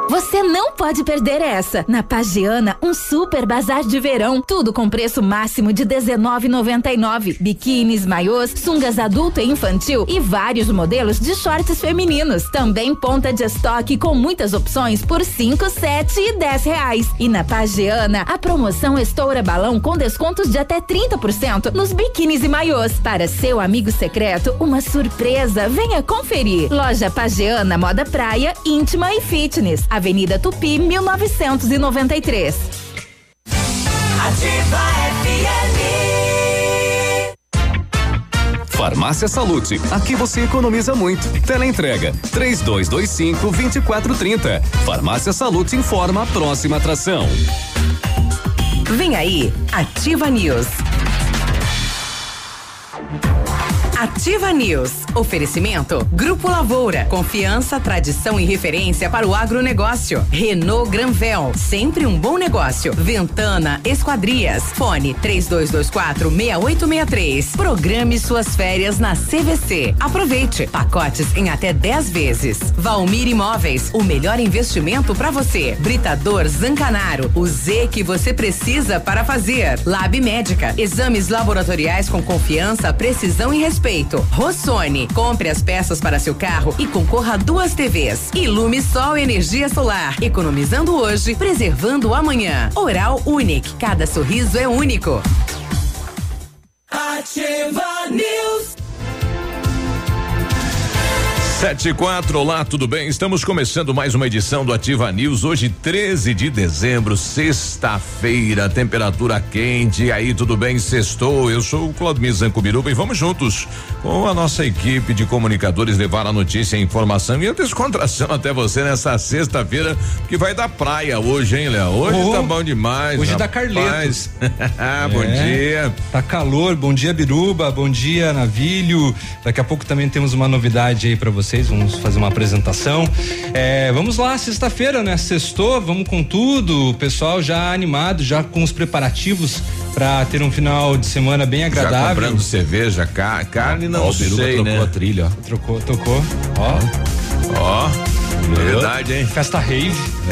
Você não pode perder essa. Na Pagiana, um super bazar de verão. Tudo com preço máximo de R$19,99. Biquínis, maiôs, sungas adulto e infantil e vários modelos de shorts femininos. Também ponta de estoque com muitas opções por R$5, R$7 e R$10. E na Pagiana, a promoção estoura balão com descontos de até 30% nos biquínis e maiôs. Para seu amigo secreto, uma surpresa. Venha conferir. Loja Pagiana, moda praia, íntima e fitness. Avenida Tupi, 1993. Ativa FM. Farmácia Salute, aqui você economiza muito. Teleentrega 3225-2430. Farmácia Salute informa a próxima atração. Vem aí, Ativa News. Ativa News. Oferecimento Grupo Lavoura. Confiança, tradição e referência para o agronegócio. Renault Granvel. Sempre um bom negócio. Ventana Esquadrias. Fone 3224-6863. Programe suas férias na CVC. Aproveite. Pacotes em até 10 vezes. Valmir Imóveis. O melhor investimento para você. Britador Zancanaro. O Z que você precisa para fazer. Lab Médica. Exames laboratoriais com confiança, precisão e respeito. Rossoni, compre as peças para seu carro e concorra a 2 TVs. Ilume Sol Energia Solar, economizando hoje, preservando amanhã. Oral Unique, cada sorriso é único. Ativa News. 7:04, olá, tudo bem? Estamos começando mais uma edição do Ativa News. Hoje, 13 de dezembro, sexta-feira, temperatura quente. E aí, tudo bem? Sextou. Eu sou o Claudemir Zancubiruba e vamos juntos com a nossa equipe de comunicadores levar a notícia, a informação e a descontração até você nessa sexta-feira, que vai dar praia hoje, hein, Léo? Hoje tá bom demais. Hoje dá Carletos. Bom dia. Tá calor, bom dia, Biruba, bom dia, Navilho. Daqui a pouco também temos uma novidade aí pra vocês, vamos fazer uma apresentação. Vamos lá, sexta-feira, né? Sextou, vamos com tudo. O pessoal já animado, já com os preparativos pra ter um final de semana bem agradável. Já comprando cerveja, carne não sei, trocou, né? a trilha, ó. Tocou. Ó. Verdade, hein? Festa rave.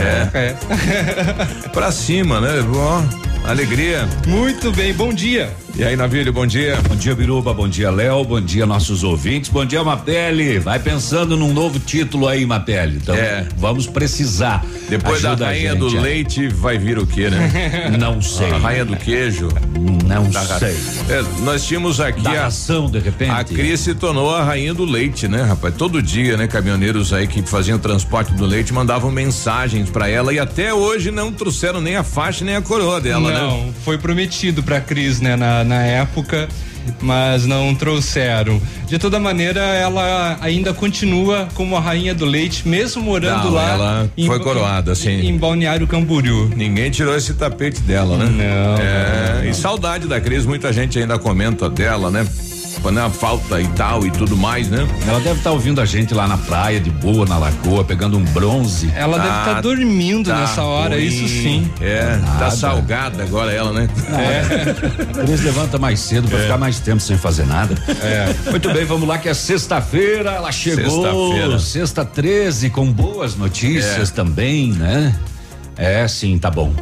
Pra cima, né? Ó, alegria. Muito bem, bom dia. E aí, Navilho, bom dia. Bom dia, Biruba, bom dia, Léo, bom dia, nossos ouvintes, bom dia, Mapele. Vai pensando num novo título aí, Mapele. Então, vamos precisar. Depois da rainha do leite, vai vir o quê, né? Não sei. A rainha do queijo? Não sei. Nós tínhamos aqui da ração, de repente. A Cris se tornou a rainha do leite, né, rapaz? Todo dia, né, caminhoneiros aí que faziam transporte do leite mandavam mensagens pra ela e até hoje não trouxeram nem a faixa nem a coroa dela, né? Não, foi prometido pra Cris, né, na época, mas não trouxeram. De toda maneira, ela ainda continua como a rainha do leite, mesmo morando lá. Ela foi coroada, assim. Em Balneário Camboriú. Ninguém tirou esse tapete dela, né? Não. E saudade da Cris, muita gente ainda comenta dela, né? Quando a falta e tal e tudo mais, né? Ela deve estar ouvindo a gente lá na praia, de boa, na lagoa, pegando um bronze. Ela deve estar dormindo nessa hora, ruim. Isso sim. Tá salgada agora ela, né? Eles levantam mais cedo pra ficar mais tempo sem fazer nada. Muito bem, vamos lá que é sexta-feira, ela chegou. Sexta 13, com boas notícias também, né? Sim, tá bom.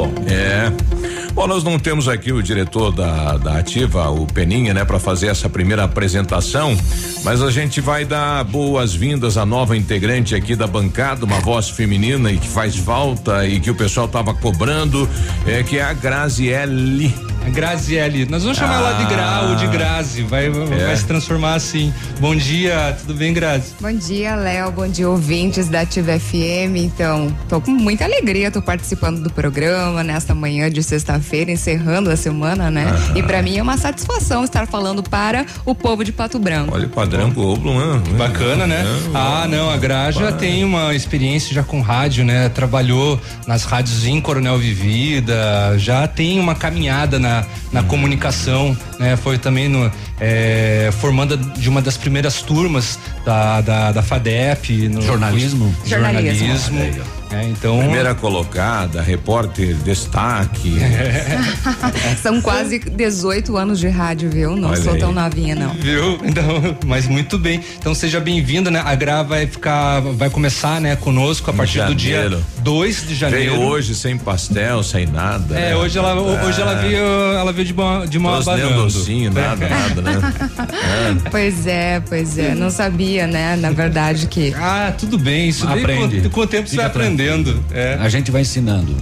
Bom, nós não temos aqui o diretor da Ativa, o Peninha, né, para fazer essa primeira apresentação, mas a gente vai dar boas-vindas à nova integrante aqui da bancada, uma voz feminina e que faz falta e que o pessoal tava cobrando, que é a Graziele. A Graziele, nós vamos chamar ela de Gra ou de Grazi, vai se transformar assim. Bom dia, tudo bem, Grazi? Bom dia, Léo, bom dia, ouvintes da Ativa FM. Então, tô com muita alegria, tô participando do programa nesta manhã de sexta-feira, encerrando a semana, né? E pra mim é uma satisfação estar falando para o povo de Pato Branco. Olha o padrão Globo, né? Bacana, né? Não, a Gra já tem uma experiência já com rádio, né? Trabalhou nas rádios em Coronel Vivida, já tem uma caminhada na comunicação, né? Foi também formanda de uma das primeiras turmas da FADEP no jornalismo. Então. Primeira colocada, repórter destaque. São quase 18 anos de rádio, viu? Não Olha sou aí. tão novinha, não. Viu? Então, mas muito bem. Então seja bem-vinda, né? A Gra vai começar, né, conosco a partir do dia 2 de janeiro. Veio hoje sem pastel, sem nada. É, né? hoje ela veio de mão abanando. Docinho, nada, né? Pois é. Não sabia, né? Na verdade que. Ah, tudo bem. Isso daí Aprende. com o tempo você vai Fica aprendendo. É. A gente vai ensinando.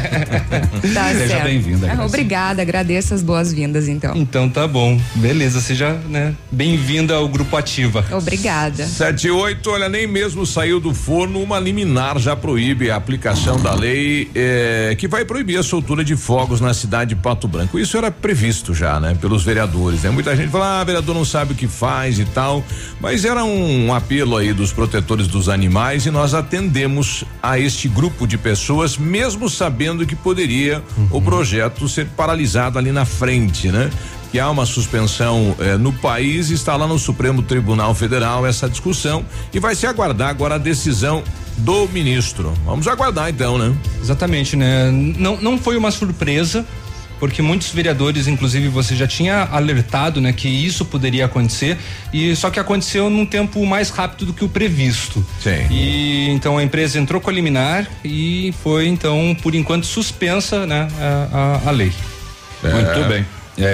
Tá Seja certo. bem-vinda, Graça. Obrigada, agradeço as boas-vindas, então. Então tá bom. Beleza, seja, né, bem-vinda ao Grupo Ativa. Obrigada. 7-8, olha, nem mesmo saiu do forno, uma liminar já proíbe a aplicação da lei que vai proibir a soltura de fogos na cidade de Pato Branco. Isso era previsto já, né? Pelos vereadores, né? Muita gente fala, vereador não sabe o que faz e tal, mas era um apelo aí dos protetores dos animais e nós atendemos a este grupo de pessoas, mesmo sabendo que poderia o projeto ser paralisado ali na frente, né? Que há uma suspensão no país, está lá no Supremo Tribunal Federal essa discussão e vai se aguardar agora a decisão do ministro. Vamos aguardar então, né? Exatamente, né? Não foi uma surpresa, porque muitos vereadores, inclusive você já tinha alertado, né, que isso poderia acontecer, e só que aconteceu num tempo mais rápido do que o previsto. Sim. E então a empresa entrou com a liminar e foi então por enquanto suspensa, né, a lei. Muito bem.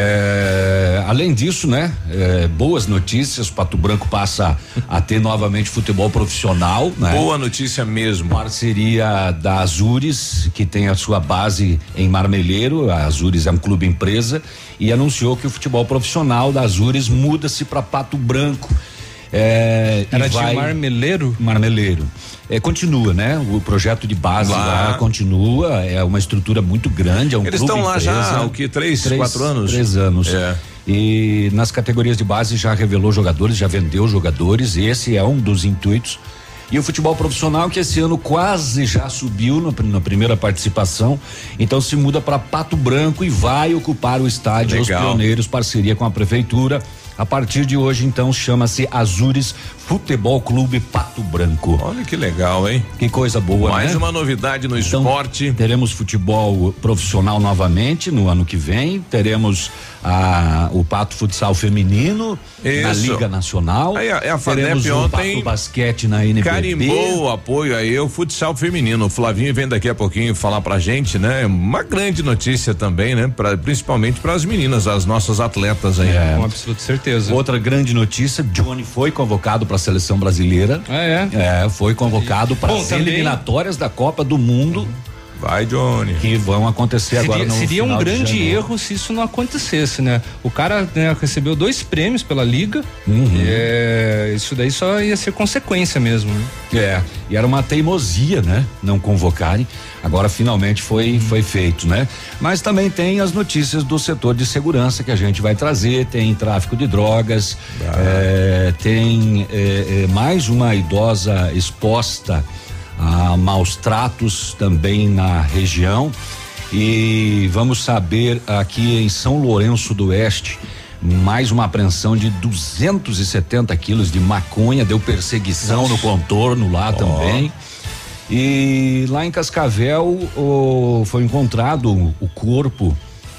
Além disso, né? Boas notícias, Pato Branco passa a ter novamente futebol profissional, né? Boa notícia mesmo. Parceria da Azures, que tem a sua base em Marmeleiro. A Azures é um clube empresa e anunciou que o futebol profissional da Azures muda-se para Pato Branco. Era de Marmeleiro? Marmeleiro. Continua, né? O projeto de base lá continua, é uma estrutura muito grande, é um Eles clube estão lá empresa. já, o que, 4 anos? 3 anos. E nas categorias de base já revelou jogadores, já vendeu jogadores, e esse é um dos intuitos. E o futebol profissional, que esse ano quase já subiu na primeira participação, então se muda para Pato Branco e vai ocupar o estádio Os Pioneiros, parceria com a prefeitura. A partir de hoje, então, chama-se Azures Futebol Clube Pato Branco. Olha que legal, hein? Que coisa boa, Mais né? uma novidade no esporte. Teremos futebol profissional novamente no ano que vem. Teremos o Pato Futsal Feminino na Liga Nacional. Aí a FADEP teremos o ontem Pato Basquete na NBB. Carimbou o apoio aí ao futsal feminino. O Flavinho vem daqui a pouquinho falar pra gente, né? Uma grande notícia também, né? Principalmente para as meninas, as nossas atletas aí. Com absoluta certeza. Outra grande notícia, Johnny foi convocado para a seleção brasileira. Foi convocado para as eliminatórias da Copa do Mundo. Vai, Johnny. Que vão acontecer agora no Seria um final de grande janeiro. erro se isso não acontecesse, né? O cara, né, recebeu 2 prêmios pela liga. Isso daí só ia ser consequência mesmo, né? E era uma teimosia, né? Não convocarem. Agora finalmente foi feito, né? Mas também tem as notícias do setor de segurança que a gente vai trazer, tem tráfico de drogas, tem mais uma idosa exposta a maus tratos também na região, e vamos saber aqui em São Lourenço do Oeste mais uma apreensão de 270 quilos de maconha, deu perseguição no contorno lá também. E lá em Cascavel foi encontrado o corpo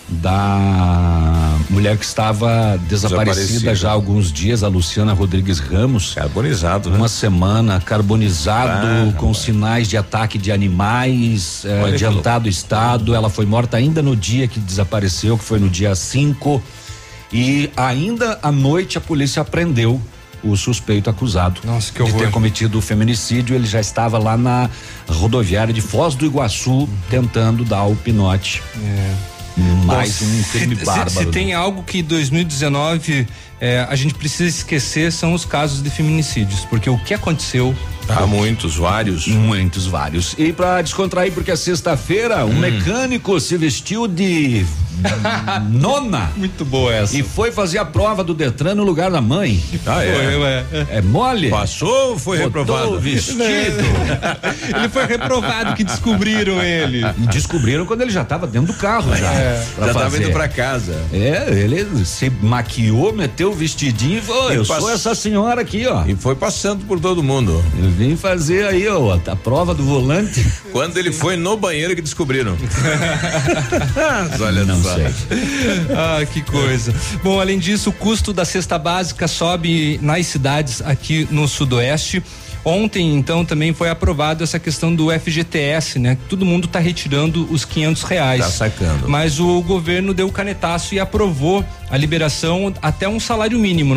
da mulher que estava desaparecida já há alguns dias, a Luciana Rodrigues Ramos. Carbonizado, né? Uma semana, carbonizado, com sinais de ataque de animais, adiantado estado. Ela foi morta ainda no dia que desapareceu, que foi no dia 5. E ainda à noite a polícia prendeu o suspeito acusado de ter cometido o feminicídio. Ele já estava lá na rodoviária de Foz do Iguaçu tentando dar o pinote. Mais um crime bárbaro. Se tem algo que 2019 a gente precisa esquecer, são os casos de feminicídios, porque o que aconteceu. Muitos, vários. Muitos, vários. E pra descontrair, porque é sexta-feira, um mecânico se vestiu de nona. Muito boa essa. E foi fazer a prova do Detran no lugar da mãe. É mole? Passou ou foi reprovado? Vestido. Ele foi reprovado, que descobriram ele. E descobriram quando ele já estava dentro do carro já. Já estava indo pra casa. Ele se maquiou, meteu o vestidinho e eu sou essa senhora aqui, ó. E foi passando por todo mundo. Eu vim fazer aí, ó, a prova do volante. Quando ele foi no banheiro que descobriram. Olha, não sei. Que coisa. Bom, além disso, o custo da cesta básica sobe nas cidades aqui no Sudoeste. Ontem, então, também foi aprovado essa questão do FGTS, né? Todo mundo tá retirando os R$500. Tá sacando. Mas o governo deu o canetaço e aprovou a liberação até um salário mínimo,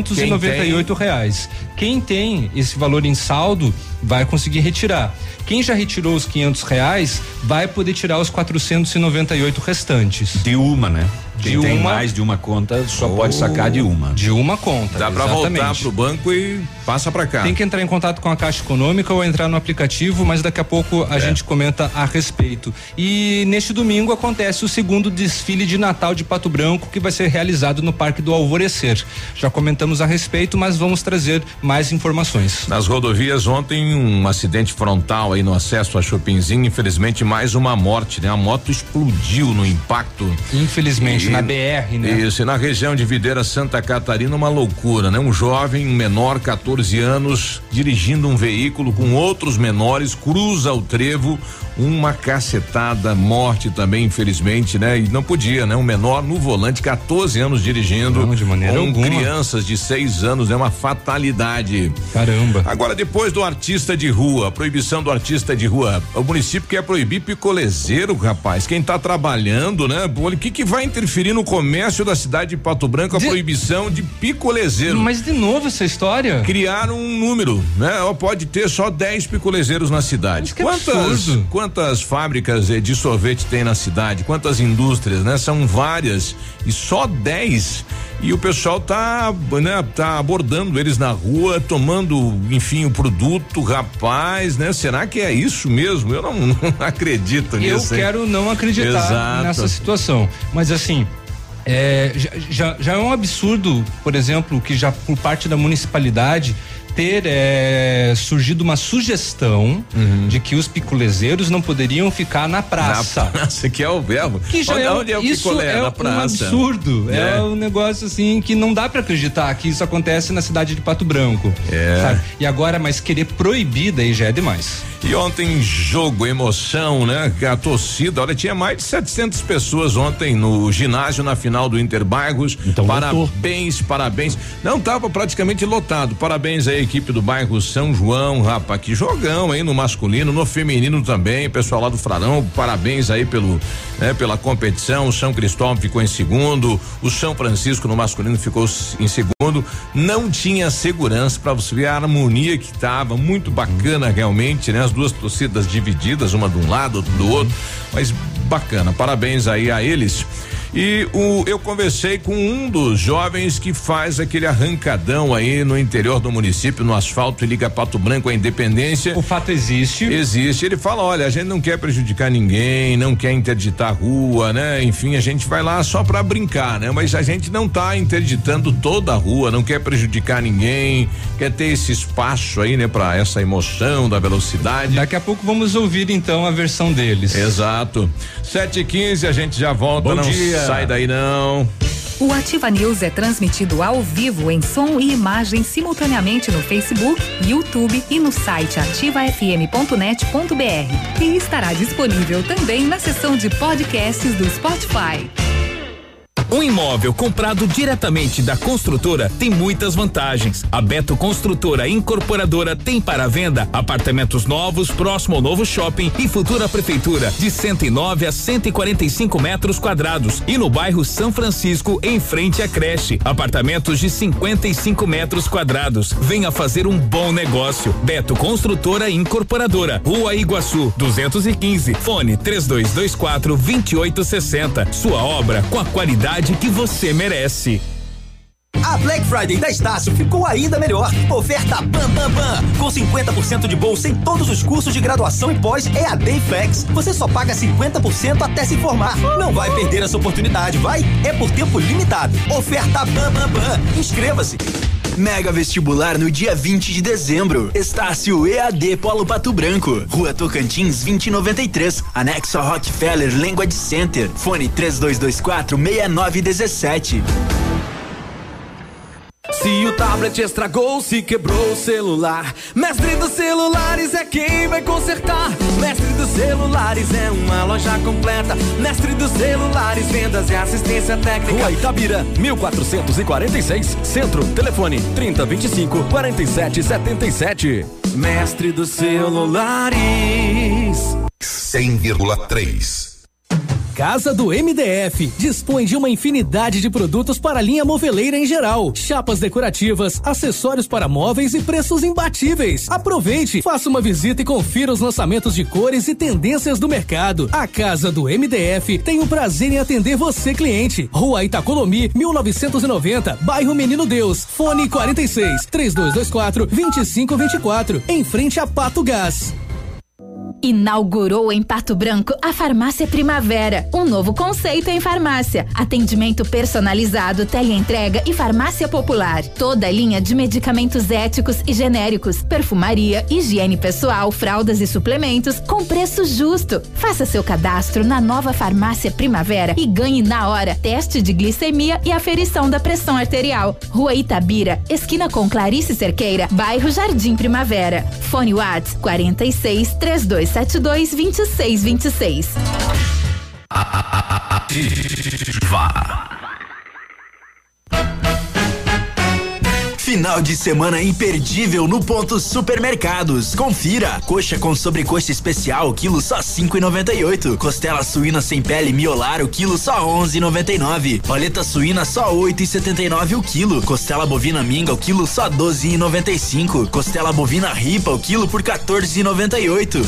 R$998. Quem tem esse valor em saldo vai conseguir retirar. Quem já retirou os R$500 vai poder tirar os 498 restantes. De uma, né? Quem tem mais de uma conta só pode sacar de uma. De uma conta. Dá pra voltar pro banco e passa pra cá. Tem que entrar em contato com a Caixa Econômica ou entrar no aplicativo, mas daqui a pouco a gente comenta a respeito. E neste domingo acontece o segundo desfile de Natal de Pato Branco, que vai ser realizado no Parque do Alvorecer. Já comentamos a respeito, mas vamos trazer mais informações. Nas rodovias ontem um acidente frontal aí no acesso a Chopinzinho, infelizmente mais uma morte, né? A moto explodiu no impacto. Infelizmente, na BR, né? Isso, e na região de Videira, Santa Catarina, uma loucura, né? Um jovem, menor, 14 anos, dirigindo um veículo com outros menores, cruza o trevo, uma cacetada, morte também, infelizmente, né? E não podia, né? Um menor no volante, 14 anos dirigindo. Não, de maneira com alguma. Crianças de 6 anos, é uma fatalidade. Caramba. Agora, depois do artista de rua, a proibição do artista de rua, o município quer proibir picolezeiro, rapaz. Quem tá trabalhando, né? O que vai interferir no comércio da cidade de Pato Branco a proibição de picolezeiro? Mas de novo essa história? Criaram um número, né? Pode ter só 10 picolezeiros na cidade. Quantas fábricas de sorvete tem na cidade? Quantas indústrias, né? São várias e só 10. E o pessoal tá abordando eles na rua, tomando, enfim, o produto, rapaz, né? Será que é isso mesmo? Eu não acredito nisso. Eu quero não acreditar nessa situação. Mas assim, já é um absurdo, por exemplo, que já por parte da municipalidade ter surgido uma sugestão de que os picolezeiros não poderiam ficar na praça. Na praça, que é o verbo. Que já onde é o picolé? Na praça. Um absurdo. É um negócio assim que não dá pra acreditar que isso acontece na cidade de Pato Branco. Sabe? E agora, mas querer proibir daí já é demais. E ontem, jogo, emoção, né? A torcida, olha, tinha mais de 700 pessoas ontem no ginásio na final do Interbairros. Então, parabéns. Não, tava praticamente lotado. Parabéns aí, equipe do bairro São João, rapaz, que jogão aí no masculino, no feminino também, pessoal lá do Frarão, parabéns aí pela competição. O São Cristóvão ficou em segundo, o São Francisco no masculino ficou em segundo. Não tinha segurança, pra você ver a harmonia que tava, muito bacana realmente, né? As duas torcidas divididas, uma de um lado, outra do outro, mas bacana, parabéns aí a eles. E eu conversei com um dos jovens que faz aquele arrancadão aí no interior do município, no asfalto, e liga Pato Branco à Independência. O fato existe. Existe. Ele fala, olha, a gente não quer prejudicar ninguém, não quer interditar a rua, né? Enfim, a gente vai lá só pra brincar, né? Mas a gente não tá interditando toda a rua, não quer prejudicar ninguém, quer ter esse espaço aí, né? Pra essa emoção da velocidade. Daqui a pouco vamos ouvir então a versão deles. Exato. 7h15, a gente já volta. Bom dia. Sai daí não. O Ativa News é transmitido ao vivo em som e imagem simultaneamente no Facebook, YouTube e no site ativafm.net.br. E estará disponível também na seção de podcasts do Spotify. Um imóvel comprado diretamente da construtora tem muitas vantagens. A Beto Construtora Incorporadora tem para venda apartamentos novos próximo ao novo shopping e futura prefeitura de 109 a 145 metros quadrados e no bairro São Francisco em frente à creche, apartamentos de 55 metros quadrados. Venha fazer um bom negócio. Beto Construtora Incorporadora, Rua Iguaçu 215, fone 3224-2860. Sua obra com a qualidade que você merece. A Black Friday da Estácio ficou ainda melhor. Oferta Bam Bam Bam, com 50% de bolsa em todos os cursos de graduação e pós EAD e Flex. Você só paga 50% até se formar. Não vai perder essa oportunidade, vai? É por tempo limitado. Oferta Bam Bam Bam. Inscreva-se. Mega vestibular no dia 20 de dezembro. Estácio EAD Polo Pato Branco. Rua Tocantins 2093. Anexo a Rockefeller Language Center. Fone 3224-6917. Se o tablet estragou, se quebrou o celular, Mestre dos Celulares é quem vai consertar. Mestre dos Celulares é uma loja completa. Mestre dos Celulares, vendas e assistência técnica. Rua Itabira, 1446, Centro. Telefone 3025-4777. Mestre dos Celulares. 100,3. Casa do MDF dispõe de uma infinidade de produtos para a linha moveleira em geral, chapas decorativas, acessórios para móveis e preços imbatíveis. Aproveite, faça uma visita e confira os lançamentos de cores e tendências do mercado. A Casa do MDF tem o prazer em atender você, cliente. Rua Itacolomi, 1990, bairro Menino Deus. Fone 46-3224-2524, em frente a Pato Gás. Inaugurou em Pato Branco a Farmácia Primavera, um novo conceito em farmácia. Atendimento personalizado, teleentrega e farmácia popular. Toda a linha de medicamentos éticos e genéricos, perfumaria, higiene pessoal, fraldas e suplementos com preço justo. Faça seu cadastro na nova Farmácia Primavera e ganhe na hora teste de glicemia e aferição da pressão arterial. Rua Itabira, esquina com Clarice Cerqueira, bairro Jardim Primavera. Fone WhatsApp 46-3272-2626. Final de semana imperdível no Ponto Supermercados. Confira. Coxa com sobrecoxa especial, quilo só 5,98. Costela suína sem pele miolar, o quilo só 11,99. Paleta suína só 8,79 o quilo. Costela bovina minga, o quilo só 12,95. Costela bovina ripa, o quilo por 14,98.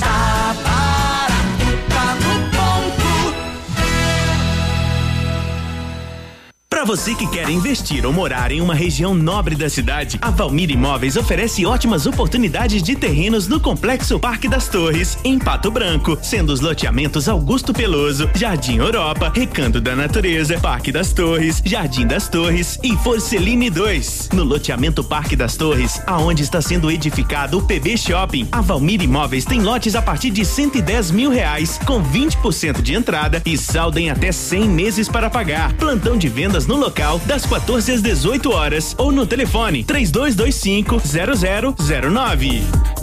Para você que quer investir ou morar em uma região nobre da cidade, a Valmir Imóveis oferece ótimas oportunidades de terrenos no Complexo Parque das Torres, em Pato Branco, sendo os loteamentos Augusto Peloso, Jardim Europa, Recanto da Natureza, Parque das Torres, Jardim das Torres e Forceline 2. No loteamento Parque das Torres, aonde está sendo edificado o PB Shopping, a Valmir Imóveis tem lotes a partir de R$110 mil, com 20% de entrada e saldo em até 100 meses para pagar. Plantão de vendas no local das 14 às 18 horas ou no telefone 3225-0009.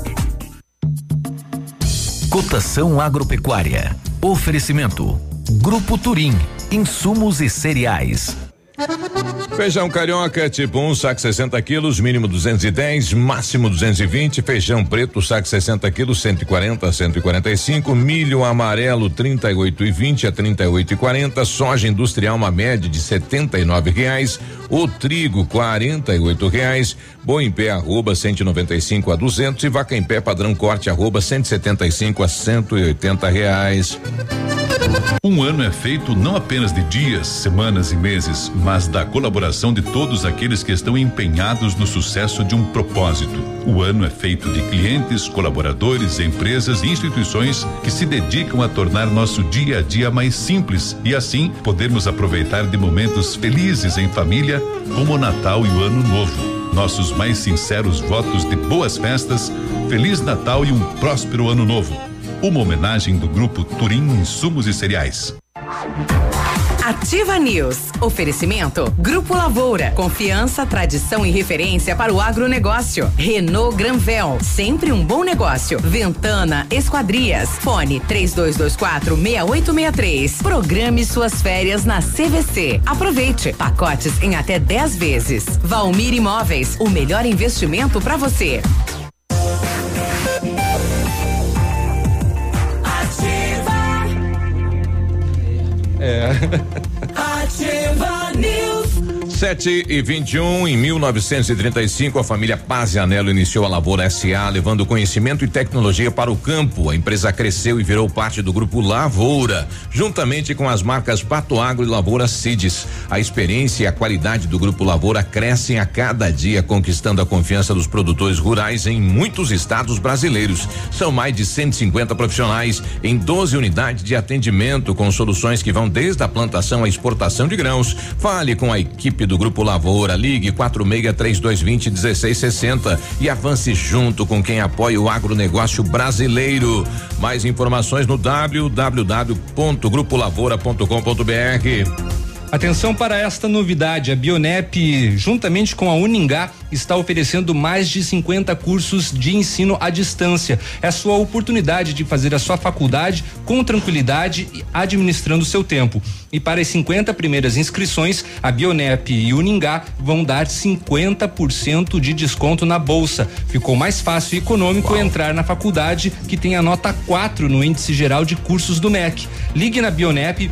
Cotação agropecuária. Oferecimento. Grupo Turim. Insumos e cereais. Feijão carioca tipo 1, saco 60 quilos, mínimo 210, máximo 220. Feijão preto, saco 60 quilos, 140 a 145. Milho amarelo, 38,20 a 38,40. Soja industrial, uma média de R$79. O trigo, R$48. Boi em pé, arroba 195 a 200 e vaca em pé padrão corte, arroba 175 a R$180. Um ano é feito não apenas de dias, semanas e meses, mas da colaboração de todos aqueles que estão empenhados no sucesso de um propósito. O ano é feito de clientes, colaboradores, empresas e instituições que se dedicam a tornar nosso dia a dia mais simples e assim podermos aproveitar de momentos felizes em família, como o Natal e o Ano Novo. Nossos mais sinceros votos de boas festas, Feliz Natal e um próspero Ano Novo. Uma homenagem do Grupo Turim Insumos e Cereais. Ativa News. Oferecimento Grupo Lavoura. Confiança, tradição e referência para o agronegócio. Renault Granvel. Sempre um bom negócio. Ventana Esquadrias. Fone 3224-6863. Programe suas férias na CVC. Aproveite. Pacotes em até 10 vezes. Valmir Imóveis. O melhor investimento para você. Ativa News. 7:21. Em 1935, a família Paz e Anelo iniciou a Lavoura SA, levando conhecimento e tecnologia para o campo. A empresa cresceu e virou parte do grupo Lavoura, juntamente com as marcas Pato Agro e Lavoura Cides. A experiência e a qualidade do grupo Lavoura crescem a cada dia, conquistando a confiança dos produtores rurais em muitos estados brasileiros. São mais de 150 profissionais em 12 unidades de atendimento, com soluções que vão desde a plantação à exportação de grãos. Fale com a equipe do Grupo Lavoura, ligue 46-3220-1660 e avance junto com quem apoia o agronegócio brasileiro. Mais informações no www.grupolavoura.com.br. Atenção para esta novidade, a Bionep, juntamente com a Uningá, está oferecendo mais de 50 cursos de ensino à distância. É a sua oportunidade de fazer a sua faculdade com tranquilidade e administrando seu tempo. E para as 50 primeiras inscrições, a Bionep e Uningá vão dar 50% de desconto na bolsa. Ficou mais fácil e econômico entrar na faculdade que tem a nota 4 no índice geral de cursos do MEC. Ligue na Bionep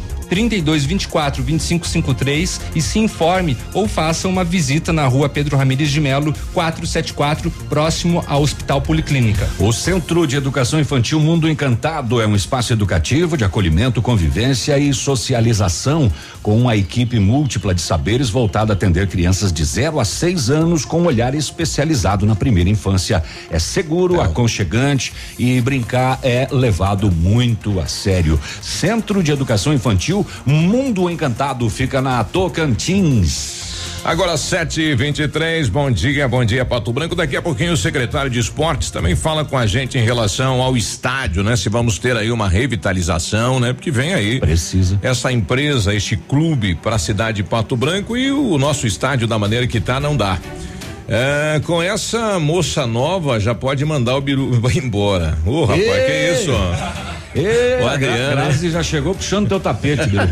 3224-2553 e se informe ou faça uma visita na rua Pedro Ramires de Melo, 474, próximo ao Hospital Policlínica. O Centro de Educação Infantil Mundo Encantado é um espaço educativo de acolhimento, convivência e socialização, com uma equipe múltipla de saberes voltada a atender crianças de 0 a 6 anos com um olhar especializado na primeira infância. É seguro, aconchegante e brincar é levado muito a sério. Centro de Educação Infantil Mundo Encantado fica na Tocantins. Agora 7h23, bom dia Pato Branco. Daqui a pouquinho o secretário de Esportes também fala com a gente em relação ao estádio, né? Se vamos ter aí uma revitalização, né? Porque vem aí. Precisa. Essa empresa, este clube para a cidade de Pato Branco e o nosso estádio da maneira que tá não dá. Com essa moça nova já pode mandar o Biru embora. Ô, rapaz, que isso? O Adriano, Grazi já chegou puxando teu tapete, Biru.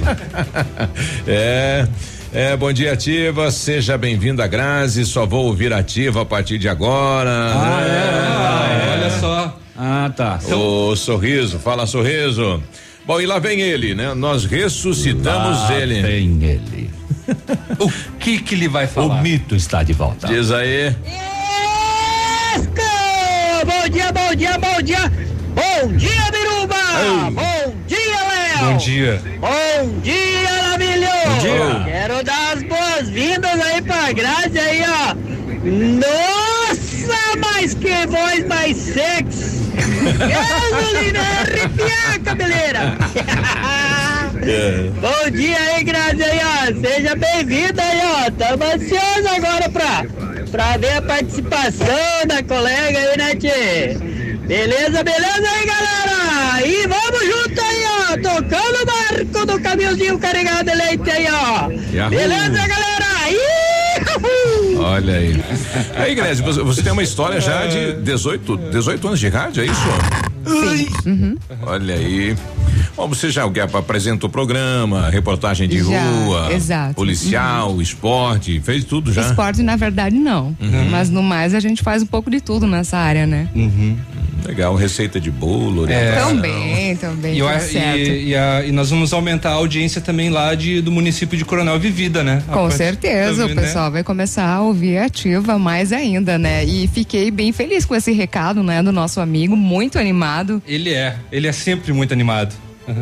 Bom dia, Ativa, seja bem-vinda, Grazi, só vou ouvir Ativa a partir de agora. Olha só. Tá. O Sorriso, fala Sorriso. Bom, e lá vem ele, né? Nós ressuscitamos ele. Lá vem ele. O que ele vai falar? O mito está de volta. Diz aí. Bom dia. Bom dia, Biruba! Bom dia, Léo! Bom dia! Bom dia, Lavilho! Bom dia! Quero dar as boas-vindas aí pra Grazi aí, ó! Nossa, mas que voz mais sexy! Gasolina, arrepiar a cabeleira! Bom dia aí, Grazi aí, ó! Seja bem-vinda aí, ó! Tamo ansioso agora pra ver a participação da colega aí, né, tchê? Beleza aí, galera! E vamos junto aí, ó! Tocando o barco do caminhãozinho carregado de leite aí, ó! Yahoo. Beleza, galera? Olha aí. Aí, Grazi, você tem uma história já de 18 anos de rádio, é isso? Sim. Uhum. Olha aí. Bom, você já apresentou o programa, reportagem de rua, exato. Policial, esporte, fez tudo já? Esporte, na verdade, não. Mas no mais a gente faz um pouco de tudo nessa área, né? Legal, receita de bolo, Também, e nós vamos aumentar a audiência também lá do município de Coronel Vivida, né? Com certeza, o pessoal vai começar a ouvir Ativa mais ainda, né? E fiquei bem feliz com esse recado, né? Do nosso amigo, muito animado. Ele é sempre muito animado.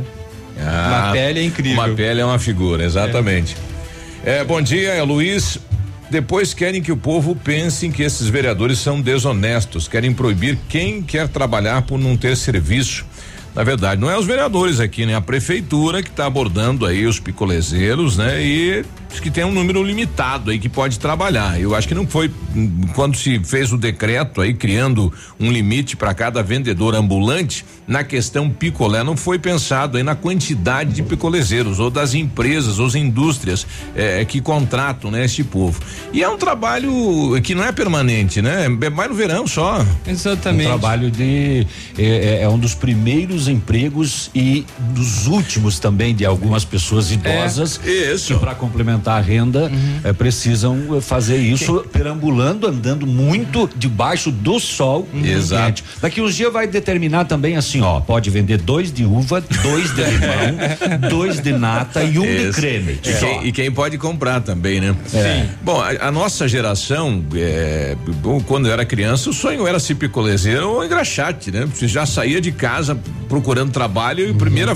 Uma pele é incrível. Uma pele é uma figura, exatamente. Bom dia, Luiz. Depois querem que o povo pense que esses vereadores são desonestos, querem proibir quem quer trabalhar por não ter serviço. Na verdade, não é os vereadores aqui, né? A prefeitura que está abordando aí os picolezeiros, né? E que tem um número limitado aí que pode trabalhar. Eu acho que não foi quando se fez o decreto aí criando um limite para cada vendedor ambulante, na questão picolé não foi pensado aí na quantidade de picolezeiros ou das empresas ou indústrias que contratam, né, este povo. E é um trabalho que não é permanente, né? É mais no verão só. Exatamente. Um trabalho é um dos primeiros empregos e dos últimos também de algumas pessoas idosas isso. que para complementar a renda precisam fazer isso perambulando, andando muito debaixo do sol. Exato. Daqui uns dias vai determinar também assim, ó, pode vender 2 de uva, 2 de limão, 2 de nata e 1 de creme. E quem pode comprar também, né? Sim. Bom, a nossa geração, quando eu era criança, o sonho era ser picolezeiro ou engraxate, né? Você já saía de casa procurando trabalho e a primeira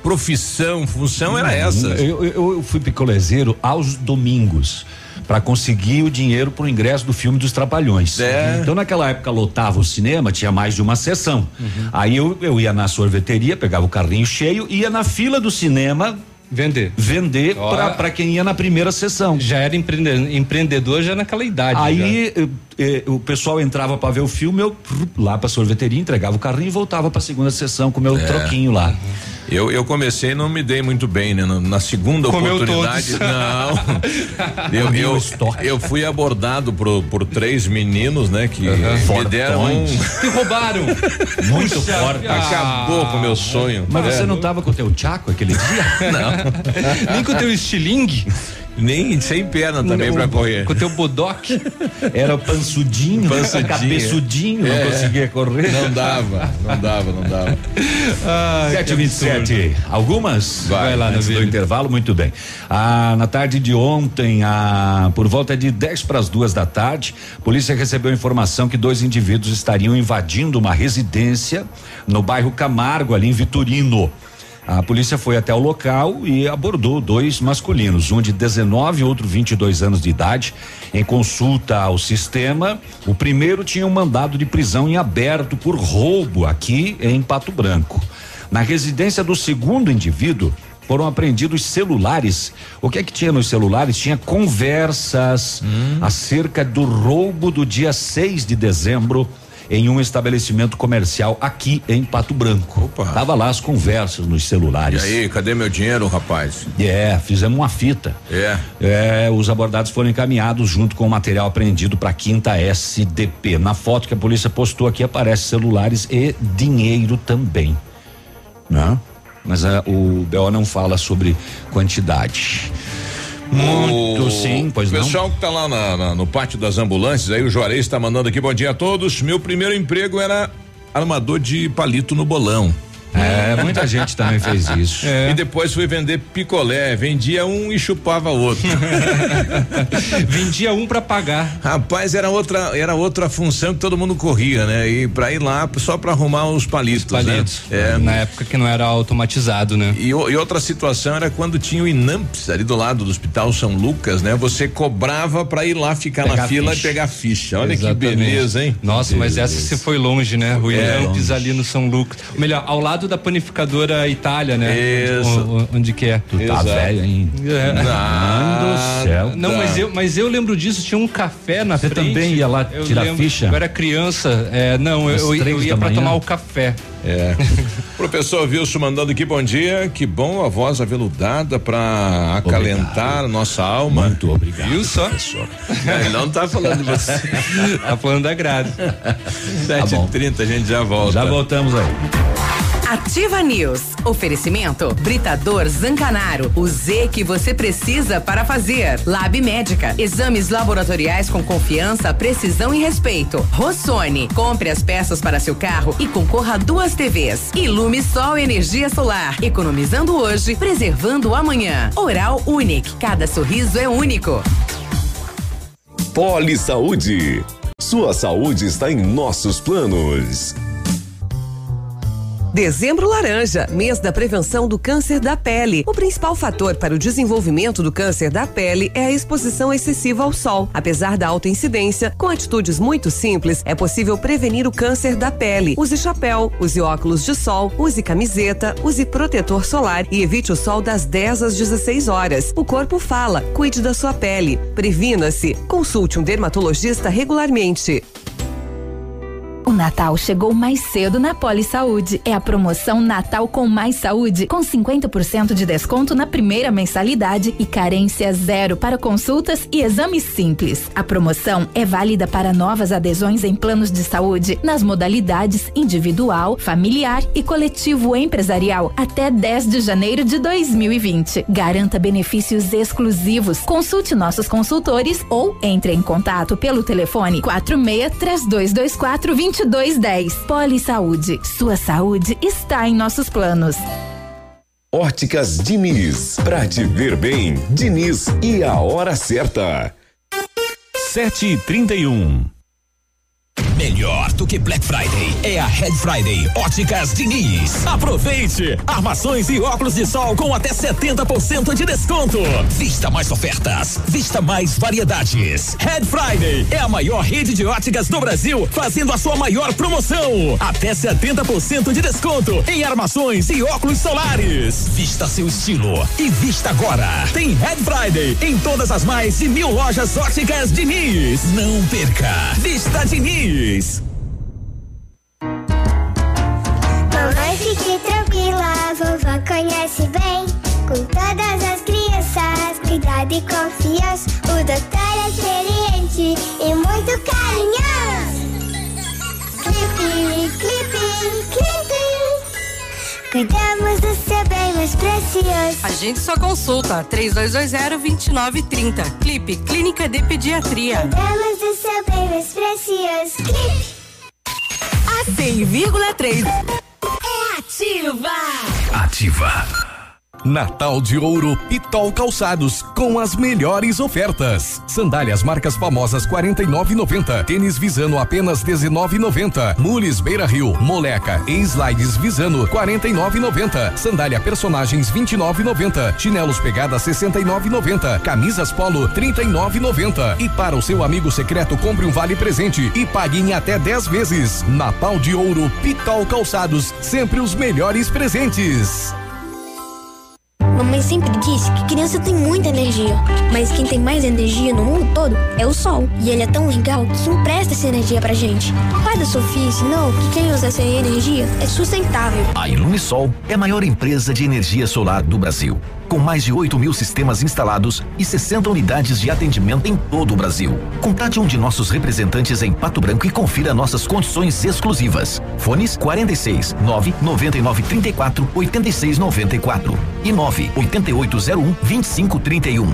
função era essa. Eu fui picolezeiro aos domingos para conseguir o dinheiro pro ingresso do filme dos Trapalhões. Então naquela época lotava o cinema, tinha mais de uma sessão. Aí eu ia na sorveteria, pegava o carrinho cheio, ia na fila do cinema vender para quem ia na primeira sessão. Já era empreendedor já naquela idade. Aí o pessoal entrava para ver o filme, eu lá para sorveteria, entregava o carrinho e voltava para a segunda sessão com o meu troquinho lá. Eu comecei e não me dei muito bem, né? Na segunda Comeu oportunidade, todos. não. Eu fui abordado por 3 meninos, né? Que me deram Me roubaram. Muito forte. Acabou com o meu sonho. Mas você não tava com o teu tchaco aquele dia? Não. Nem com o teu estilingue? Nem sem perna também pra correr. Com o teu bodoque? Era pançudinho, cabeçudinho, não conseguia correr. Não dava. 7h27. Algumas? Vai lá antes do intervalo, muito bem. Na tarde de ontem, por volta de 1:50 da tarde, a polícia recebeu informação que 2 indivíduos estariam invadindo uma residência no bairro Camargo, ali em Vitorino. A polícia foi até o local e abordou 2 masculinos, um de 19 e outro 22 anos de idade. Em consulta ao sistema, o primeiro tinha um mandado de prisão em aberto por roubo aqui em Pato Branco. Na residência do segundo indivíduo, foram apreendidos celulares. O que é que tinha nos celulares? Tinha conversas acerca do roubo do dia 6 de dezembro em um estabelecimento comercial aqui em Pato Branco. Tava lá as conversas nos celulares. E aí, cadê meu dinheiro, rapaz? Fizemos uma fita. Os abordados foram encaminhados junto com o material apreendido para a 5ª SDP. Na foto que a polícia postou aqui aparece celulares e dinheiro também, né? Mas o BO não fala sobre quantidade. Muito sim, pois não. O pessoal que tá lá no pátio das ambulâncias, aí o Juarez está mandando aqui, bom dia a todos. Meu primeiro emprego era armador de palito no bolão. Muita gente também fez isso. E depois fui vender picolé, vendia um e chupava outro. Vendia um pra pagar. Rapaz, era outra função que todo mundo corria, né? E pra ir lá só pra arrumar os palitos. Né? Na época que não era automatizado, né? E outra situação era quando tinha o INAMPS ali do lado do Hospital São Lucas, né? Você cobrava pra ir lá ficar na fila e pegar ficha. Olha que beleza, hein? Nossa, mas essa você foi longe, né? O INAMPS ali no São Lucas. Melhor, ao lado da panificadora Itália, né? Isso. Onde que é? Tu tá velho ainda. Não, do céu. Não, mas eu lembro disso, tinha um café na frente. Você também ia lá tirar ficha? Eu era criança, eu ia pra tomar o café. Professor Wilson mandando aqui, bom dia, que bom a voz aveludada pra acalentar a nossa alma. Muito obrigado. Viu só? Ele não tá falando de você. Tá falando da grade. 7h30, a gente já volta. Já voltamos aí. Ativa News. Oferecimento Britador Zancanaro. O Z que você precisa para fazer. Lab Médica. Exames laboratoriais com confiança, precisão e respeito. Rossoni. Compre as peças para seu carro e concorra a 2 TVs. Ilume Sol Energia Solar. Economizando hoje, preservando amanhã. Oral Unique. Cada sorriso é único. Poli Saúde. Sua saúde está em nossos planos. Dezembro Laranja, mês da prevenção do câncer da pele. O principal fator para o desenvolvimento do câncer da pele é a exposição excessiva ao sol. Apesar da alta incidência, com atitudes muito simples, é possível prevenir o câncer da pele. Use chapéu, use óculos de sol, use camiseta, use protetor solar e evite o sol das 10 às 16 horas. O corpo fala, cuide da sua pele. Previna-se. Consulte um dermatologista regularmente. O Natal chegou mais cedo na Poli Saúde. É a promoção Natal com Mais Saúde, com 50% de desconto na primeira mensalidade e carência 0 para consultas e exames simples. A promoção é válida para novas adesões em planos de saúde, nas modalidades individual, familiar e coletivo empresarial, até 10 de janeiro de 2020. Garanta benefícios exclusivos. Consulte nossos consultores ou entre em contato pelo telefone 46-3224-2210. Poli Saúde. Sua saúde está em nossos planos. Óticas Diniz. Pra te ver bem, Diniz e a hora certa. 7h31. Melhor do que Black Friday é a Red Friday Óticas Diniz. Aproveite! Armações e óculos de sol com até 70% de desconto. Vista mais ofertas, vista mais variedades. Red Friday é a maior rede de óticas do Brasil, fazendo a sua maior promoção. Até 70% de desconto em armações e óculos solares. Vista seu estilo e vista agora. Tem Red Friday em todas as mais de 1000 lojas Óticas Diniz. Não perca! Vista Diniz. Mamãe, fique tranquila, vovó conhece bem. Com todas as crianças, cuidado e confiança. O doutor é experiente e muito carinhoso. Clipe, clipe, clipe. Cuidamos do seu bem mais precioso. A gente só consulta 3220-2930. Clipe, Clínica de Pediatria. Cuidamos do seu bem mais precioso. Clipe. A 100,3 é ativa. Ativa. Natal de Ouro Pitol Calçados com as melhores ofertas. Sandálias marcas famosas 49,90. Tênis Visano apenas 19,90. Mules Beira Rio, Moleca e Slides Visano 49,90. Sandália Personagens 29,90. Chinelos Pegada 69,90. Camisas Polo 39,90. E para o seu amigo secreto, compre um vale presente e pague em até 10 vezes. Natal de Ouro Pitol Calçados, sempre os melhores presentes. Mamãe sempre disse que criança tem muita energia, mas quem tem mais energia no mundo todo é o sol. E ele é tão legal que empresta essa energia pra gente. O pai da Sofia ensinou que quem usa essa energia é sustentável. A Ilumisol é a maior empresa de energia solar do Brasil, com mais de 8.000 sistemas instalados e 60 unidades de atendimento em todo o Brasil. Contate um de nossos representantes em Pato Branco e confira nossas condições exclusivas. Fones 46 999 34 86 94 e 98801 2531.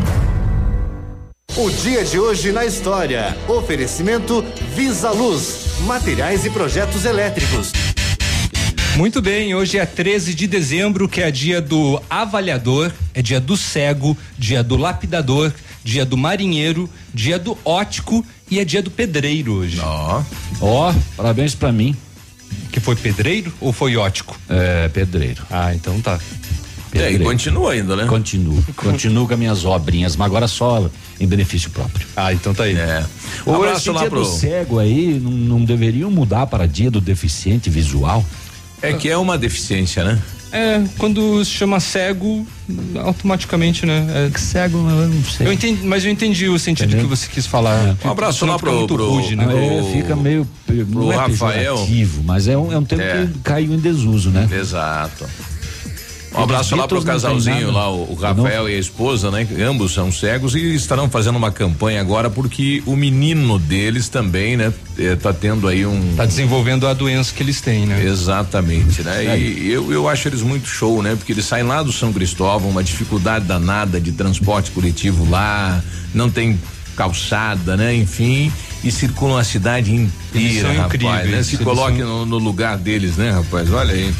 O dia de hoje na história. Oferecimento Visa Luz, materiais e projetos elétricos. Muito bem, hoje é 13 de dezembro, que é dia do avaliador, é dia do cego, dia do lapidador, dia do marinheiro, dia do ótico e é dia do pedreiro hoje. Ó, parabéns pra mim. Que foi pedreiro ou foi ótico? É, pedreiro. Ah, então tá. E continua ainda, né? Continuo com as minhas obrinhas, mas agora só em benefício próprio. Ah, então tá aí. Um abraço lá pro cego aí, não deveriam mudar para dia do deficiente visual? É que é uma deficiência, né? É, quando se chama cego, automaticamente, né? Cego, eu não sei. Mas eu entendi o sentido que você quis falar. Um abraço lá pro rude, né? Fica meio pro Rafael, mas é um termo que caiu em desuso, né? Exato. Um abraço lá pro casalzinho lá, o Rafael e a esposa, né? Ambos são cegos e estarão fazendo uma campanha agora porque o menino deles também, né? Tá tendo aí tá desenvolvendo a doença que eles têm, né? Exatamente, né? E eu acho eles muito show, né? Porque eles saem lá do São Cristóvão, uma dificuldade danada de transporte coletivo lá, não tem calçada, né? Enfim, e circulam a cidade inteira, rapaz, incríveis, né? Se coloque no lugar deles, né, rapaz? Olha aí.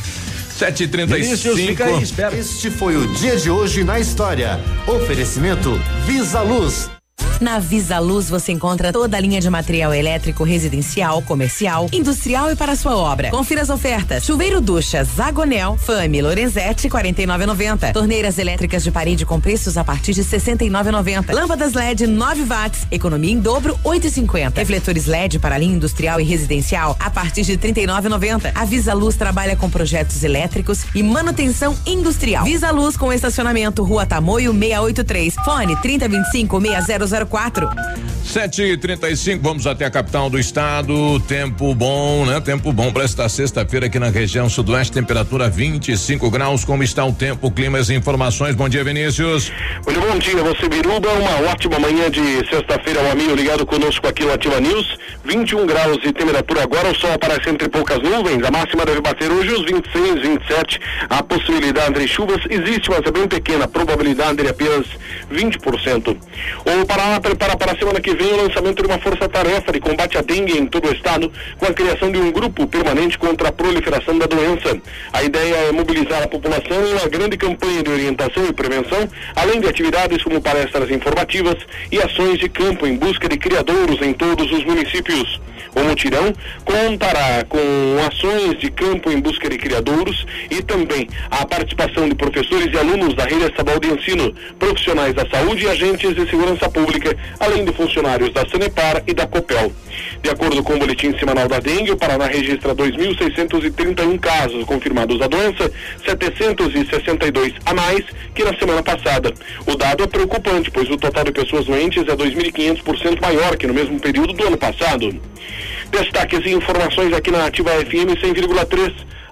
7h35. Este foi o dia de hoje na história. Oferecimento Visa Luz. Na Visa Luz você encontra toda a linha de material elétrico residencial, comercial, industrial e para sua obra. Confira as ofertas: chuveiro ducha Zagonel, Fame, Lorenzetti 49,90. Torneiras elétricas de parede com preços a partir de 69,90. Lâmpadas LED 9 watts, economia em dobro 8,50. Refletores LED para linha industrial e residencial a partir de 39,90. A Visa Luz trabalha com projetos elétricos e manutenção industrial. Visa Luz com estacionamento Rua Tamoio 683. Fone 3025-6004. 7h35, vamos até a capital do estado. Tempo bom, né? Tempo bom para esta sexta-feira aqui na região sudoeste, temperatura 25 graus. Como está o tempo, climas e informações? Bom dia, Vinícius. Muito bom dia, você Biruba, uma ótima manhã de sexta-feira, um amigo ligado conosco aqui no Ativa News. 21 graus de temperatura agora, o sol aparece entre poucas nuvens, a máxima deve bater hoje os 26, 27. A possibilidade de chuvas existe, mas é bem pequena, a probabilidade de apenas 20%. O Paraná prepara para a semana que vem o lançamento de uma força-tarefa de combate à dengue em todo o estado, com a criação de um grupo permanente contra a proliferação da doença. A ideia é mobilizar a população em uma grande campanha de orientação e prevenção, além de atividades como palestras informativas e ações de campo em busca de criadouros em todos os municípios. O mutirão contará com ações de campo em busca de criadouros e também a participação de professores e alunos da rede estadual de ensino, profissionais da saúde e agentes de segurança pública, além de funcionários da Sanepar e da Copel. De acordo com o boletim semanal da dengue, o Paraná registra 2.631 casos confirmados da doença, 762 a mais que na semana passada. O dado é preocupante, pois o total de pessoas doentes é 2.500% maior que no mesmo período do ano passado. Destaques e informações aqui na Ativa FM 100,3.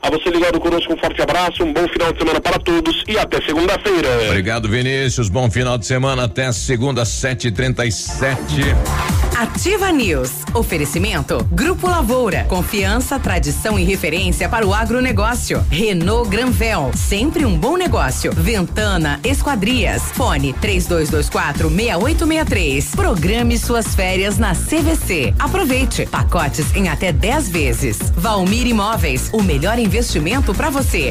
A você ligado conosco, um forte abraço, um bom final de semana para todos e até segunda-feira. Obrigado, Vinícius. Bom final de semana, até segunda, 7h37. Ativa News. Oferecimento Grupo Lavoura. Confiança, tradição e referência para o agronegócio. Renault Granvel. Sempre um bom negócio. Ventana Esquadrias. Fone 3224-6863. Programe suas férias na CVC. Aproveite. Pacotes em até 10 vezes. Valmir Imóveis. O melhor investimento para você.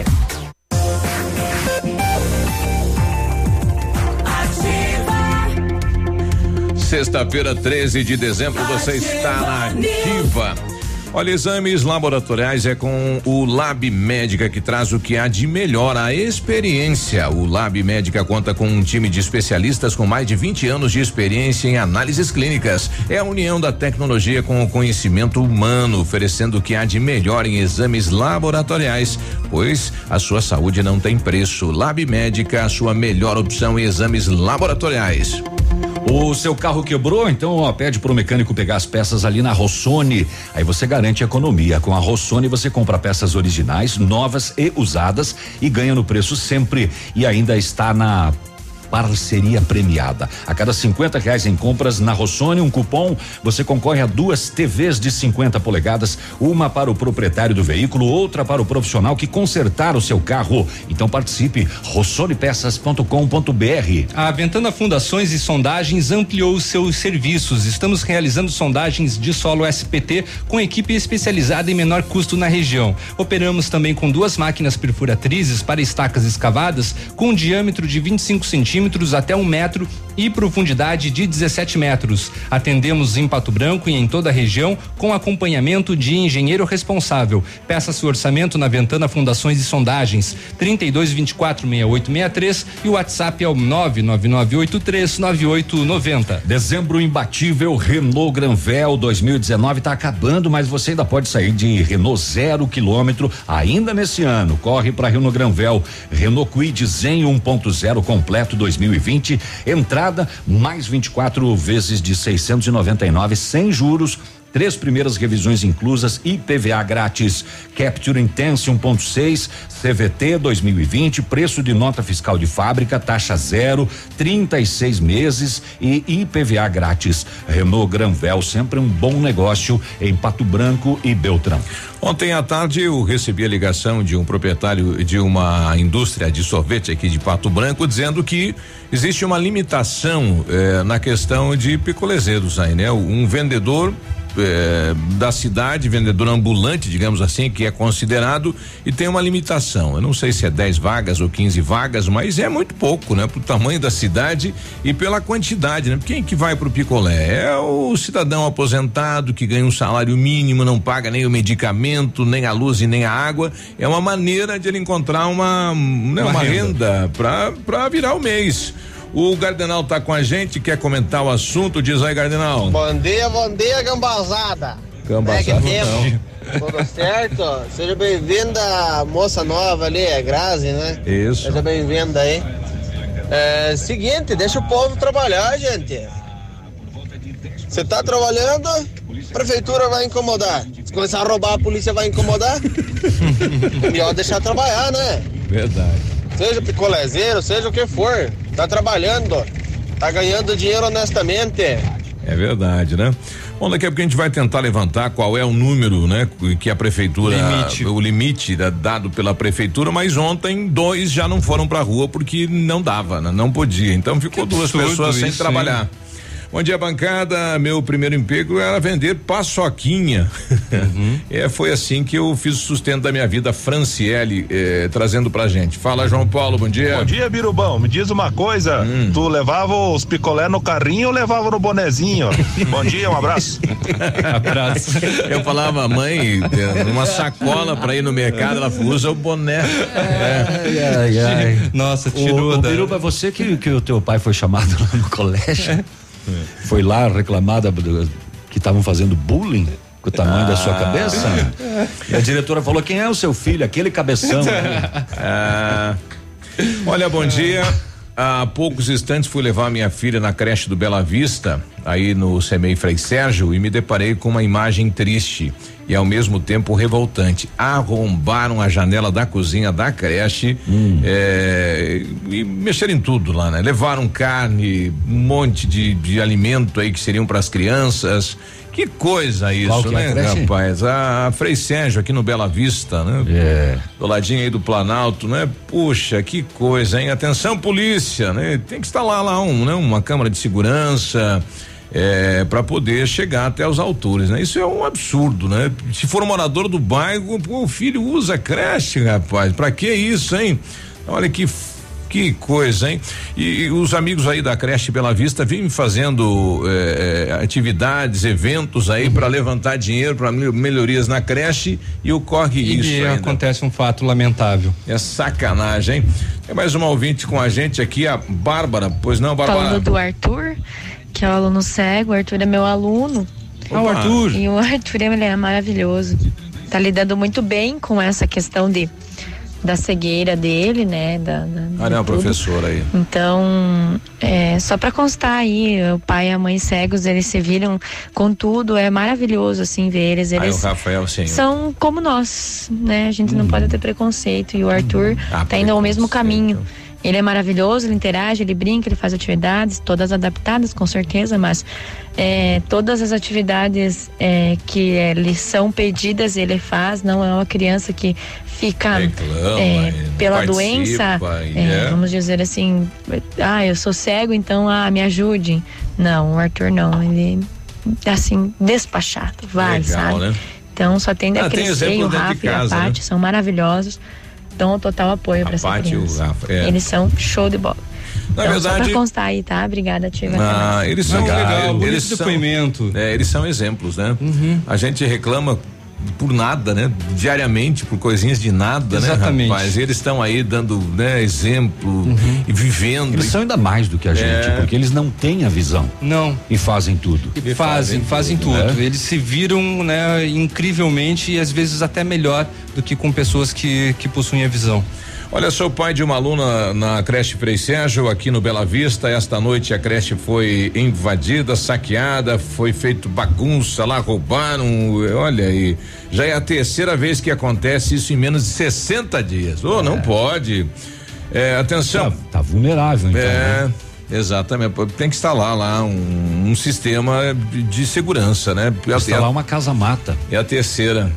Sexta-feira, 13 de dezembro, você está na Ativa. Olha, exames laboratoriais é com o Lab Médica, que traz o que há de melhor, a experiência. O Lab Médica conta com um time de especialistas com mais de 20 anos de experiência em análises clínicas. É a união da tecnologia com o conhecimento humano, oferecendo o que há de melhor em exames laboratoriais, pois a sua saúde não tem preço. Lab Médica, a sua melhor opção em exames laboratoriais. O seu carro quebrou? Então, pede pro mecânico pegar as peças ali na Rossoni. Aí você garante economia. Com a Rossoni você compra peças originais, novas e usadas e ganha no preço sempre. E ainda está na parceria premiada. A cada R$50 em compras na Rossoni, um cupom, você concorre a 2 TVs de 50 polegadas, uma para o proprietário do veículo, outra para o profissional que consertar o seu carro. Então participe, rossonipeças.com.br. A Ventana Fundações e Sondagens ampliou os seus serviços. Estamos realizando sondagens de solo SPT com equipe especializada em menor custo na região. Operamos também com 2 máquinas perfuratrizes para estacas escavadas com um diâmetro de 25 centímetros até 1 metro e profundidade de 17 metros. Atendemos em Pato Branco e em toda a região com acompanhamento de engenheiro responsável. Peça seu orçamento na Ventana Fundações e Sondagens 32246863 e o WhatsApp é o 999839890. Dezembro imbatível, Renault Granvel 2019 tá acabando, mas você ainda pode sair de Renault 0 km ainda nesse ano. Corre para Renault Granvel, Renault Kwid Zen 1.0 completo 2020, entrada mais 24 vezes de 699 sem juros, 3 primeiras revisões inclusas e IPVA grátis. Capture Intense 1.6 CVT 2020, preço de nota fiscal de fábrica, taxa 0, 36 meses e IPVA grátis. Renault Granvel, sempre um bom negócio em Pato Branco e Beltrão. Ontem à tarde eu recebi a ligação de um proprietário de uma indústria de sorvete aqui de Pato Branco dizendo que existe uma limitação na questão de picolezeiros aí, né? Um vendedor da cidade, vendedor ambulante, digamos assim, que é considerado e tem uma limitação. Eu não sei se é 10 vagas ou 15 vagas, mas é muito pouco, né? Pro tamanho da cidade e pela quantidade, né? Quem que vai pro picolé? É o cidadão aposentado que ganha um salário mínimo, não paga nem o medicamento, nem a luz e nem a água. É uma maneira de ele encontrar uma renda pra virar o mês. O Gardenal tá com a gente, quer comentar o assunto, diz aí, Gardenal. Bom dia, gambazada. Gambazada não. Tudo certo? Seja bem-vinda, moça nova ali, a Grazi, né? Isso. Seja bem-vinda aí. Seguinte, deixa o povo trabalhar, gente. Você tá trabalhando, a prefeitura vai incomodar. Se começar a roubar, a polícia vai incomodar. Melhor deixar trabalhar, né? Verdade. Seja picolezeiro, seja o que for, tá trabalhando, tá ganhando dinheiro honestamente. É verdade, né? Bom, daqui a pouco a gente vai tentar levantar qual é o número, né? Que a prefeitura, o limite dado pela prefeitura, mas ontem 2 já não foram pra rua porque não dava, né? Não podia, então ficou 2 pessoas sem trabalhar. Hein? Bom dia, bancada. Meu primeiro emprego era vender paçoquinha. Foi assim que eu fiz o sustento da minha vida. Franciele trazendo pra gente. Fala, João Paulo, bom dia. Bom dia, Birubão. Me diz uma coisa: tu levava os picolé no carrinho ou levava no bonezinho? Bom dia, um abraço. Abraço. Eu falava, mãe, uma sacola pra ir no mercado, ela usa o boné. Ai. Nossa, tirou. Biruba, você que o teu pai foi chamado lá no colégio? Foi lá reclamar que estavam fazendo bullying com o tamanho da sua cabeça? E a diretora falou: quem é o seu filho? Aquele cabeção. Olha, bom dia. há poucos instantes fui levar minha filha na creche do Bela Vista, aí no CEMEI Frei Sérgio, e me deparei com uma imagem triste e ao mesmo tempo revoltante. Arrombaram a janela da cozinha da creche e mexeram em tudo lá, né? Levaram carne, um monte de alimento aí que seriam para as crianças. Que coisa isso, né, rapaz? A Frei Sérgio aqui no Bela Vista, né? Do ladinho aí do Planalto, né? Puxa, que coisa, hein? Atenção, polícia, né? Tem que instalar lá uma câmara de segurança para poder chegar até os autores, né? Isso é um absurdo, né? Se for um morador do bairro, pô, o filho usa creche, rapaz. Pra que isso, hein? Olha que coisa, hein? E os amigos aí da creche Bela Vista vêm fazendo atividades, eventos aí para levantar dinheiro para melhorias na creche e ocorre isso. E acontece um fato lamentável. É sacanagem, hein? Tem mais uma ouvinte com a gente aqui, a Bárbara. Pois não, Bárbara? Falando do Arthur, que é o aluno cego. O Arthur é meu aluno. O Arthur. E o Arthur, ele é maravilhoso. Tá lidando muito bem com essa questão da cegueira dele, né? É uma professora aí. Então, só pra constar aí, o pai e a mãe cegos, eles se viram com tudo, é maravilhoso, assim, ver eles. Eles o Rafael, sim. São como nós, né? A gente não pode ter preconceito, e o Arthur tá indo ao mesmo caminho. Ele é maravilhoso, ele interage, ele brinca, ele faz atividades, todas adaptadas, com certeza, mas todas as atividades que lhe são pedidas, ele faz. Não é uma criança que fica pela doença, vamos dizer assim, eu sou cego, então me ajude. Não, o Arthur não, ele assim, despachado, vai, sabe? Né? Então só tende a crescer, e o Rafa e a Paty, né? São maravilhosos. Dão total apoio para essa criança. Eles são show de bola. Na então, verdade, só pra constar aí, tá? Obrigada, Ativa. Eles são legal, eles são depoimento. Eles são exemplos, né? A gente reclama por nada, né? Diariamente, por coisinhas de nada, exatamente, né, rapaz? Eles estão aí dando, né, exemplo e vivendo. Eles são ainda mais do que a gente, porque eles não têm a visão. Não. E fazem tudo. E fazem tudo. Né? Eles se viram, né, incrivelmente, e às vezes até melhor do que com pessoas que possuem a visão. Olha, sou pai de uma aluna na creche Frei Sérgio, aqui no Bela Vista. Esta noite a creche foi invadida, saqueada, foi feito bagunça lá, roubaram. Olha aí, já é a terceira vez que acontece isso em menos de 60 dias. Não pode. Atenção. Tá vulnerável, então. Né? Exatamente, tem que instalar lá um sistema de segurança, né? Instalar uma casa-mata. É a terceira.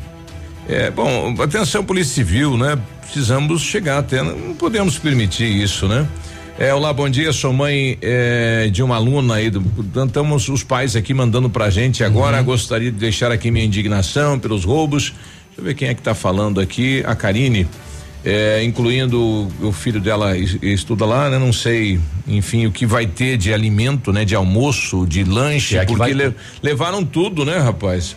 Bom, atenção, Polícia Civil, né? Precisamos chegar até, não podemos permitir isso, né? Olá, bom dia, sou mãe de uma aluna aí, estamos os pais aqui mandando pra gente agora, gostaria de deixar aqui minha indignação pelos roubos. Deixa eu ver quem é que tá falando aqui, a Karine, incluindo o filho dela estuda lá, né? Não sei, enfim, o que vai ter de alimento, né? De almoço, de lanche, porque levaram tudo, né, rapaz?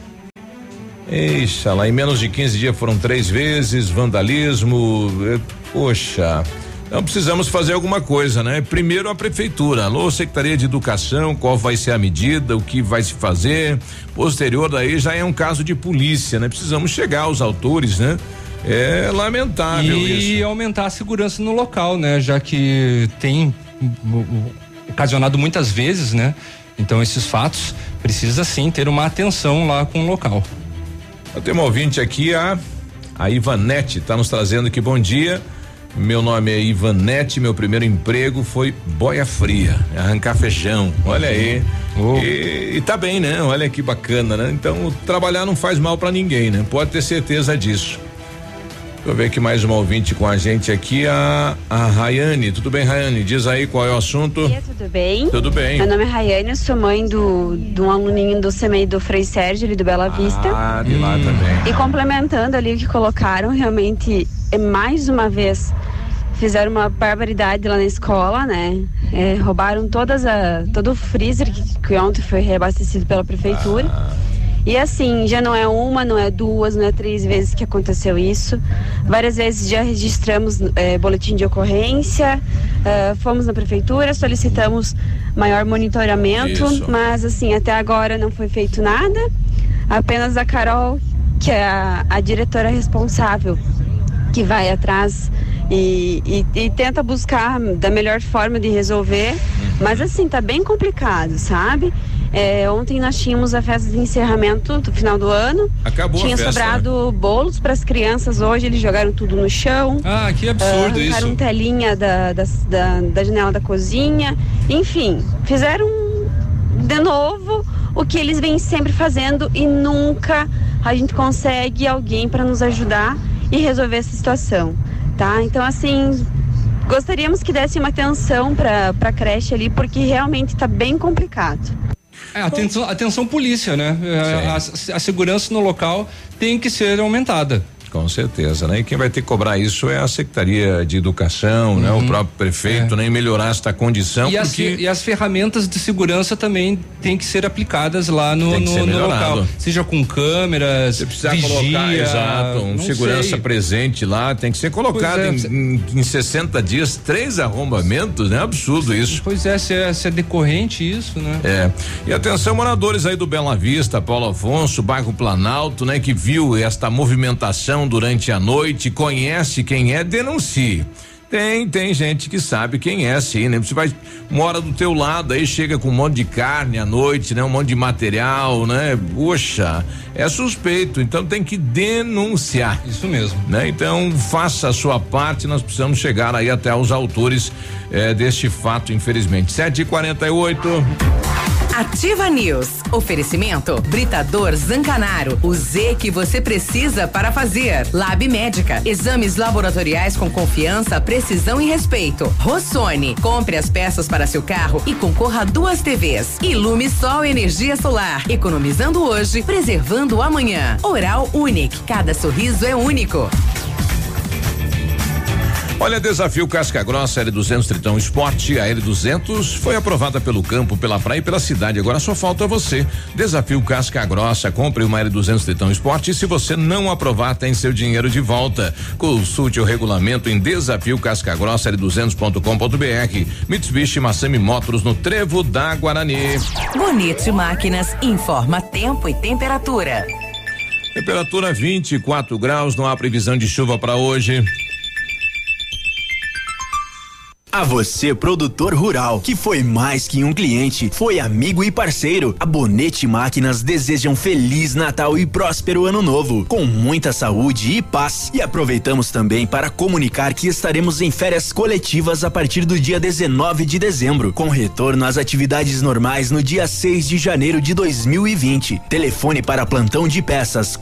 Eixa, lá em menos de 15 dias foram 3 vezes, vandalismo, poxa, então precisamos fazer alguma coisa, né? Primeiro a prefeitura, alô, Secretaria de Educação, qual vai ser a medida, o que vai se fazer, posterior daí já é um caso de polícia, né? Precisamos chegar aos autores, né? É lamentável isso. E aumentar a segurança no local, né? Já que tem ocasionado muitas vezes, né? Então esses fatos precisa sim ter uma atenção lá com o local. Eu tenho uma ouvinte aqui, a Ivanete, tá nos trazendo aqui, bom dia, meu nome é Ivanete, meu primeiro emprego foi boia fria, arrancar feijão, olha aí, e tá bem, né, olha que bacana, né, então trabalhar não faz mal pra ninguém, né, pode ter certeza disso. Deixa eu ver aqui mais uma ouvinte com a gente aqui, a Rayane. Tudo bem, Rayane? Diz aí qual é o assunto. Bom dia, tudo bem? Tudo bem. Meu nome é Rayane, sou mãe de um aluninho do CEMEI do Frei Sérgio, ali do Bela Vista. De lá também. E complementando ali o que colocaram, realmente, mais uma vez, fizeram uma barbaridade lá na escola, né? Roubaram todo o freezer que ontem foi reabastecido pela prefeitura. E assim, já não é uma, não é duas, não é 3 vezes que aconteceu isso. Várias vezes já registramos boletim de ocorrência, fomos na prefeitura, solicitamos maior monitoramento, mas assim, até agora não foi feito nada. Apenas a Carol, que é a diretora responsável, que vai atrás e tenta buscar da melhor forma de resolver, mas assim, tá bem complicado, sabe? Ontem nós tínhamos a festa de encerramento do final do ano. Acabou Tinha a festa, sobrado bolos para as crianças hoje, eles jogaram tudo no chão. Ah, que absurdo isso. Arrancaram telinha da janela da cozinha. Enfim, fizeram de novo o que eles vêm sempre fazendo e nunca a gente consegue alguém para nos ajudar e resolver essa situação, tá? Então, assim, gostaríamos que desse uma atenção para a creche ali, porque realmente está bem complicado. Atenção polícia, né? A segurança no local tem que ser aumentada. Com certeza, né? E quem vai ter que cobrar isso é a Secretaria de Educação, né? O próprio prefeito, né? E melhorar esta condição. E as ferramentas de segurança também têm que ser aplicadas lá no local. Seja com câmeras, você precisa colocar, exato, segurança presente lá, tem que ser colocado em 60 dias, 3 arrombamentos, né? Absurdo isso. Pois é, se é decorrente isso, né? E atenção, moradores aí do Bela Vista, Paulo Afonso, bairro Planalto, né? Que viu esta movimentação durante a noite, conhece quem é, denuncie. Tem gente que sabe quem é, sim, né? Você mora do teu lado, aí chega com um monte de carne à noite, né? Um monte de material, né? Poxa, é suspeito, então tem que denunciar. Isso mesmo. Né? Então faça a sua parte, nós precisamos chegar aí até aos autores deste fato, infelizmente. 7h48. Ativa News. Oferecimento Britador Zancanaro. O Z que você precisa para fazer. Lab Médica. Exames laboratoriais com confiança, precisão e respeito. Rossoni. Compre as peças para seu carro e concorra a 2 TVs. Ilume Sol Energia Solar. Economizando hoje, preservando amanhã. Oral Unique. Cada sorriso é único. Olha, desafio Casca Grossa L200 Tritão Esporte. A L200 foi aprovada pelo campo, pela praia e pela cidade. Agora só falta você. Desafio Casca Grossa. Compre uma L200 Tritão Esporte e se você não aprovar, tem seu dinheiro de volta. Consulte o regulamento em desafio Casca Grossa L200.com.br. Mitsubishi Massami Motors no Trevo da Guarani. Bonito Máquinas informa tempo e temperatura. Temperatura 24 graus, não há previsão de chuva para hoje. A você, produtor rural, que foi mais que um cliente, foi amigo e parceiro. A Bonete Máquinas deseja um Feliz Natal e próspero Ano Novo, com muita saúde e paz. E aproveitamos também para comunicar que estaremos em férias coletivas a partir do dia 19 de dezembro, com retorno às atividades normais no dia 6 de janeiro de 2020. Telefone para plantão de peças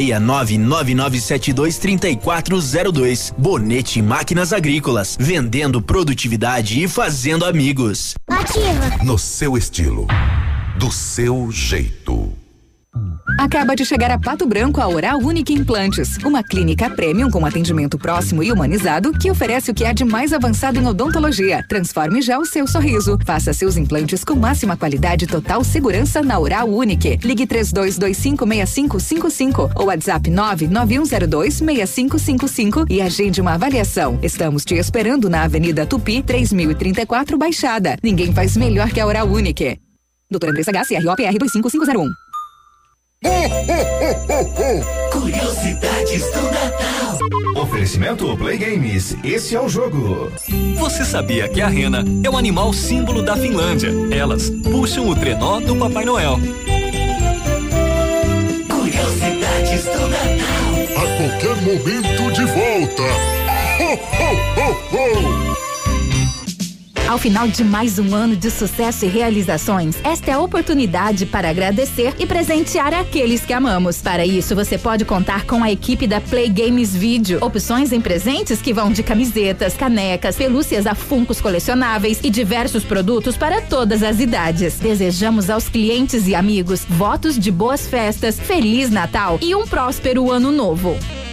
469-9972-3402. Bonete Máquinas Agrícolas, vendendo produtividade e fazendo amigos. Ativa. No seu estilo, do seu jeito. Acaba de chegar a Pato Branco a Oral Unique Implantes, uma clínica premium com atendimento próximo e humanizado que oferece o que há de mais avançado em odontologia. Transforme já o seu sorriso. Faça seus implantes com máxima qualidade e total segurança na Oral Unique. Ligue 32256555 ou WhatsApp 991026555 e agende uma avaliação. Estamos te esperando na Avenida Tupi, 3034 Baixada. Ninguém faz melhor que a Oral Unique. Doutora Andressa H, CROPR 25501. Curiosidades do Natal. Oferecimento Play Games. Esse é o jogo. Você sabia que a rena é o animal símbolo da Finlândia? Elas puxam o trenó do Papai Noel. Curiosidades do Natal. A qualquer momento de volta. Ho, ho, ho, ho. Ao final de mais um ano de sucesso e realizações, esta é a oportunidade para agradecer e presentear aqueles que amamos. Para isso, você pode contar com a equipe da Play Games Video. Opções em presentes que vão de camisetas, canecas, pelúcias a funcos colecionáveis e diversos produtos para todas as idades. Desejamos aos clientes e amigos votos de boas festas, Feliz Natal e um próspero Ano Novo.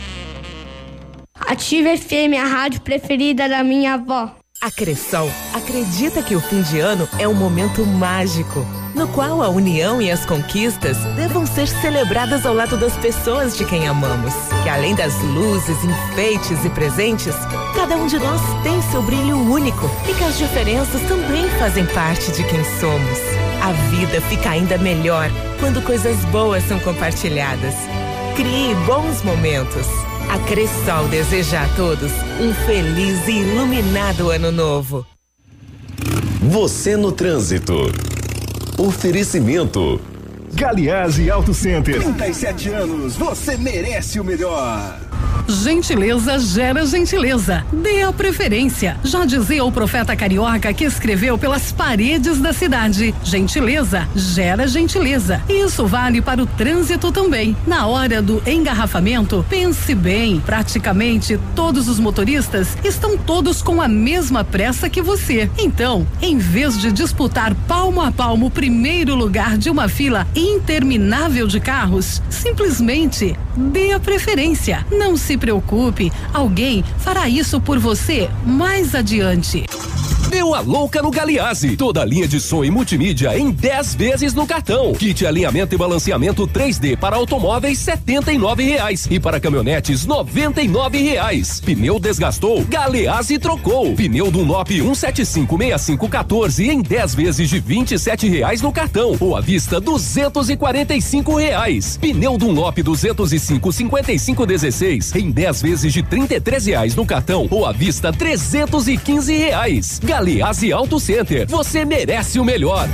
Ativa FM, a rádio preferida da minha avó. A Cressol acredita que o fim de ano é um momento mágico, no qual a união e as conquistas devam ser celebradas ao lado das pessoas de quem amamos. Que além das luzes, enfeites e presentes, cada um de nós tem seu brilho único e que as diferenças também fazem parte de quem somos. A vida fica ainda melhor quando coisas boas são compartilhadas. Crie bons momentos. A Cressol deseja a todos um feliz e iluminado ano novo. Você no trânsito. Oferecimento. Galiase Auto Center. 37 anos, você merece o melhor. Gentileza gera gentileza. Dê a preferência. Já dizia o profeta carioca que escreveu pelas paredes da cidade. Gentileza gera gentileza. Isso vale para o trânsito também. Na hora do engarrafamento, pense bem. Praticamente todos os motoristas estão todos com a mesma pressa que você. Então, em vez de disputar palmo a palmo o primeiro lugar de uma fila interminável de carros, simplesmente dê a preferência. Não se preocupe, alguém fará isso por você mais adiante. Deu a louca no Galiase. Toda a linha de som e multimídia em 10 vezes no cartão. Kit alinhamento e balanceamento 3D para automóveis R$79 e para caminhonetes R$99. Pneu desgastou, Galiase trocou. Pneu Dunlop 1756514 em 10 vezes de R$27 no cartão ou à vista R$245. Pneu Dunlop 205 5516 em 10 vezes de R$33 no cartão ou à vista R$315. Galiase Auto Center, você merece o melhor.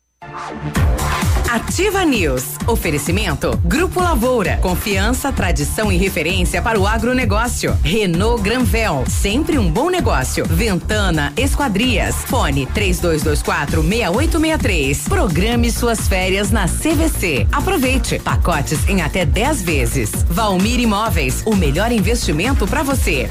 Ativa News. Oferecimento Grupo Lavoura. Confiança, tradição e referência para o agronegócio. Renault Granvel. Sempre um bom negócio. Ventana Esquadrias. Fone 3224-6863. Programe suas férias na CVC. Aproveite. Pacotes em até 10 vezes. Valmir Imóveis. O melhor investimento para você.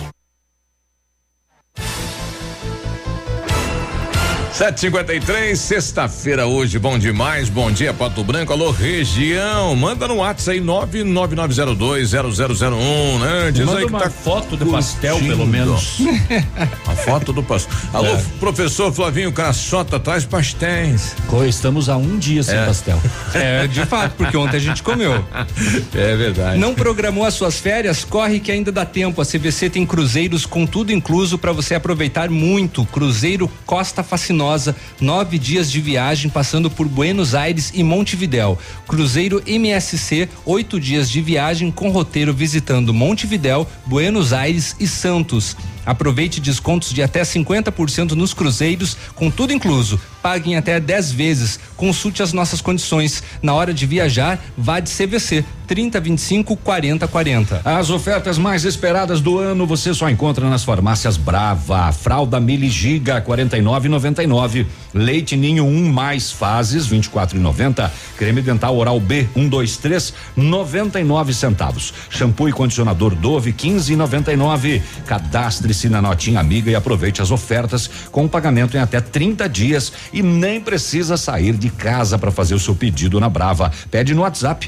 7h53, sexta-feira hoje, bom demais, bom dia Pato Branco, alô região, manda no WhatsApp aí 999020001, né? Diz manda aí que uma tá foto do pastel, pelo menos. A foto do pastel. Alô, professor Flavinho Caçota, traz pastéis. Estamos há um dia sem pastel. De fato, porque ontem a gente comeu. É verdade. Não programou as suas férias? Corre que ainda dá tempo. A CVC tem cruzeiros com tudo incluso para você aproveitar muito. Cruzeiro Costa Fascinosa, 9 dias de viagem passando por Buenos Aires e Montevidéu. Cruzeiro MSC, 8 dias de viagem com roteiro visitando Montevidéu, Buenos Aires e Santos. Aproveite descontos de até 50% nos cruzeiros, com tudo incluso. Pague em até 10 vezes. Consulte as nossas condições. Na hora de viajar, vá de CVC 3025-4040. As ofertas mais esperadas do ano você só encontra nas farmácias Brava. Fralda Mili Giga 49,99. Leite Ninho 1 mais fases 24,90. Creme dental Oral B 123 99 centavos. Shampoo e condicionador Dove 15,99. Cadastre-se na Notinha Amiga e aproveite as ofertas com pagamento em até 30 dias e nem precisa sair de casa para fazer o seu pedido na Brava. Pede no WhatsApp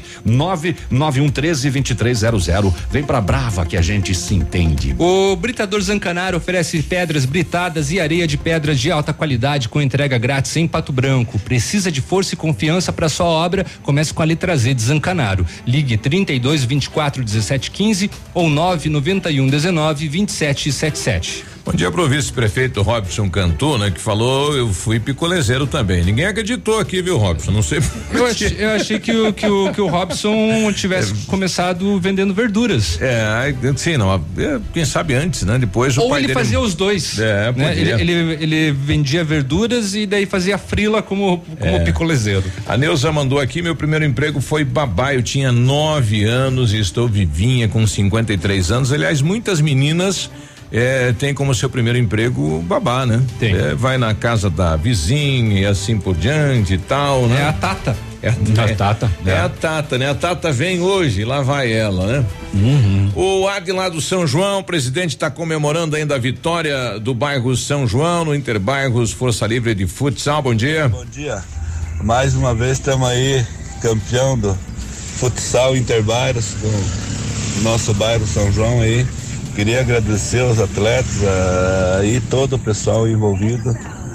99113-2300. Vem pra Brava que a gente se entende. O Britador Zancanaro oferece pedras britadas e areia de pedras de alta qualidade com entrega grátis em Pato Branco. Precisa de força e confiança para sua obra? Comece com a letra Z de Zancanaro. Ligue 3224-1715 ou 99119-2777. Bom dia pro vice-prefeito Robson Cantu, né? Que falou, eu fui picolezeiro também. Ninguém acreditou aqui, viu, Robson? Não sei. Eu achei que o Robson tivesse começado vendendo verduras. Sim, não. Quem sabe antes, né? Depois ou ele fazia os dois. Né? Ele vendia verduras e daí fazia frila como picolezeiro. A Neuza mandou aqui, meu primeiro emprego foi babá. Eu tinha 9 anos e estou vivinha com 53 anos. Aliás, muitas meninas tem como seu primeiro emprego babá, né? Tem. Vai na casa da vizinha e assim por diante e tal, né? É a Tata. É a Tata, né? A Tata vem hoje, lá vai ela, né? Uhum. O Ad lá do São João, o presidente está comemorando ainda a vitória do bairro São João no Interbairros Força Livre de Futsal. Bom dia. Bom dia. Mais uma vez estamos aí, campeão do futsal Interbairros com o nosso bairro São João aí. Queria agradecer aos atletas e todo o pessoal envolvido,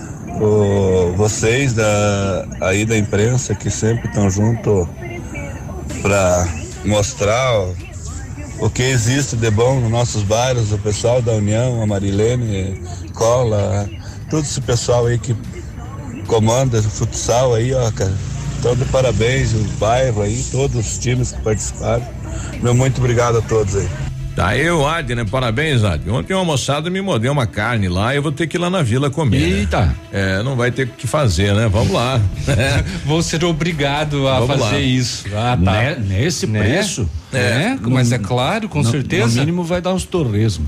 vocês da imprensa que sempre estão junto para mostrar o que existe de bom nos nossos bairros, o pessoal da União, a Marilene, Cola, todo esse pessoal aí que comanda o futsal aí, ó, cara. Então, de parabéns, o bairro aí, todos os times que participaram. Meu muito obrigado a todos aí. Tá aí o Adi, né? Parabéns, Adi. Ontem uma moçada me deu uma carne lá, eu vou ter que ir lá na vila comer. Eita. Né? Não vai ter o que fazer, né? Vamos lá. Vou ser obrigado a fazer isso. Ah, tá. Nesse preço? Mas é claro, com certeza. No mínimo vai dar uns torresmos.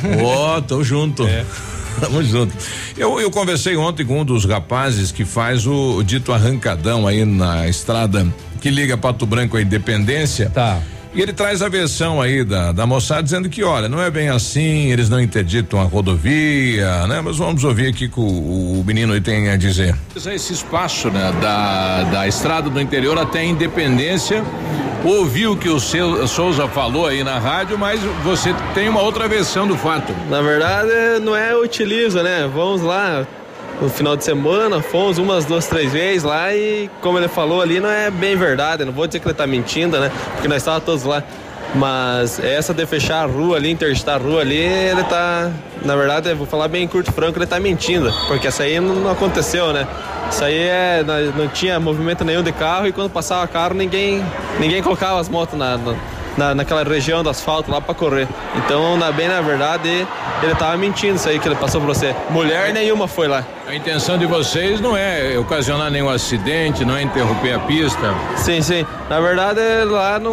Tô junto. Tamo junto. Eu conversei ontem com um dos rapazes que faz o dito arrancadão aí na estrada que liga Pato Branco à Independência. Tá. E ele traz a versão aí da moçada dizendo que, olha, não é bem assim, eles não interditam a rodovia, né? Mas vamos ouvir aqui que o menino aí tem a dizer. Esse espaço, né? Da estrada do interior até a Independência, ouviu o que o Souza falou aí na rádio, mas você tem uma outra versão do fato. Na verdade, não é utiliza, né? Vamos lá no final de semana, fomos umas 2, 3 vezes lá e como ele falou ali, não é bem verdade, não vou dizer que ele tá mentindo, né? Porque nós estávamos todos lá. Mas essa de fechar a rua ali, interditar a rua ali, ele tá, na verdade, eu vou falar bem curto e franco, ele tá mentindo, porque essa aí não aconteceu, né? Isso aí não tinha movimento nenhum de carro e quando passava carro ninguém colocava as motos naquela região do asfalto lá pra correr. Então, na verdade, ele tava mentindo isso aí que ele passou pra você. Mulher nenhuma foi lá. A intenção de vocês não é ocasionar nenhum acidente, não é interromper a pista? Sim. Na verdade, lá não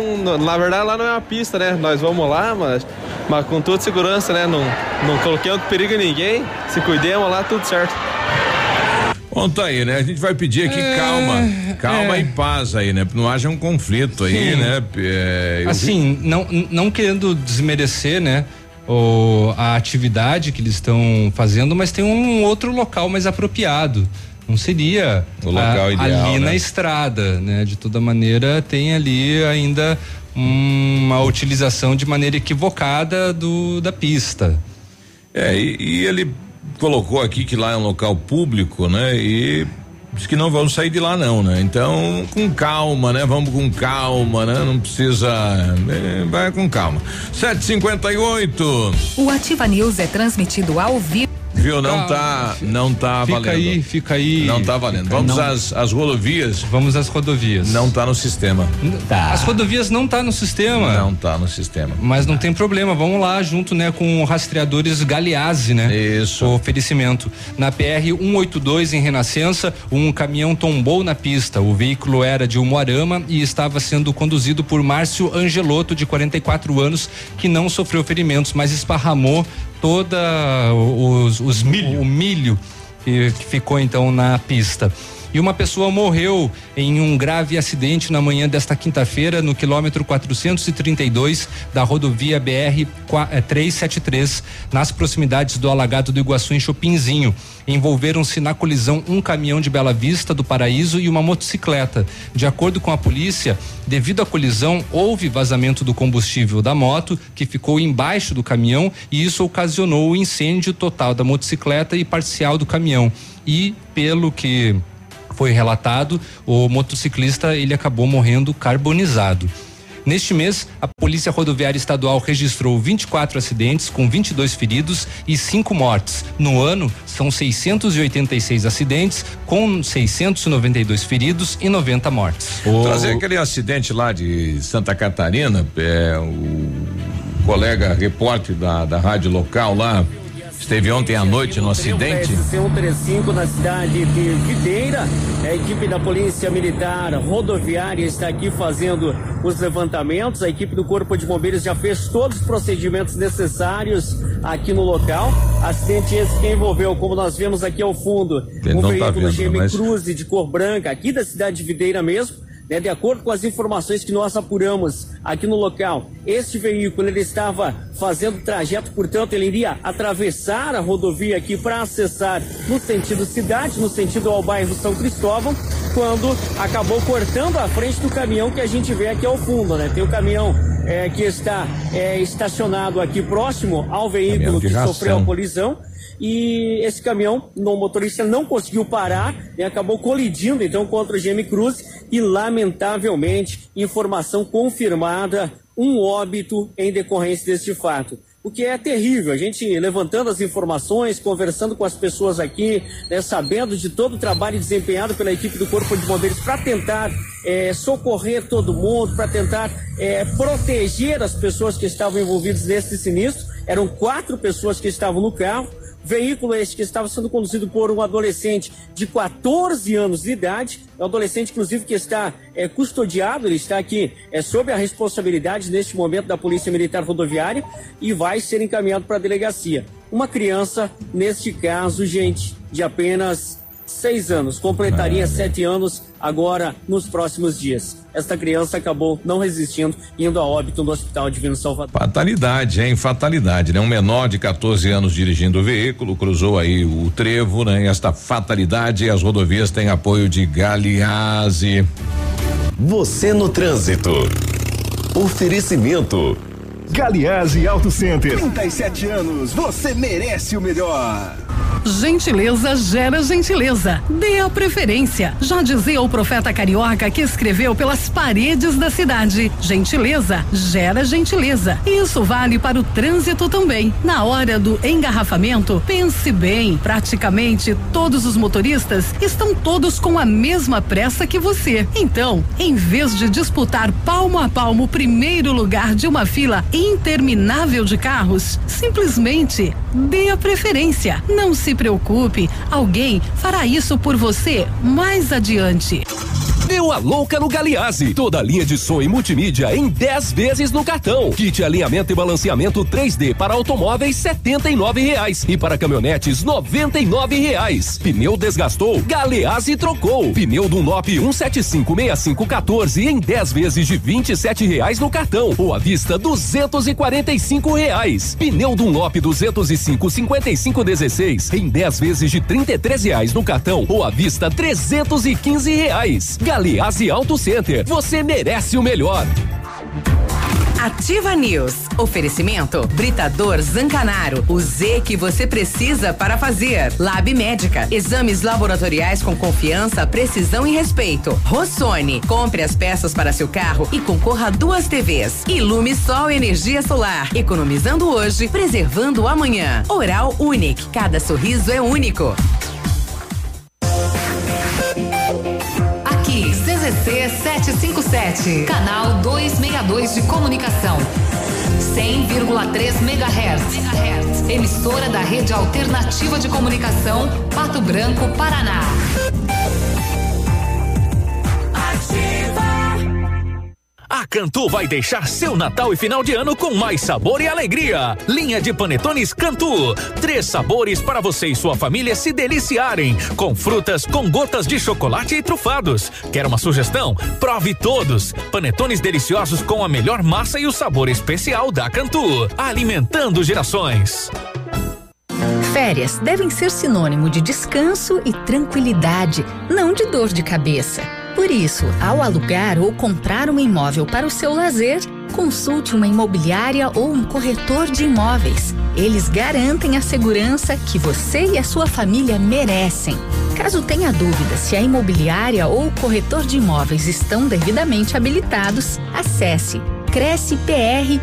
é uma pista, né? Nós vamos lá, mas com toda segurança, né? Não coloquemos perigo em ninguém, se cuidemos lá, tudo certo. Bom, tá aí, né? A gente vai pedir aqui calma e paz aí, né? Não haja um conflito aí, né? Assim, não querendo desmerecer, né? A atividade que eles estão fazendo, mas tem um outro local mais apropriado. Não seria o local ideal, ali, né? Na estrada, né? De toda maneira, tem ali ainda uma utilização de maneira equivocada da pista. E ele colocou aqui que lá é um local público, né? E diz que não vamos sair de lá não, né? Então, com calma, né? Vamos com calma, né? Não precisa, vai com calma. 7:58. O Ativa News é transmitido ao vivo. Viu? Não tá valendo. Fica aí. Não tá valendo. Vamos às rodovias. Vamos às rodovias. Não tá no sistema. Tá. As rodovias não tá no sistema. Não tá no sistema. Mas não tem problema. Vamos lá junto, né, com rastreadores Galeazzi, né? Isso. O oferecimento. Na PR 182 em Renascença, um caminhão tombou na pista. O veículo era de Umuarama e estava sendo conduzido por Márcio Angelotto, de 44 anos, que não sofreu ferimentos, mas esparramou toda o milho que ficou então na pista. E uma pessoa morreu em um grave acidente na manhã desta quinta-feira no quilômetro 432 da rodovia BR 373, nas proximidades do Alagado do Iguaçu, em Chopinzinho. Envolveram-se na colisão um caminhão de Bela Vista do Paraíso e uma motocicleta. De acordo com a polícia, devido à colisão, houve vazamento do combustível da moto, que ficou embaixo do caminhão, e isso ocasionou o incêndio total da motocicleta e parcial do caminhão. E, pelo que foi relatado, o motociclista ele acabou morrendo carbonizado. Neste mês, a Polícia Rodoviária Estadual registrou 24 acidentes com 22 feridos e 5 mortes. No ano, são 686 acidentes com 692 feridos e 90 mortes. Trazer aquele acidente lá de Santa Catarina, o colega repórter da rádio local lá esteve ontem à noite no acidente. SC-135 na cidade de Videira. A equipe da Polícia Militar Rodoviária está aqui fazendo os levantamentos. A equipe do Corpo de Bombeiros já fez todos os procedimentos necessários aqui no local. Acidente esse que envolveu, como nós vemos aqui ao fundo, um veículo GM Cruze de cor branca, aqui da cidade de Videira mesmo. Né, de acordo com as informações que nós apuramos aqui no local, este veículo ele estava fazendo trajeto, portanto ele iria atravessar a rodovia aqui para acessar no sentido cidade, no sentido ao bairro São Cristóvão, quando acabou cortando a frente do caminhão que a gente vê aqui ao fundo, né? Tem o caminhão que está estacionado aqui próximo ao veículo que sofreu a colisão. E esse caminhão, o motorista não conseguiu parar e acabou colidindo então contra o GM Cruze e lamentavelmente, informação confirmada, um óbito em decorrência deste fato. o que é terrível. A gente levantando as informações, conversando com as pessoas aqui, né, sabendo de todo o trabalho desempenhado pela equipe do Corpo de Bombeiros para tentar socorrer todo mundo, para tentar proteger as pessoas que estavam envolvidas nesse sinistro. Eram 4 pessoas que estavam no carro. Veículo este que estava sendo conduzido por um adolescente de 14 anos de idade, é um adolescente inclusive que está custodiado, ele está aqui sob a responsabilidade neste momento da Polícia Militar Rodoviária e vai ser encaminhado para a delegacia. Uma criança, neste caso, gente, de apenas 6 anos, completaria 7 anos agora nos próximos dias. Esta criança acabou não resistindo, indo a óbito no Hospital Divino Salvador. Fatalidade, hein? Fatalidade, né? Um menor de 14 anos dirigindo o veículo, cruzou aí o trevo, né? E esta fatalidade, as rodovias têm apoio de Galeazzi. Você no trânsito. Oferecimento. Galeazzi Auto Center. 37 anos, você merece o melhor. Gentileza gera gentileza. Dê a preferência. Já dizia o profeta carioca que escreveu pelas paredes da cidade. Gentileza gera gentileza. Isso vale para o trânsito também. Na hora do engarrafamento, pense bem. Praticamente todos os motoristas estão todos com a mesma pressa que você. Então, em vez de disputar palmo a palmo o primeiro lugar de uma fila interminável de carros, simplesmente dê a preferência. Não se preocupe, alguém fará isso por você mais adiante. Deu a louca no Galeazzi. Toda a linha de som e multimídia em 10 vezes no cartão. Kit alinhamento e balanceamento 3D para automóveis R$79 e para caminhonetes R$99. Pneu desgastou? Galeazzi trocou. Pneu Dunlop 1756514 em 10 vezes de R$27 no cartão ou à vista R$245. Pneu Dunlop 205 5516 em 10 vezes de R$33 no cartão ou à vista R$315. Galeazzi Auto Center, você merece o melhor. Ativa News. Oferecimento Britador Zancanaro. O Z que você precisa para fazer. Lab Médica. Exames laboratoriais com confiança, precisão e respeito. Rossoni. Compre as peças para seu carro e concorra a 2 TVs. Ilume Sol Energia Solar. Economizando hoje, preservando amanhã. Oral Unique. Cada sorriso é único. CZC 757, canal 262 de comunicação. 100,3 MHz. Emissora da Rede Alternativa de Comunicação, Pato Branco, Paraná. A Cantu vai deixar seu Natal e final de ano com mais sabor e alegria. Linha de panetones Cantu. 3 sabores para você e sua família se deliciarem. Com frutas, com gotas de chocolate e trufados. Quer uma sugestão? Prove todos. Panetones deliciosos com a melhor massa e o sabor especial da Cantu. Alimentando gerações. Férias devem ser sinônimo de descanso e tranquilidade, não de dor de cabeça. Por isso, ao alugar ou comprar um imóvel para o seu lazer, consulte uma imobiliária ou um corretor de imóveis. Eles garantem a segurança que você e a sua família merecem. Caso tenha dúvida se a imobiliária ou o corretor de imóveis estão devidamente habilitados, acesse crescepr.gov.br.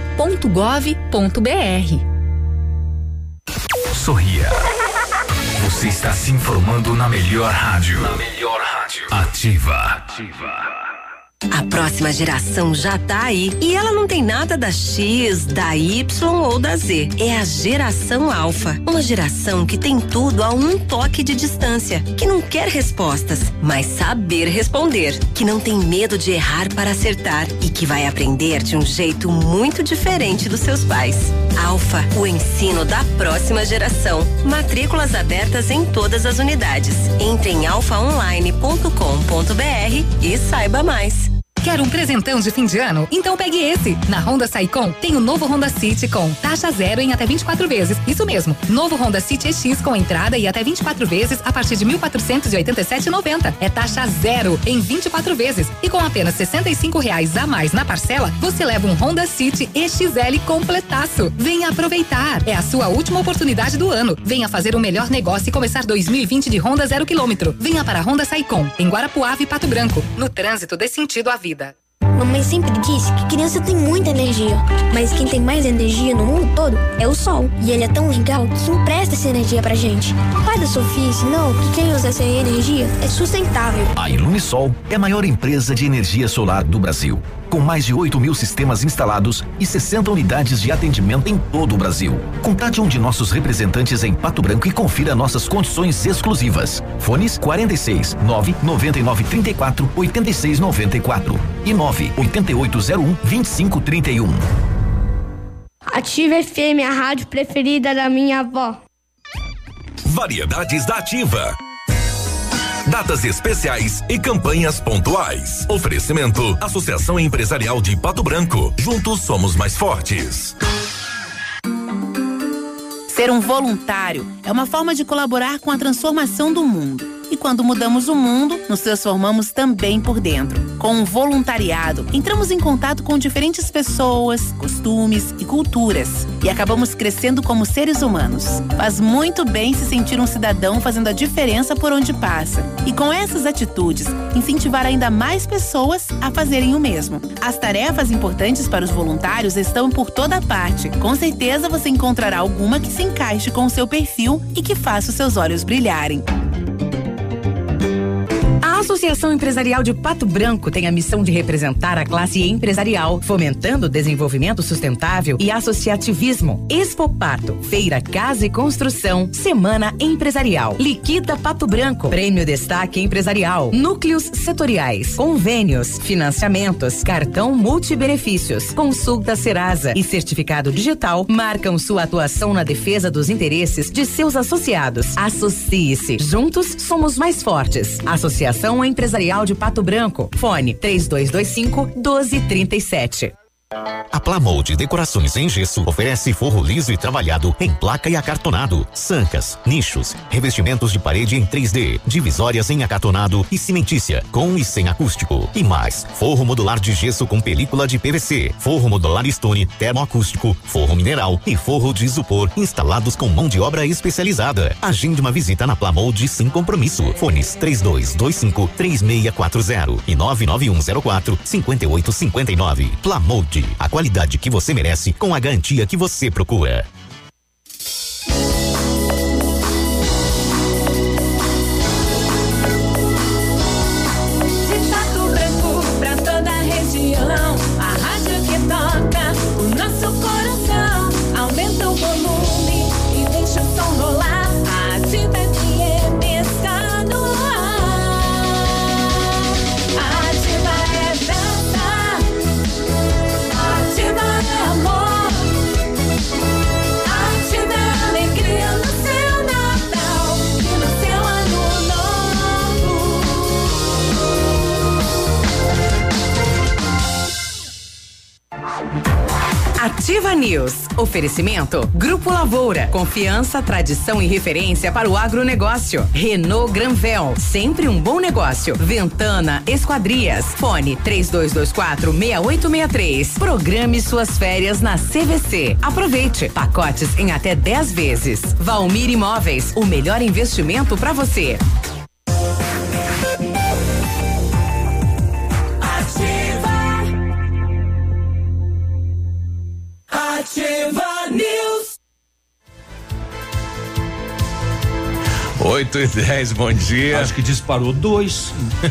Sorria. Você está se informando na melhor rádio. Ativa. A próxima geração já tá aí. E ela não tem nada da X, da Y ou da Z. É a geração Alfa. Uma geração que tem tudo a um toque de distância. Que não quer respostas, mas saber responder. Que não tem medo de errar para acertar. E que vai aprender de um jeito muito diferente dos seus pais. Alfa, o ensino da próxima geração. Matrículas abertas em todas as unidades. Entre em alfaonline.com.br e saiba mais. Quer um presentão de fim de ano? Então pegue esse. Na Honda Saicom tem o novo Honda City com taxa zero em até 24 vezes. Isso mesmo. Novo Honda City EX com entrada e até 24 vezes a partir de 1.487,90. É taxa zero em 24 vezes. E com apenas R$65 a mais na parcela, você leva um Honda City EXL completaço. Venha aproveitar. É a sua última oportunidade do ano. Venha fazer o melhor negócio e começar 2020 de Honda 0 km. Venha para a Honda Saicom, em Guarapuava e Pato Branco. No trânsito dê sentido à vida. Mamãe sempre disse que criança tem muita energia, mas quem tem mais energia no mundo todo é o sol. E ele é tão legal que empresta essa energia pra gente. O pai da Sofia ensinou que quem usa essa energia é sustentável. A Ilumisol é a maior empresa de energia solar do Brasil, com mais de 8.000 sistemas instalados e 60 unidades de atendimento em todo o Brasil. Contate um de nossos representantes em Pato Branco e confira nossas condições exclusivas. Fones 46 999 34 86 94 e 98801 2531. Ativa FM, a rádio preferida da minha avó. Variedades da Ativa. Datas especiais e campanhas pontuais. Oferecimento: Associação Empresarial de Pato Branco. Juntos somos mais fortes. Ser um voluntário é uma forma de colaborar com a transformação do mundo. E quando mudamos o mundo, nos transformamos também por dentro. Com o voluntariado, entramos em contato com diferentes pessoas, costumes e culturas. E acabamos crescendo como seres humanos. Faz muito bem se sentir um cidadão fazendo a diferença por onde passa. E com essas atitudes, incentivar ainda mais pessoas a fazerem o mesmo. As tarefas importantes para os voluntários estão por toda parte. Com certeza você encontrará alguma que se encaixe com o seu perfil e que faça os seus olhos brilharem. A Associação Empresarial de Pato Branco tem a missão de representar a classe empresarial, fomentando o desenvolvimento sustentável e associativismo. Expo Pato, Feira Casa e Construção, Semana Empresarial, Liquida Pato Branco, Prêmio Destaque Empresarial, Núcleos Setoriais, Convênios, Financiamentos, Cartão Multibenefícios, Consulta Serasa e Certificado Digital marcam sua atuação na defesa dos interesses de seus associados. Associe-se. Juntos somos mais fortes. Associação Empresarial de Pato Branco. Fone 3225-1237. A Plamold Decorações em Gesso oferece forro liso e trabalhado em placa e acartonado, sancas, nichos, revestimentos de parede em 3D, divisórias em acartonado e cimentícia, com e sem acústico. E mais, forro modular de gesso com película de PVC, forro modular Stone, termoacústico, forro mineral e forro de isopor, instalados com mão de obra especializada. Agende uma visita na Plamold sem compromisso. Fones 3225-3640 e 99104-5859. Plamold. A qualidade que você merece com a garantia que você procura. De Pato Branco pra toda a região, a rádio que toca o nosso coração. Aumenta o volume e deixa o som rolar. A Ativa FM está no ar. A Ativa é festa. Ativa é amor, ativa é alegria no seu Natal e no seu ano novo. Ativa News. Oferecimento Grupo Lavoura. Confiança, tradição e referência para o agronegócio. Renault Granvel. Sempre um bom negócio. Ventana Esquadrias. Fone 3224-6863. Programe suas férias na CVC. Aproveite. Pacotes em até 10 vezes. Valmir Imóveis. O melhor investimento para você. Ativa News. 8h10, bom dia. Acho que disparou 2.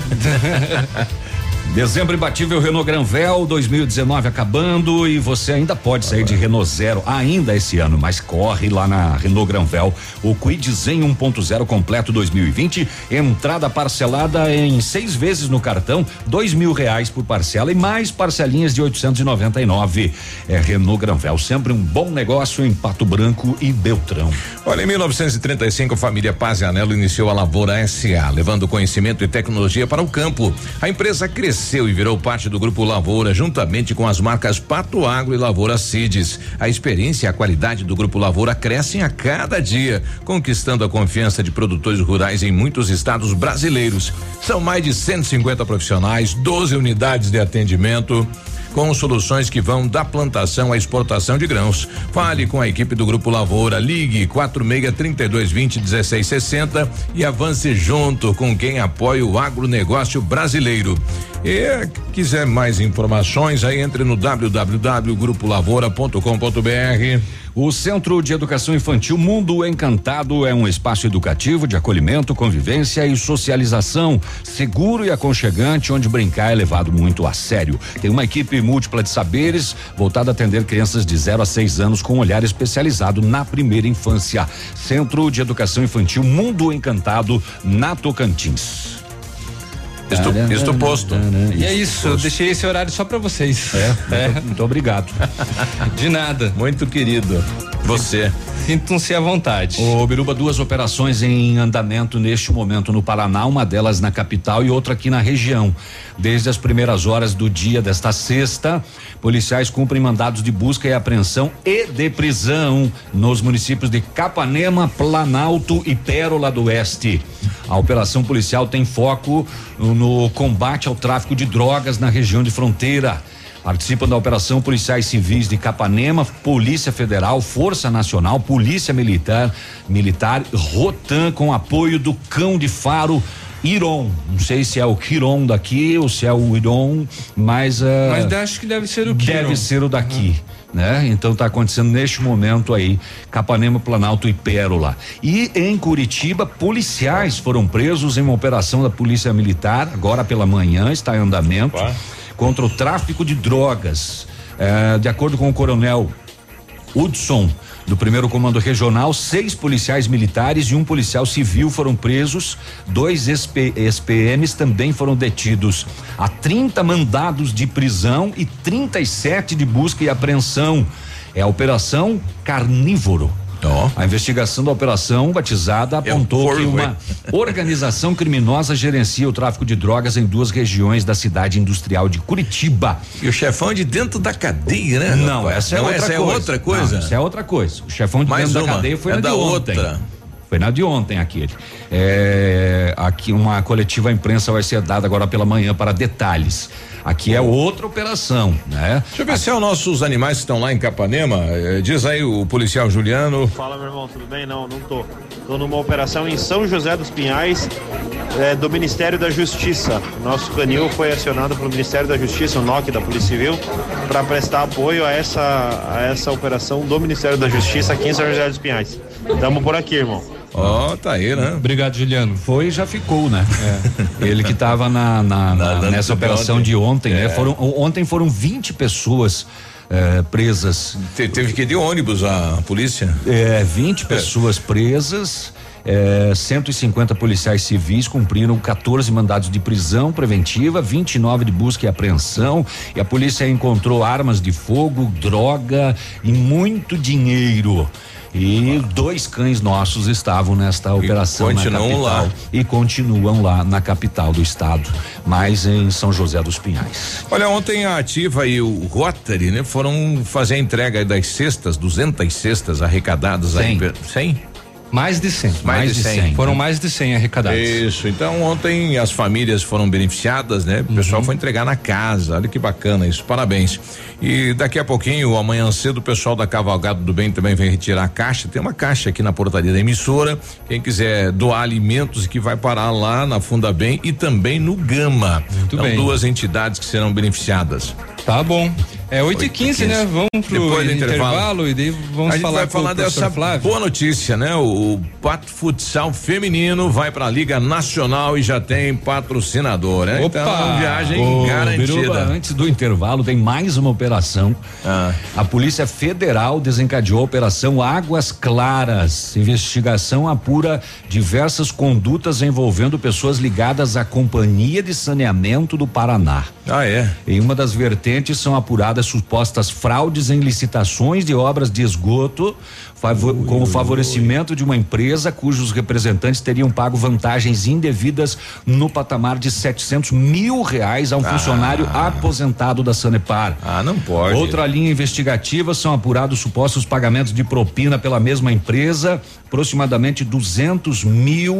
Dezembro imbatível Renault Granvel 2019 acabando e você ainda pode sair de Renault Zero ainda esse ano, mas corre lá na Renault Granvel. O Kwid Zen 1.0 completo 2020, entrada parcelada em 6 vezes no cartão, R$2.000 por parcela e mais parcelinhas de 899. É Renault Granvel, sempre um bom negócio em Pato Branco e Beltrão. Olha, em 1935 a família Paz e Anelo iniciou a Lavoura SA, levando conhecimento e tecnologia para o campo. A empresa cresceu e virou parte do Grupo Lavoura, juntamente com as marcas Pato Agro e Lavoura Seeds. A experiência e a qualidade do Grupo Lavoura crescem a cada dia, conquistando a confiança de produtores rurais em muitos estados brasileiros. São mais de 150 profissionais, 12 unidades de atendimento. com soluções que vão da plantação à exportação de grãos. Fale com a equipe do Grupo Lavoura, ligue 46-3220-1660 e avance junto com quem apoia o agronegócio brasileiro. E quiser mais informações, aí entre no www.grupolavoura.com.br. O Centro de Educação Infantil Mundo Encantado é um espaço educativo de acolhimento, convivência e socialização, seguro e aconchegante, onde brincar é levado muito a sério. Tem uma equipe múltipla de saberes voltada a atender crianças de 0 a 6 anos com um olhar especializado na primeira infância. Centro de Educação Infantil Mundo Encantado, na Tocantins. Isto posto. E é isso, eu deixei esse horário só pra vocês. Muito obrigado. De nada. Muito querido. Você. Sintam-se à vontade. Ô Biruba, 2 operações em andamento neste momento no Paraná, uma delas na capital e outra aqui na região. Desde as primeiras horas do dia desta sexta, policiais cumprem mandados de busca e apreensão e de prisão nos municípios de Capanema, Planalto e Pérola do Oeste. A operação policial tem foco no combate ao tráfico de drogas na região de fronteira. Participam da operação policiais civis de Capanema, Polícia Federal, Força Nacional, Polícia Militar, Rotan, com apoio do Cão de Faro, Iron. Não sei se é o Quiron daqui ou se é o Iron, mas acho que deve ser o Quiron. Deve ser o daqui. Né? Então tá acontecendo neste momento aí, Capanema, Planalto e Pérola. E em Curitiba, policiais foram presos em uma operação da Polícia Militar, agora pela manhã, está em andamento, contra o tráfico de drogas. De acordo com o coronel Hudson, do 1º Comando Regional, 6 policiais militares e um policial civil foram presos, 2 SPMs também foram detidos. Há 30 mandados de prisão e 37 de busca e apreensão. É a Operação Carnívoro. A investigação da operação batizada apontou que uma organização criminosa gerencia o tráfico de drogas em 2 regiões da cidade industrial de Curitiba. E o chefão é de dentro da cadeia, né? Não, essa é outra coisa. Essa é outra coisa. O chefão de dentro da cadeia foi na de ontem. Foi na de ontem aquele. Aqui uma coletiva à imprensa vai ser dada agora pela manhã para detalhes. Aqui é outra operação, né? Deixa eu ver se é os nossos animais que estão lá em Capanema. Diz aí o policial Juliano. Fala, meu irmão, tudo bem? Não tô. Tô numa operação em São José dos Pinhais, do Ministério da Justiça. Nosso canil foi acionado pelo Ministério da Justiça, o NOC da Polícia Civil, para prestar apoio a essa operação do Ministério da Justiça aqui em São José dos Pinhais. Tamo por aqui, irmão. Tá aí, né? Obrigado, Juliano. Foi e já ficou, né? Ele que tava nessa operação de ontem, né? Ontem foram 20 pessoas presas. Teve que ir de ônibus a polícia? 20 pessoas presas. 150 policiais civis cumpriram 14 mandados de prisão preventiva, 29 de busca e apreensão, e a polícia encontrou armas de fogo, droga e muito dinheiro. E 2 cães nossos estavam nesta operação na capital e continuam lá na capital do estado, mas em São José dos Pinhais. Olha, ontem a Ativa e o Rotary, né, foram fazer a entrega das cestas, 200 cestas arrecadadas. 100? Mais de 100. Mais de 100. Foram mais de 100 arrecadados. Isso, então ontem as famílias foram beneficiadas, né? O pessoal foi entregar na casa, olha que bacana isso, parabéns. E daqui a pouquinho, amanhã cedo, o pessoal da Cavalgado do Bem também vem retirar a caixa, tem uma caixa aqui na portaria da emissora, quem quiser doar alimentos que vai parar lá na Funda Bem e também no Gama. Muito então, bem. 2 entidades que serão beneficiadas. Tá bom. 8h15, né? Vamos pro intervalo e daí vamos falar com o dessa Flávio. Boa notícia, né? O Pato Futsal Feminino vai pra Liga Nacional e já tem patrocinador, né? Opa! Então, viagem garantida. Biruba, antes do intervalo, tem mais uma operação. A Polícia Federal desencadeou a Operação Águas Claras. Investigação apura diversas condutas envolvendo pessoas ligadas à Companhia de Saneamento do Paraná. Em uma das vertentes são apuradas supostas fraudes em licitações de obras de esgoto, com o favorecimento de uma empresa cujos representantes teriam pago vantagens indevidas no patamar de R$700 mil a um funcionário aposentado da Sanepar. Não pode. Outra linha investigativa são apurados supostos pagamentos de propina pela mesma empresa, aproximadamente R$200 mil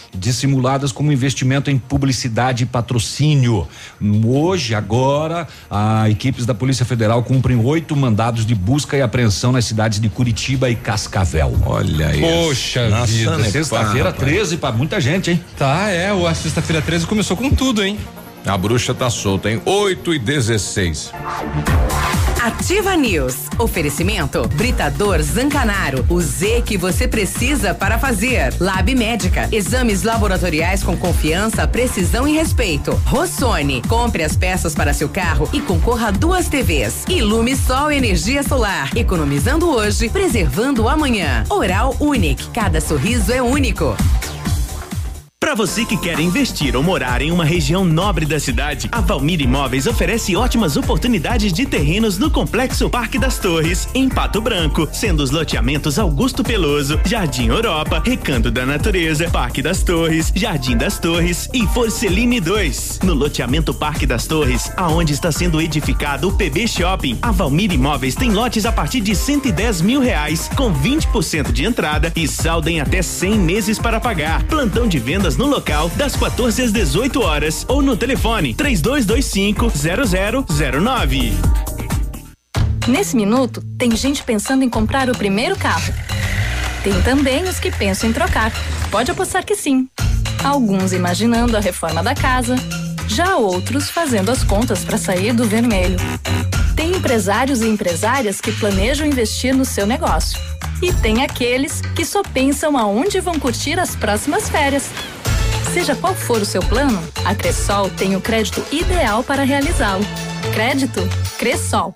dissimuladas como investimento em publicidade e patrocínio. Hoje, agora, equipes da Polícia Federal cumprem 8 mandados de busca e apreensão nas cidades de Curitiba e Cascavel. Olha isso. Poxa vida. Sexta-feira 13 para muita gente, hein? Tá, a sexta-feira 13 começou com tudo, hein? A bruxa tá solta, hein? 8:16. Ativa News. Oferecimento Britador Zancanaro. O Z que você precisa para fazer. Lab Médica. Exames laboratoriais com confiança, precisão e respeito. Rossoni. Compre as peças para seu carro e concorra a 2 TVs. Ilume Sol Energia Solar. Economizando hoje, preservando amanhã. Oral Unique. Cada sorriso é único. Para você que quer investir ou morar em uma região nobre da cidade, a Valmir Imóveis oferece ótimas oportunidades de terrenos no Complexo Parque das Torres, em Pato Branco, sendo os loteamentos Augusto Peloso, Jardim Europa, Recanto da Natureza, Parque das Torres, Jardim das Torres e Forceline 2. No loteamento Parque das Torres, aonde está sendo edificado o PB Shopping, a Valmir Imóveis tem lotes a partir de R$110 mil, com 20% de entrada e saldo em até 100 meses para pagar. Plantão de vendas no local das 14 às 18 horas ou no telefone 3225-0009. Nesse minuto, tem gente pensando em comprar o primeiro carro. Tem também os que pensam em trocar. Pode apostar que sim. Alguns imaginando a reforma da casa, já outros fazendo as contas para sair do vermelho. Tem empresários e empresárias que planejam investir no seu negócio. E tem aqueles que só pensam aonde vão curtir as próximas férias. Seja qual for o seu plano, a Cressol tem o crédito ideal para realizá-lo. Crédito Cressol.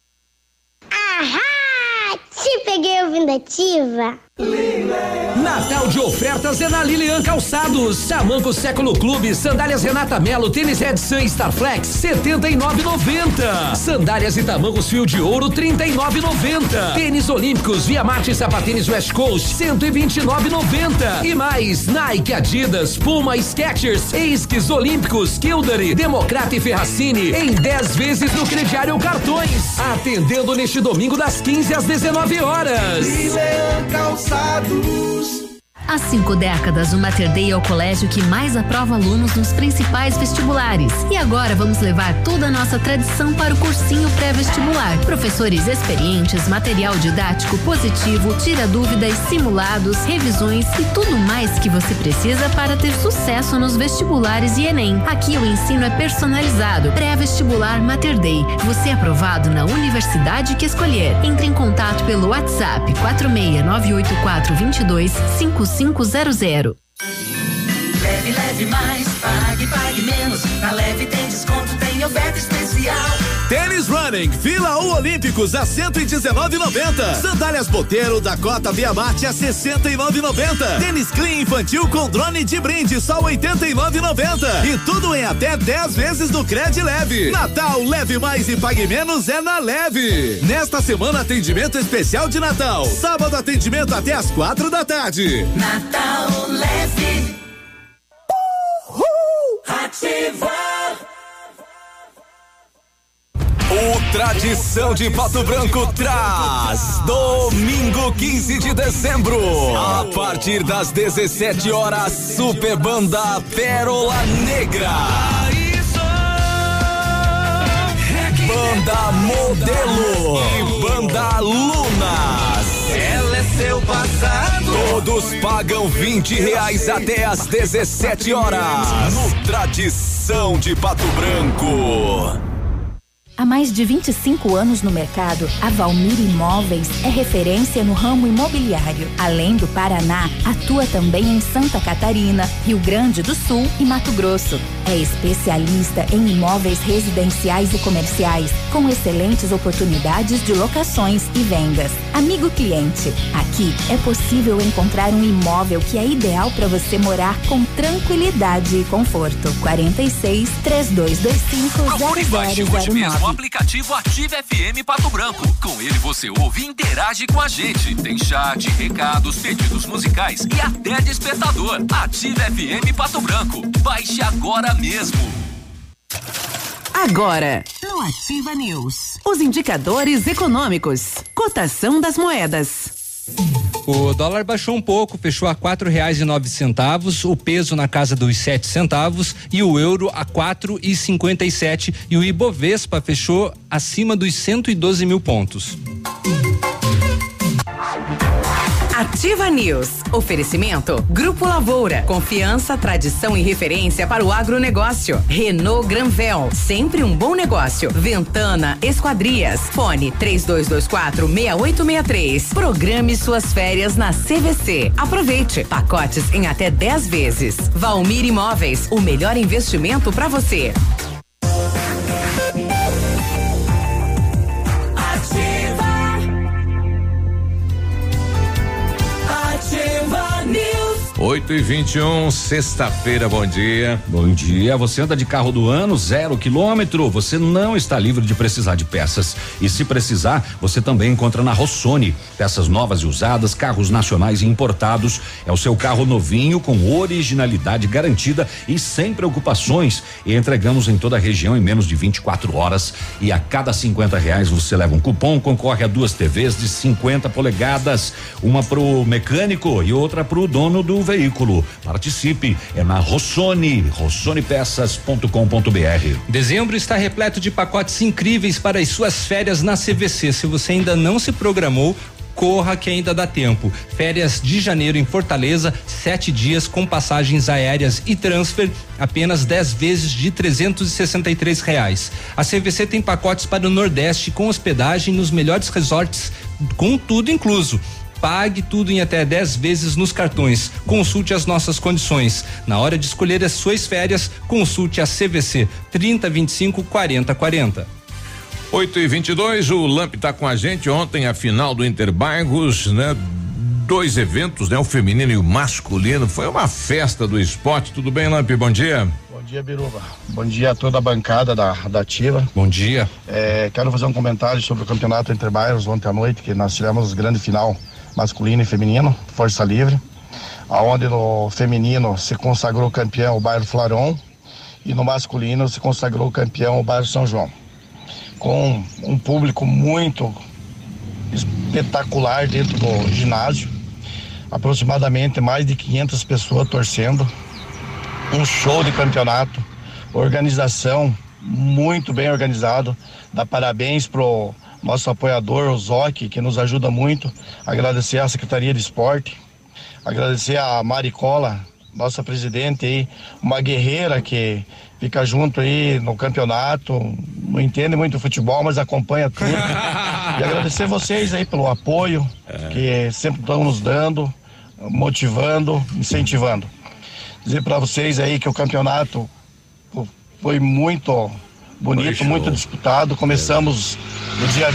Ahá! Te peguei ouvindo Ativa. Natal de ofertas é na Lilian Calçados. Tamanco Século Clube, sandálias Renata Melo, tênis Edson Starflex, R$79,90. Sandálias e tamancos Fio de Ouro, R$39,90. Tênis Olímpicos Via Marte e Sapatênis West Coast, R$129,90. E mais, Nike, Adidas, Puma, Skechers, Esquis, Olímpicos, Kildare, Democrata e Ferracini, em 10 vezes no crediário ou cartões. Atendendo neste domingo das 15 às 19 horas. Lilian Calçados. Há 5 décadas, o Mater Dei é o colégio que mais aprova alunos nos principais vestibulares. E agora vamos levar toda a nossa tradição para o cursinho pré-vestibular. Professores experientes, material didático positivo, tira dúvidas, simulados, revisões e tudo mais que você precisa para ter sucesso nos vestibulares e Enem. Aqui o ensino é personalizado. Pré-vestibular Mater Dei. Você é aprovado na universidade que escolher. Entre em contato pelo WhatsApp 46984225500. Leve mais, pague menos. Na Leve tem desconto, tem oferta especial. Tênis Running, Vila U Olímpicos a R$119,90. Sandálias Boteiro, Dakota Via Marte a R$69,90. Tênis Clean infantil com drone de brinde só R$89,90. E tudo em até 10 vezes no Cred Leve. Natal, leve mais e pague menos é na Leve. Nesta semana, atendimento especial de Natal. Sábado, atendimento até às 4 da tarde. Natal Leve. Ativa. O Tradição de Pato Branco traz domingo 15 de dezembro, a partir das 17 horas, Super Banda Pérola Negra, Banda Modelo e Banda Lunas. Ela é seu passado. Todos pagam R$20 até às 17 horas no Tradição de Pato Branco. Há mais de 25 anos no mercado, a Valmir Imóveis é referência no ramo imobiliário. Além do Paraná, atua também em Santa Catarina, Rio Grande do Sul e Mato Grosso. É especialista em imóveis residenciais e comerciais, com excelentes oportunidades de locações e vendas. Amigo cliente, aqui é possível encontrar um imóvel que é ideal para você morar com tranquilidade e conforto. 46-3225-0009. O aplicativo Ativa FM Pato Branco. Com ele você ouve e interage com a gente. Tem chat, recados, pedidos musicais e até despertador. Ativa FM Pato Branco. Baixe agora mesmo. Agora, no Ativa News, os indicadores econômicos, cotação das moedas. O dólar baixou um pouco, fechou a R$4,09, o peso na casa dos 7 centavos e o euro a 4,57 e o Ibovespa fechou acima dos 112 mil pontos. Ativa News. Oferecimento Grupo Lavoura. Confiança, tradição e referência para o agronegócio. Renault Granvel. Sempre um bom negócio. Ventana Esquadrias. Fone 3224-6863. Programe suas férias na CVC. Aproveite. Pacotes em até 10 vezes. Valmir Imóveis. O melhor investimento para você. Ativa News. 8h21, sexta-feira, bom dia. Bom dia, você anda de carro do ano, 0 quilômetro, você não está livre de precisar de peças. E se precisar, você também encontra na Rossoni. Peças novas e usadas, carros nacionais e importados. É o seu carro novinho com originalidade garantida e sem preocupações. E entregamos em toda a região em menos de 24 horas. E a cada R$50 você leva um cupom, concorre a 2 TVs de 50 polegadas, uma pro mecânico e outra pro dono do veículo. Participe, é na Rossoni, rossonipeças.com.br. Dezembro está repleto de pacotes incríveis para as suas férias na CVC. Se você ainda não se programou, corra que ainda dá tempo. Férias de janeiro em Fortaleza, 7 dias com passagens aéreas e transfer, apenas 10 vezes de R$363. A CVC tem pacotes para o Nordeste com hospedagem nos melhores resorts, com tudo incluso. Pague tudo em até 10 vezes nos cartões. Consulte as nossas condições. Na hora de escolher as suas férias, consulte a CVC 3025-4040. 8h22, o Lamp tá com a gente. Ontem a final do Interbairros, né? 2 eventos, né? O feminino e o masculino. Foi uma festa do esporte. Tudo bem, Lamp? Bom dia. Bom dia, Biruba. Bom dia a toda a bancada da Ativa. Bom dia. Quero fazer um comentário sobre o campeonato Interbairros ontem à noite, que nós tivemos grande final masculino e feminino, força livre, aonde no feminino se consagrou campeão o bairro Flaron e no masculino se consagrou campeão o bairro São João, com um público muito espetacular dentro do ginásio, aproximadamente mais de 500 pessoas torcendo, um show de campeonato, organização muito bem organizado. Dá parabéns pro nosso apoiador, o Zoc, que nos ajuda muito. Agradecer à Secretaria de Esporte, agradecer a Maricola, nossa presidente aí, uma guerreira que fica junto aí no campeonato, não entende muito futebol, mas acompanha tudo. E agradecer vocês aí pelo apoio que sempre estão nos dando, motivando, incentivando. Dizer para vocês aí que o campeonato foi muito bonito, muito disputado. Começamos no dia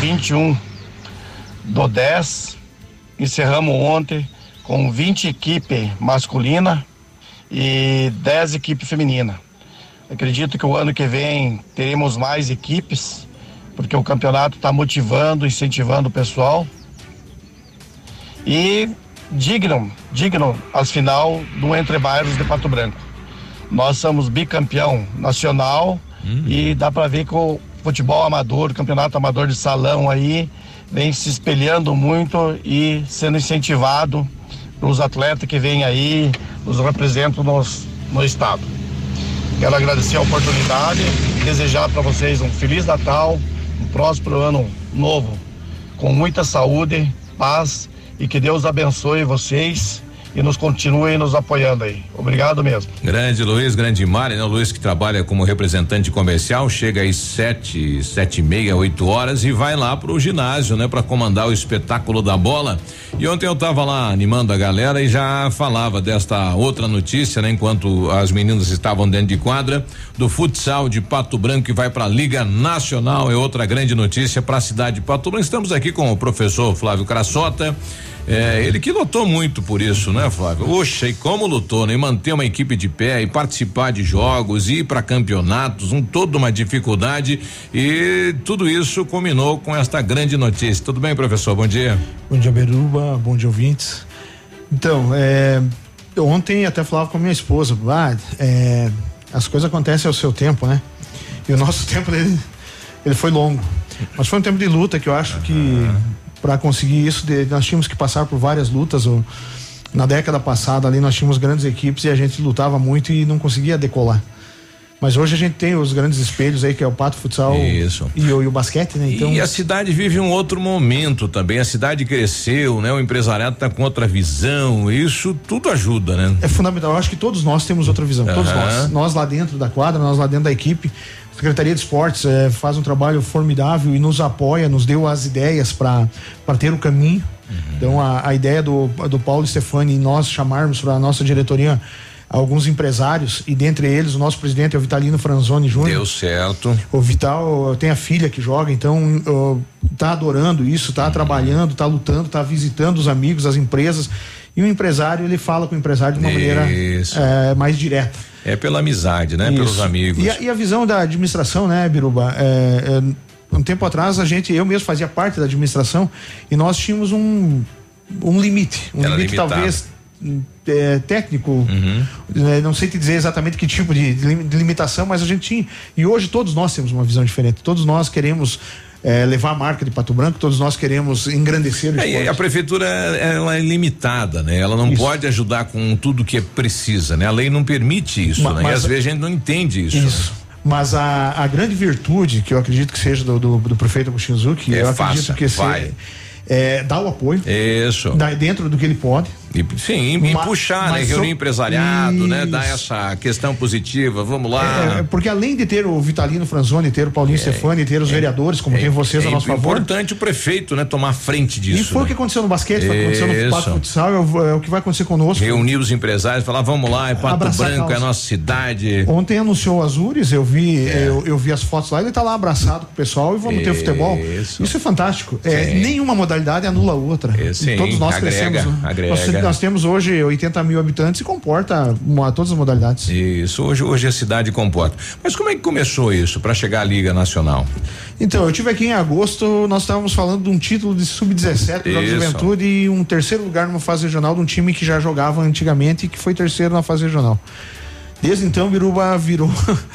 21/10, encerramos ontem com 20 equipes masculina e 10 equipes feminina. Acredito que o ano que vem teremos mais equipes, porque o campeonato está motivando, incentivando o pessoal. E digno às final do Entre Bairros de Pato Branco. Nós somos bicampeão nacional e dá para ver que o futebol amador, o campeonato amador de salão aí, vem se espelhando muito e sendo incentivado pelos atletas que vêm aí, nos representam no estado. Quero agradecer a oportunidade, desejar para vocês um Feliz Natal, um próspero ano novo, com muita saúde, paz e que Deus abençoe vocês e nos continue nos apoiando aí. Obrigado mesmo. Grande Luiz, grande Mari, né? O Luiz que trabalha como representante comercial, chega às 7h30, 8 horas e vai lá pro ginásio, né? Pra comandar o espetáculo da bola. E ontem eu tava lá animando a galera e já falava desta outra notícia, né? Enquanto as meninas estavam dentro de quadra, do futsal de Pato Branco que vai pra Liga Nacional, é outra grande notícia pra cidade de Pato Branco. Estamos aqui com o professor Flávio Crassota. Ele que lutou muito por isso, né, Flávio? Oxa, e como lutou, né? E manter uma equipe de pé e participar de jogos, ir para campeonatos, toda uma dificuldade, e tudo isso culminou com esta grande notícia. Tudo bem, professor? Bom dia. Bom dia, Biruba, bom dia, ouvintes. Então, ontem até falava com a minha esposa, as coisas acontecem ao seu tempo, né? E o nosso tempo, ele foi longo. Mas foi um tempo de luta que eu acho que para conseguir isso. Nós tínhamos que passar por várias lutas. Na década passada ali nós tínhamos grandes equipes e a gente lutava muito e não conseguia decolar. Mas hoje a gente tem os grandes espelhos aí, que é o Pato Futsal e o basquete, né? Então, e a cidade vive um outro momento também, a cidade cresceu, né? O empresariado tá com outra visão, isso tudo ajuda, né? É fundamental, eu acho que todos nós temos outra visão, todos nós lá dentro da quadra, nós lá dentro da equipe. A Secretaria de Esportes faz um trabalho formidável e nos apoia, nos deu as ideias para ter o caminho. Então a ideia do Paulo Stefani e nós chamarmos para a nossa diretoria alguns empresários, e dentre eles o nosso presidente é o Vitalino Franzoni Júnior. Deu certo. O Vital tem a filha que joga, então tá adorando isso, tá trabalhando, tá lutando, tá visitando os amigos, as empresas, e o empresário, ele fala com o empresário de uma maneira mais direta. É pela amizade, né? Isso. Pelos amigos. E a visão da administração, né, Biruba? Um tempo atrás eu mesmo fazia parte da administração e nós tínhamos um limite, limite talvez técnico, não sei te dizer exatamente que tipo de limitação, mas a gente tinha, e hoje todos nós temos uma visão diferente, todos nós queremos levar a marca de Pato Branco, todos nós queremos engrandecer o esporte. A prefeitura, ela é limitada, né? Ela não pode ajudar com tudo que precisa, né? A lei não permite isso, né? E às vezes a gente não entende isso. Né? Mas a grande virtude, que eu acredito que seja do prefeito Agostinho Zucchi, eu acredito que dar o apoio. Isso. Dentro do que ele pode. Puxar, né? Reunir empresariado, né? Dar essa questão positiva, vamos lá. Porque além de ter o Vitalino Franzoni, ter o Paulinho Stefani, ter os vereadores, como tem vocês a nosso favor. É importante o prefeito, né? Tomar frente disso. E foi o que aconteceu no basquete, foi o que aconteceu no Pato Futsal, é o que vai acontecer conosco. Reunir os empresários, falar, vamos lá, é Pato Branco, é a nossa cidade. Ontem anunciou o Azures, eu vi as fotos lá, ele tá lá abraçado com o pessoal e vamos ter futebol. Isso é fantástico. Nenhuma modalidade anula a outra. Todos nós crescemos. Nós temos hoje 80 mil habitantes e comporta todas as modalidades. Isso, hoje a cidade comporta. Mas como é que começou isso para chegar à Liga Nacional? Então, eu tive aqui em agosto, nós estávamos falando de um título de sub-17 da Juventude e um terceiro lugar numa fase regional de um time que já jogava antigamente e que foi terceiro na fase regional. Desde então, Biruba virou.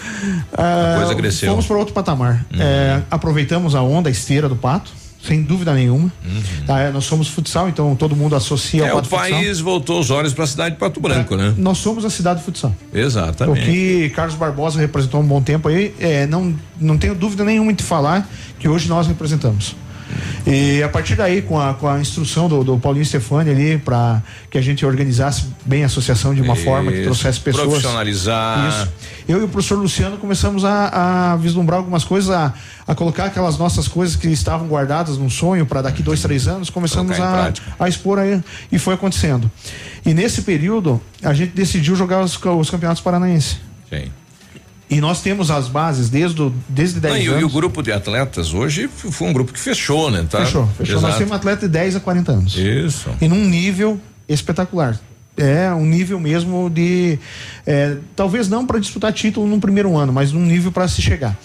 A coisa cresceu. Fomos para outro patamar. Aproveitamos a onda, a esteira do Pato. Sem dúvida nenhuma. Nós somos futsal, então todo mundo associa ao Pato Futsal. O país voltou os olhos para a cidade de Pato Branco, né? Nós somos a cidade de futsal. Exatamente. O que Carlos Barbosa representou um bom tempo aí, não tenho dúvida nenhuma de falar que hoje nós representamos. E a partir daí, com a instrução do Paulinho Stefani ali, para que a gente organizasse bem a associação de uma forma que trouxesse pessoas. Profissionalizar. Isso. Eu e o professor Luciano começamos a vislumbrar algumas coisas, a colocar aquelas nossas coisas que estavam guardadas num sonho para daqui 2-3 anos, começamos a expor aí, e foi acontecendo. E nesse período, a gente decidiu jogar os campeonatos paranaenses. Sim. E nós temos as bases desde 10 anos. E o grupo de atletas hoje foi um grupo que fechou, né? Fechou. Nós temos atleta de 10 a 40 anos. Isso. E num nível espetacular. É um nível mesmo de talvez não para disputar título no primeiro ano, mas num nível para se chegar.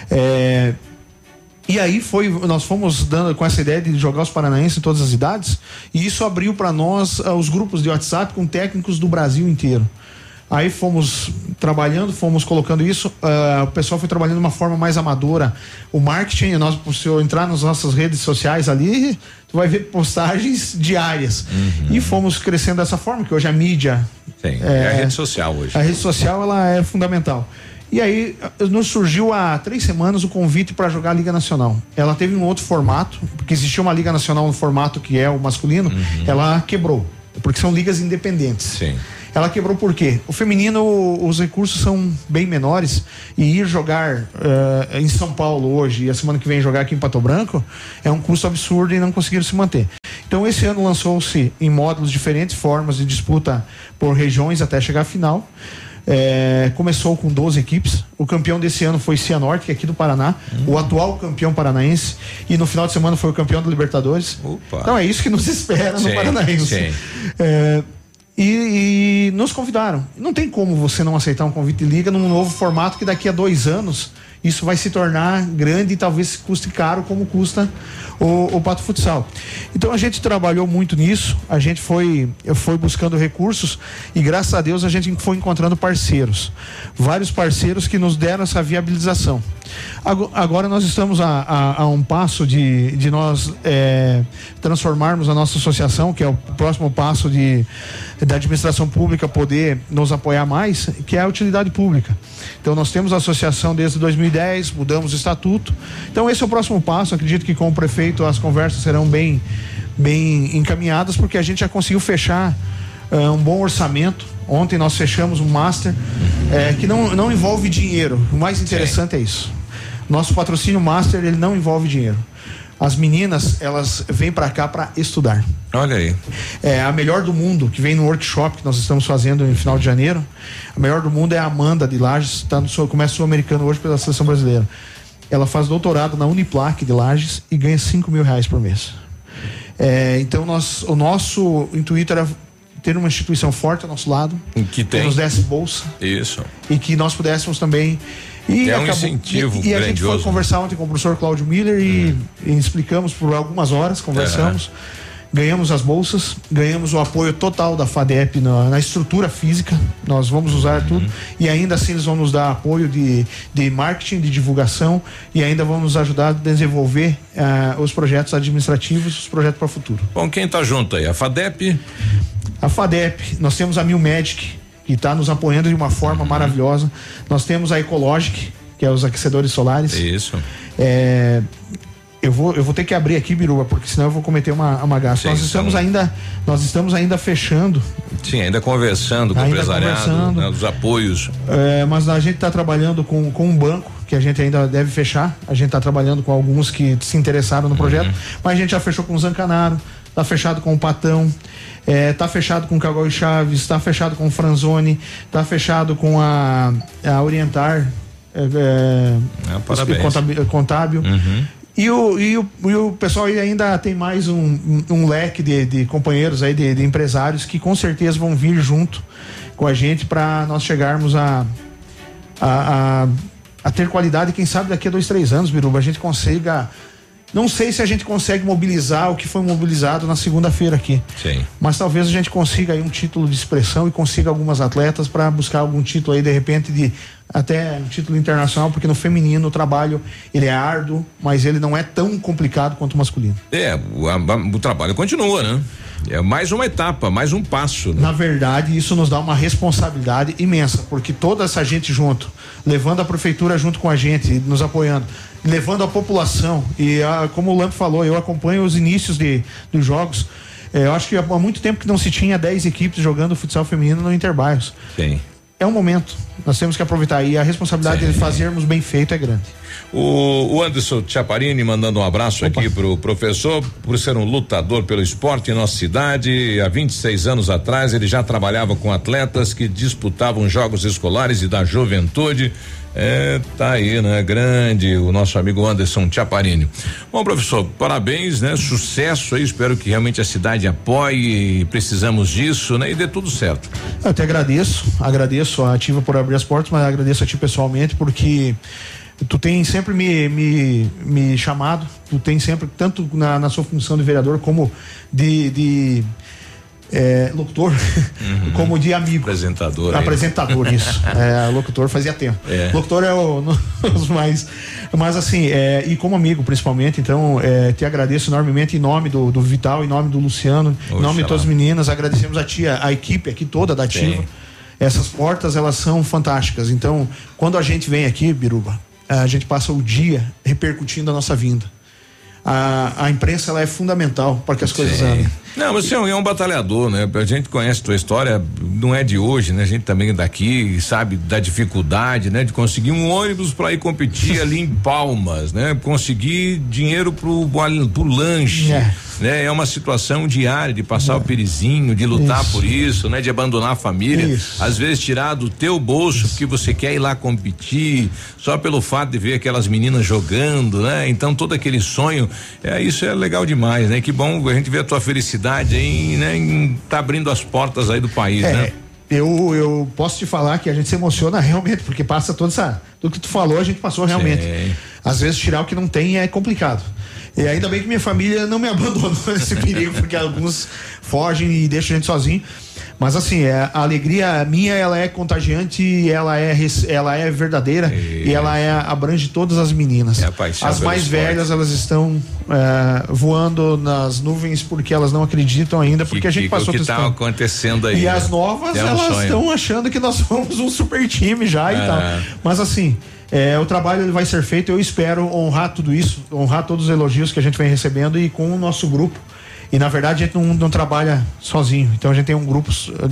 E aí nós fomos dando com essa ideia de jogar os paranaenses em todas as idades, e isso abriu para nós os grupos de WhatsApp com técnicos do Brasil inteiro. Aí fomos trabalhando, fomos colocando isso, o pessoal foi trabalhando de uma forma mais amadora. O marketing, se eu entrar nas nossas redes sociais ali, tu vai ver postagens diárias. E fomos crescendo dessa forma, que hoje a mídia... Sim, é a rede social hoje. A rede social, ela é fundamental. E aí, nos surgiu há 3 semanas o convite para jogar a Liga Nacional. Ela teve um outro formato, porque existia uma Liga Nacional no formato que é o masculino, ela quebrou, porque são ligas independentes. Sim. Ela quebrou por quê? O feminino, os recursos são bem menores, e ir jogar em São Paulo hoje e a semana que vem jogar aqui em Pato Branco é um custo absurdo e não conseguiram se manter. Então esse ano lançou-se em módulos diferentes, formas de disputa por regiões até chegar à final. Começou com 12 equipes. O campeão desse ano foi Cianorte, que é aqui do Paraná, o atual campeão paranaense, e no final de semana foi o campeão da Libertadores. Opa. Então é isso que nos espera no Paranaense. E nos convidaram. Não tem como você não aceitar um convite de liga num novo formato que daqui a 2 anos isso vai se tornar grande e talvez custe caro como custa o Pato Futsal. Então a gente trabalhou muito nisso, a gente foi buscando recursos e graças a Deus a gente foi encontrando parceiros, vários parceiros que nos deram essa viabilização. Agora nós estamos a um passo de nós transformarmos a nossa associação, que é o próximo passo da administração pública poder nos apoiar mais, que é a utilidade pública. Então nós temos a associação desde 2010, mudamos o estatuto. Então esse é o próximo passo. Acredito que com o prefeito as conversas serão bem encaminhadas, porque a gente já conseguiu fechar um bom orçamento. Ontem nós fechamos um master que não envolve dinheiro. O mais interessante é isso. Nosso patrocínio master, ele não envolve dinheiro. As meninas, elas vêm para cá para estudar. Olha aí. A melhor do mundo, que vem no workshop que nós estamos fazendo no final de janeiro, a melhor do mundo é a Amanda de Lages, está no comércio sul-americano hoje pela seleção brasileira. Ela faz doutorado na Uniplac de Lages e ganha R$5.000 por mês. Então o nosso intuito era ter uma instituição forte ao nosso lado, que nos desse bolsa. Isso. E que nós pudéssemos também. E um incentivo grandioso. E a gente foi conversar ontem com o professor Cláudio Miller e explicamos por algumas horas, conversamos, ganhamos as bolsas, ganhamos o apoio total da FADEP na estrutura física, nós vamos usar tudo, e ainda assim eles vão nos dar apoio de marketing, de divulgação, e ainda vão nos ajudar a desenvolver os projetos administrativos, os projetos para o futuro. Bom, quem está junto aí? A FADEP? A FADEP, nós temos a Mil Medic, que está nos apoiando de uma forma maravilhosa. Nós temos a Ecologic, que é os aquecedores solares. Isso. Eu vou ter que abrir aqui, Biruba, porque senão eu vou cometer uma gafe. Nós estamos ainda fechando. Sim, ainda conversando com o empresariado, né, os apoios. Mas a gente está trabalhando com um banco que a gente ainda deve fechar. A gente está trabalhando com alguns que se interessaram no projeto, mas a gente já fechou com o Zancanaro, está fechado com o Patão, tá fechado com o Cagal e Chaves, está fechado com o Franzoni, está fechado com a Orientar Contábil. E o pessoal aí ainda tem mais um leque de companheiros aí, de empresários que com certeza vão vir junto com a gente para nós chegarmos a ter qualidade. Quem sabe daqui a 2-3 anos, Biruba, a gente consiga. Não sei se a gente consegue mobilizar o que foi mobilizado na segunda-feira aqui. Sim. Mas talvez a gente consiga aí um título de expressão e consiga algumas atletas para buscar algum título aí, de repente, até um título internacional, porque no feminino o trabalho, ele é árduo, mas ele não é tão complicado quanto o masculino. O trabalho continua, né? É mais uma etapa, mais um passo, né? Na verdade, isso nos dá uma responsabilidade imensa, porque toda essa gente junto, levando a prefeitura junto com a gente, nos apoiando, levando a população, e como o Lampo falou, eu acompanho os inícios dos jogos. Eu acho que há muito tempo que não se tinha 10 equipes jogando futsal feminino no Interbairros. Sim. É um momento, nós temos que aproveitar, e a responsabilidade de fazermos bem feito é grande. O Anderson Chaparini mandando um abraço aqui pro professor, por ser um lutador pelo esporte em nossa cidade. Há 26 anos atrás ele já trabalhava com atletas que disputavam jogos escolares e da juventude. Tá aí, né? Grande o nosso amigo Anderson Chaparini. Bom, professor, parabéns, né? Sucesso aí, espero que realmente a cidade apoie, precisamos disso, né? E dê tudo certo. Eu até agradeço a Ativa por abrir as portas, mas agradeço a ti pessoalmente, porque tu tem sempre me chamado, tu tem sempre, tanto na sua função de vereador como de locutor, como de amigo. Apresentador, isso. Locutor fazia tempo. Locutor é os mais. Mas assim, e como amigo principalmente, então te agradeço enormemente em nome do Vital, em nome do Luciano, em nome de todas as meninas. Agradecemos a ti, a equipe aqui toda da Ativa. Sim. Essas portas, elas são fantásticas. Então, quando a gente vem aqui, Biruba, a gente passa o dia repercutindo a nossa vinda. A imprensa, ela é fundamental para que as coisas andem. Não, você é um batalhador, né? A gente conhece tua história, não é de hoje, né? A gente também daqui sabe da dificuldade, né? De conseguir um ônibus para ir competir ali em Palmas, né? Conseguir dinheiro pro lanche, né? É uma situação diária de passar o perizinho, de lutar por isso, né? De abandonar a família, às vezes tirar do teu bolso porque você quer ir lá competir, só pelo fato de ver aquelas meninas jogando, né? Então todo aquele sonho, isso é legal demais, né? Que bom a gente ver a tua felicidade aí, né? Em tá abrindo as portas aí do país, né? eu posso te falar que a gente se emociona realmente, porque passa tudo que tu falou, a gente passou realmente. Sim. Às vezes tirar o que não tem é complicado. E ainda bem que minha família não me abandonou nesse perigo, porque alguns fogem e deixam a gente sozinho. Mas assim, a alegria minha, ela é contagiante, ela é verdadeira e ela abrange todas as meninas. As mais velhas, elas estão voando nas nuvens porque elas não acreditam ainda, porque a gente passou o que está acontecendo aí. E as novas, elas estão achando que nós somos um super time já e tal. Mas assim, o trabalho ele vai ser feito, eu espero honrar tudo isso, honrar todos os elogios que a gente vem recebendo e com o nosso grupo. E na verdade a gente não trabalha sozinho, então a gente tem um grupo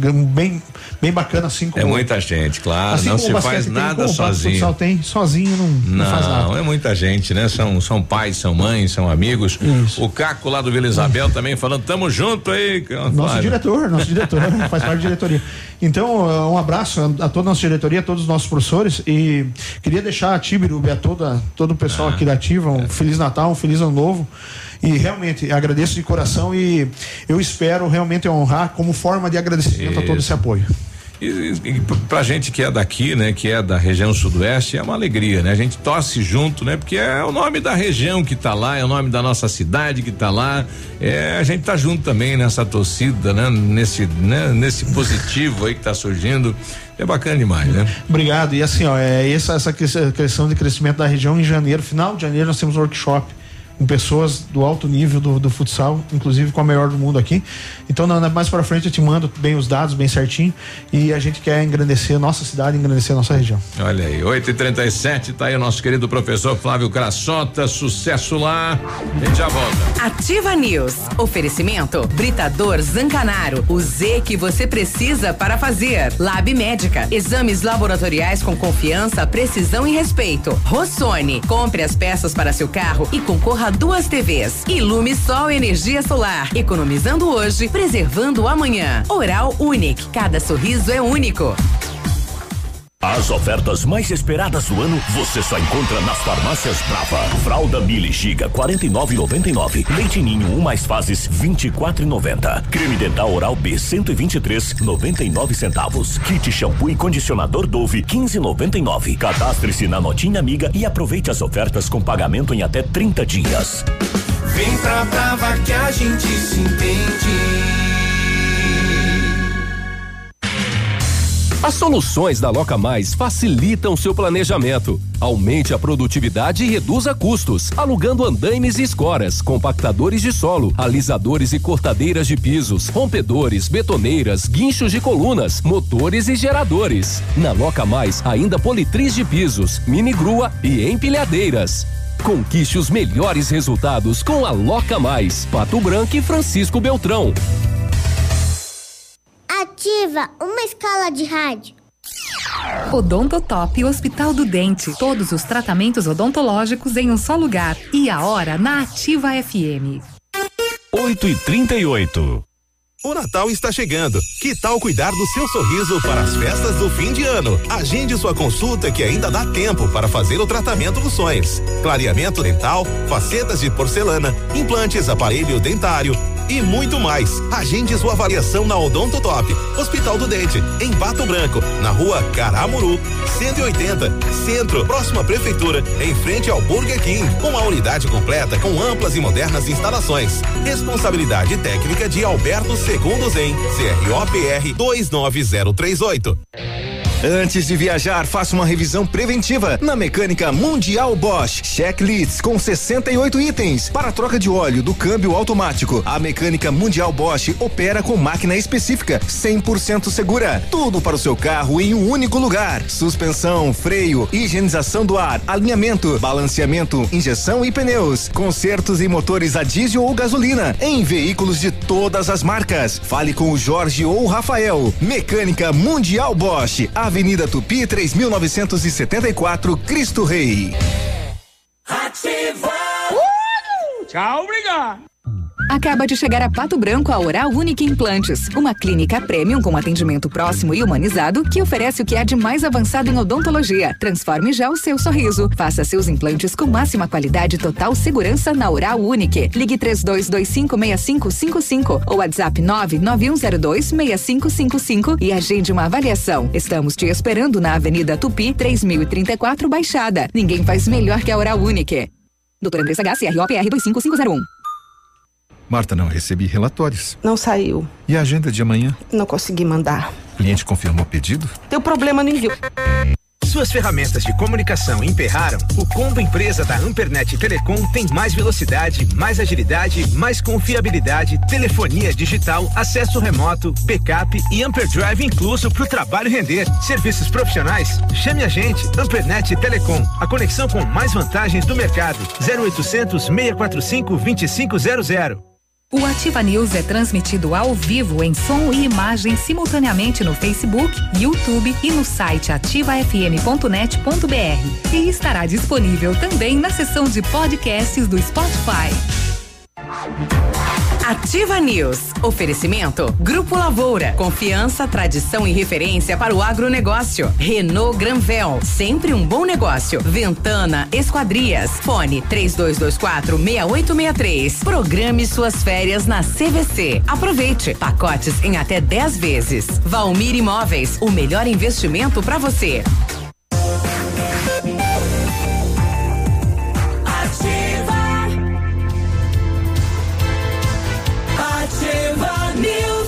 bem bacana, assim como. É muita gente, claro, assim não se faz nada sozinho. Só tem sozinho, não faz nada. Não, é muita gente, né? São pais, são mães, são amigos. Isso. O Caco lá do Vila Isabel também falando, tamo junto aí. Nosso diretor faz parte da diretoria. Então, um abraço a toda a nossa diretoria, a todos os nossos professores, e queria deixar a Tibiruba, a todo o pessoal aqui da Ativa, um Feliz Natal, um Feliz Ano Novo. E realmente agradeço de coração e eu espero realmente honrar como forma de agradecimento a todo esse apoio. E pra gente que é daqui, né, que é da região sudoeste, é uma alegria, né? A gente torce junto, né? Porque é o nome da região que tá lá, é o nome da nossa cidade que tá lá, a gente tá junto também nessa torcida, né? Nesse positivo aí que tá surgindo, é bacana demais, né? Obrigado, e assim, essa questão de crescimento da região em janeiro, final de janeiro nós temos um workshop com pessoas do alto nível do futsal, inclusive com a melhor do mundo aqui. Então, mais para frente eu te mando bem os dados, bem certinho, e a gente quer engrandecer a nossa cidade, engrandecer a nossa região. Olha aí, 8h37, tá aí o nosso querido professor Flávio Crassota, sucesso lá, a gente já volta. Ativa News, oferecimento Britador Zancanaro, o Z que você precisa para fazer. Lab Médica, exames laboratoriais com confiança, precisão e respeito. Rossoni, compre as peças para seu carro e concorra a 2 TVs. Ilume Sol Energia Solar, economizando hoje, preservando amanhã. Oral Unique, cada sorriso é único. As ofertas mais esperadas do ano você só encontra nas farmácias Brava. Fralda Mili Giga 49,99. Leite Ninho 1 mais fases 24,90. Creme dental Oral B 123,99 centavos. Kit shampoo e condicionador Dove 15,99. Cadastre-se na Notinha Amiga e aproveite as ofertas com pagamento em até 30 dias. Vem pra Brava que a gente se entende. As soluções da Loca Mais facilitam seu planejamento. Aumente a produtividade e reduza custos, alugando andaimes e escoras, compactadores de solo, alisadores e cortadeiras de pisos, rompedores, betoneiras, guinchos de colunas, motores e geradores. Na Loca Mais, ainda politriz de pisos, mini grua e empilhadeiras. Conquiste os melhores resultados com a Loca Mais, Pato Branco e Francisco Beltrão. Ativa uma escala de rádio. Odontotop Hospital do Dente. Todos os tratamentos odontológicos em um só lugar. E a hora na Ativa FM. 8h38. O Natal está chegando. Que tal cuidar do seu sorriso para as festas do fim de ano? Agende sua consulta que ainda dá tempo para fazer o tratamento dos sonhos. Clareamento dental, facetas de porcelana, implantes, aparelho dentário e muito mais. Agende sua avaliação na Odontotop, Hospital do Dente, em Pato Branco, na rua Caramuru, 180, Centro, próxima Prefeitura, em frente ao Burger King. Uma unidade completa com amplas e modernas instalações. Responsabilidade técnica de Alberto Segundos em CROPR 29038. Antes de viajar, faça uma revisão preventiva na Mecânica Mundial Bosch. Checklists com 68 itens para troca de óleo do câmbio automático. A Mecânica Mundial Bosch opera com máquina específica, 100% segura. Tudo para o seu carro em um único lugar. Suspensão, freio, higienização do ar, alinhamento, balanceamento, injeção e pneus. Consertos em motores a diesel ou gasolina em veículos de todas as marcas. Fale com o Jorge ou o Rafael. Mecânica Mundial Bosch, Avenida Tupi 3974, Cristo Rei. Ativa! Tchau, obrigado. Acaba de chegar a Pato Branco a Oral Unique Implantes, uma clínica premium com atendimento próximo e humanizado que oferece o que há de mais avançado em odontologia. Transforme já o seu sorriso. Faça seus implantes com máxima qualidade e total segurança na Oral Unique. Ligue 32256555 ou WhatsApp 991026555 e agende uma avaliação. Estamos te esperando na Avenida Tupi, 3034 Baixada. Ninguém faz melhor que a Oral Unique. Doutora Andressa H, CROPR 25501. Marta, não recebi relatórios. Não saiu. E a agenda de amanhã? Não consegui mandar. O cliente confirmou o pedido? Deu problema no envio. Suas ferramentas de comunicação emperraram? O combo empresa da Ampernet Telecom tem mais velocidade, mais agilidade, mais confiabilidade, telefonia digital, acesso remoto, backup e Amperdrive incluso para o trabalho render. Serviços profissionais? Chame a gente, Ampernet Telecom, a conexão com mais vantagens do mercado. 0800 645 2500. O Ativa News é transmitido ao vivo em som e imagem simultaneamente no Facebook, YouTube e no site ativafm.net.br. E estará disponível também na seção de podcasts do Spotify. Ativa News. Oferecimento Grupo Lavoura. Confiança, tradição e referência para o agronegócio. Renault Granvel. Sempre um bom negócio. Ventana Esquadrias. Fone 3224-6863. Programe suas férias na CVC. Aproveite. Pacotes em até 10 vezes. Valmir Imóveis. O melhor investimento para você. Ativa News.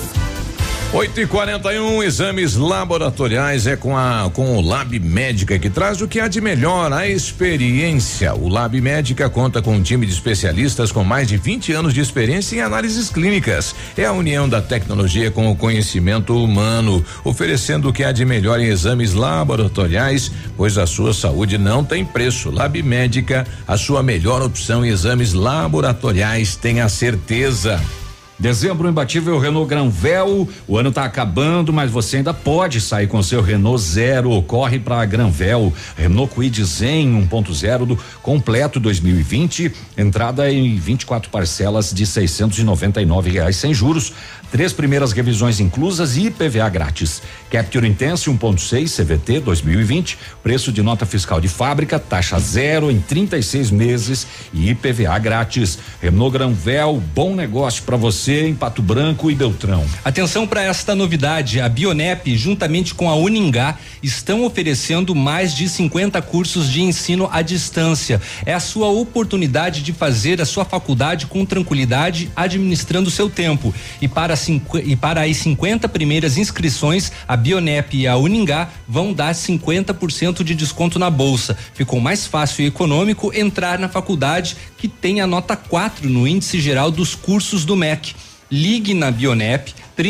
8h41, exames laboratoriais é com o Lab Médica, que traz o que há de melhor, a experiência. O Lab Médica conta com um time de especialistas com mais de 20 anos de experiência em análises clínicas. É a união da tecnologia com o conhecimento humano, oferecendo o que há de melhor em exames laboratoriais, pois a sua saúde não tem preço. Lab Médica, a sua melhor opção em exames laboratoriais, tenha certeza. Dezembro imbatível Renault Granvel. O ano tá acabando, mas você ainda pode sair com seu Renault Zero. Corre pra Granvel. Renault Kwid Zen 1.0 do completo 2020. Entrada em 24 parcelas de R$699 sem juros. 3 primeiras revisões inclusas e IPVA grátis. Capture Intense 1.6 CVT 2020. Preço de nota fiscal de fábrica, taxa zero em 36 meses e IPVA grátis. Renault Granvel, bom negócio para você em Pato Branco e Beltrão. Atenção para esta novidade, a Bionep juntamente com a Uningá estão oferecendo mais de 50 cursos de ensino à distância. É a sua oportunidade de fazer a sua faculdade com tranquilidade, administrando o seu tempo. E para as 50 primeiras inscrições, a Bionep e a Uningá vão dar 50% de desconto na bolsa. Ficou mais fácil e econômico entrar na faculdade que tem a nota 4 no índice geral dos cursos do MEC. Ligue na Bionep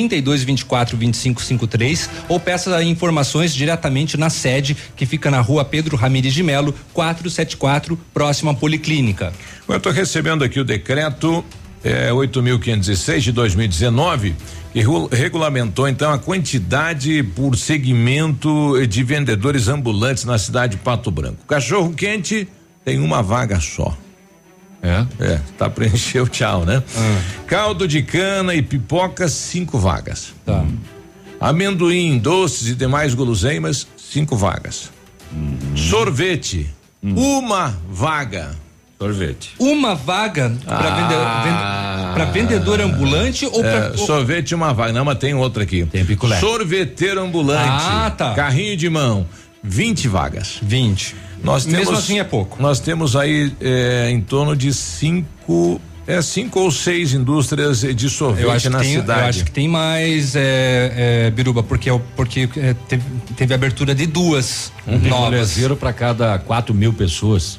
3224-2553 ou peça informações diretamente na sede que fica na rua Pedro Ramires de Melo 474, próxima à Policlínica. Eu estou recebendo aqui o decreto 8.506 de 2019 que regulamentou então a quantidade por segmento de vendedores ambulantes na cidade de Pato Branco. Cachorro quente tem uma vaga só. Tá preencheu, tchau, né? Caldo de cana e pipoca, 5 vagas. Tá. Amendoim, doces e demais guloseimas, 5 vagas. Sorvete, 1 vaga. Sorvete. Uma vaga para vendedor ambulante ou para sorvete 1 vaga. Não, mas tem outra aqui. Tem picolé. Sorveteiro ambulante. Tá. Carrinho de mão, 20 vagas. 20. Mesmo assim é pouco. Nós temos aí em torno de 5 ou 6 indústrias de sorvete na cidade. Eu acho que tem mais, Biruba, porque teve abertura de 2 novas. Para cada 4.000 pessoas.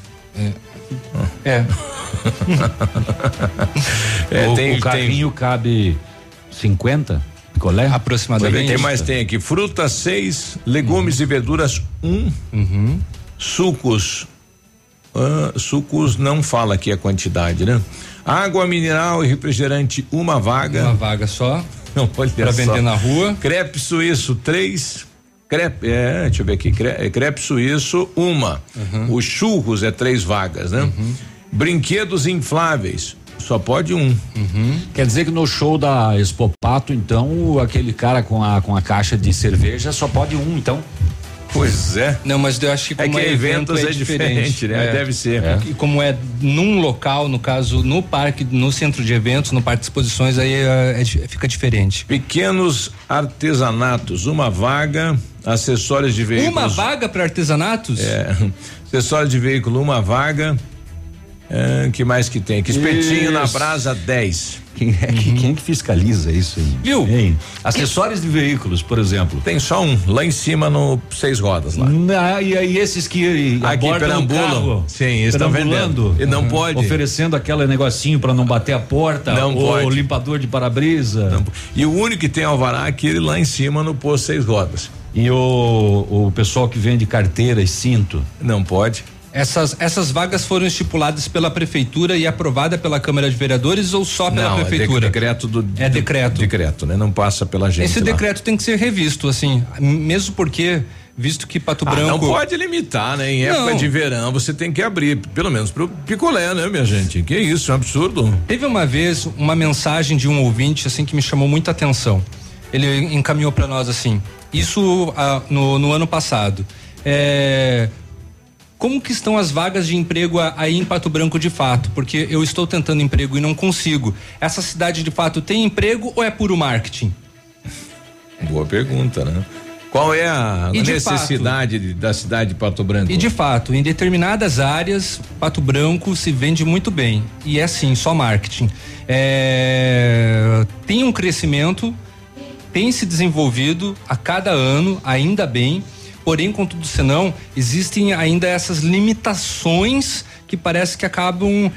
O carrinho cabe 50 picolé? Aproximadamente. O que mais tem aqui? Frutas 6, legumes e verduras 1. Sucos. Sucos não fala aqui a quantidade, né? Água mineral e refrigerante 1 vaga. 1 vaga só. Para vender na rua. Crepe suíço 3. Deixa eu ver aqui. Crepe suíço 1. Os churros 3 vagas, né? Brinquedos infláveis. Só pode um. Quer dizer que no show da Expopato, então, aquele cara com a caixa de cerveja só pode um, então? Pois é. Não, mas eu acho que como eventos é diferente, né? Deve ser. E como é num local, no caso, no parque, no centro de eventos, no parque de exposições, aí fica diferente. Pequenos artesanatos, uma vaga, acessórios de veículos. Uma vaga para artesanatos? Acessórios de veículo, uma vaga. Que mais que tem? Que espetinho na brasa, 10. Quem que fiscaliza isso aí? Viu? Ei, acessórios de veículos, por exemplo. Tem só um lá em cima no 6 rodas lá. E aí esses que abordam o carro, sim, estão vendendo. E não pode. Oferecendo aquele negocinho para não bater a porta. Não pode. O limpador de para-brisa. E o único que tem alvará é aquele lá em cima no posto 6 rodas. E o pessoal que vende carteira e cinto? Não pode. Essas vagas foram estipuladas pela prefeitura e aprovada pela Câmara de Vereadores ou só pela prefeitura? É decreto. Decreto, né? Não passa pela gente. Esse decreto tem que ser revisto, assim, mesmo porque, visto que Pato Branco. Não pode limitar, né? Em época de verão você tem que abrir, pelo menos pro picolé, né, minha gente? Que isso, é um absurdo. Teve uma vez uma mensagem de um ouvinte, assim, que me chamou muita atenção. Ele encaminhou para nós assim, isso no ano passado. Como que estão as vagas de emprego aí em Pato Branco de fato? Porque eu estou tentando emprego e não consigo. Essa cidade de fato tem emprego ou é puro marketing? Boa pergunta, né? Qual é a necessidade da cidade de Pato Branco? E de fato, em determinadas áreas, Pato Branco se vende muito bem. E é sim, só marketing. Tem um crescimento, tem se desenvolvido a cada ano, ainda bem. Porém, contudo, senão, existem ainda essas limitações que parece que acabam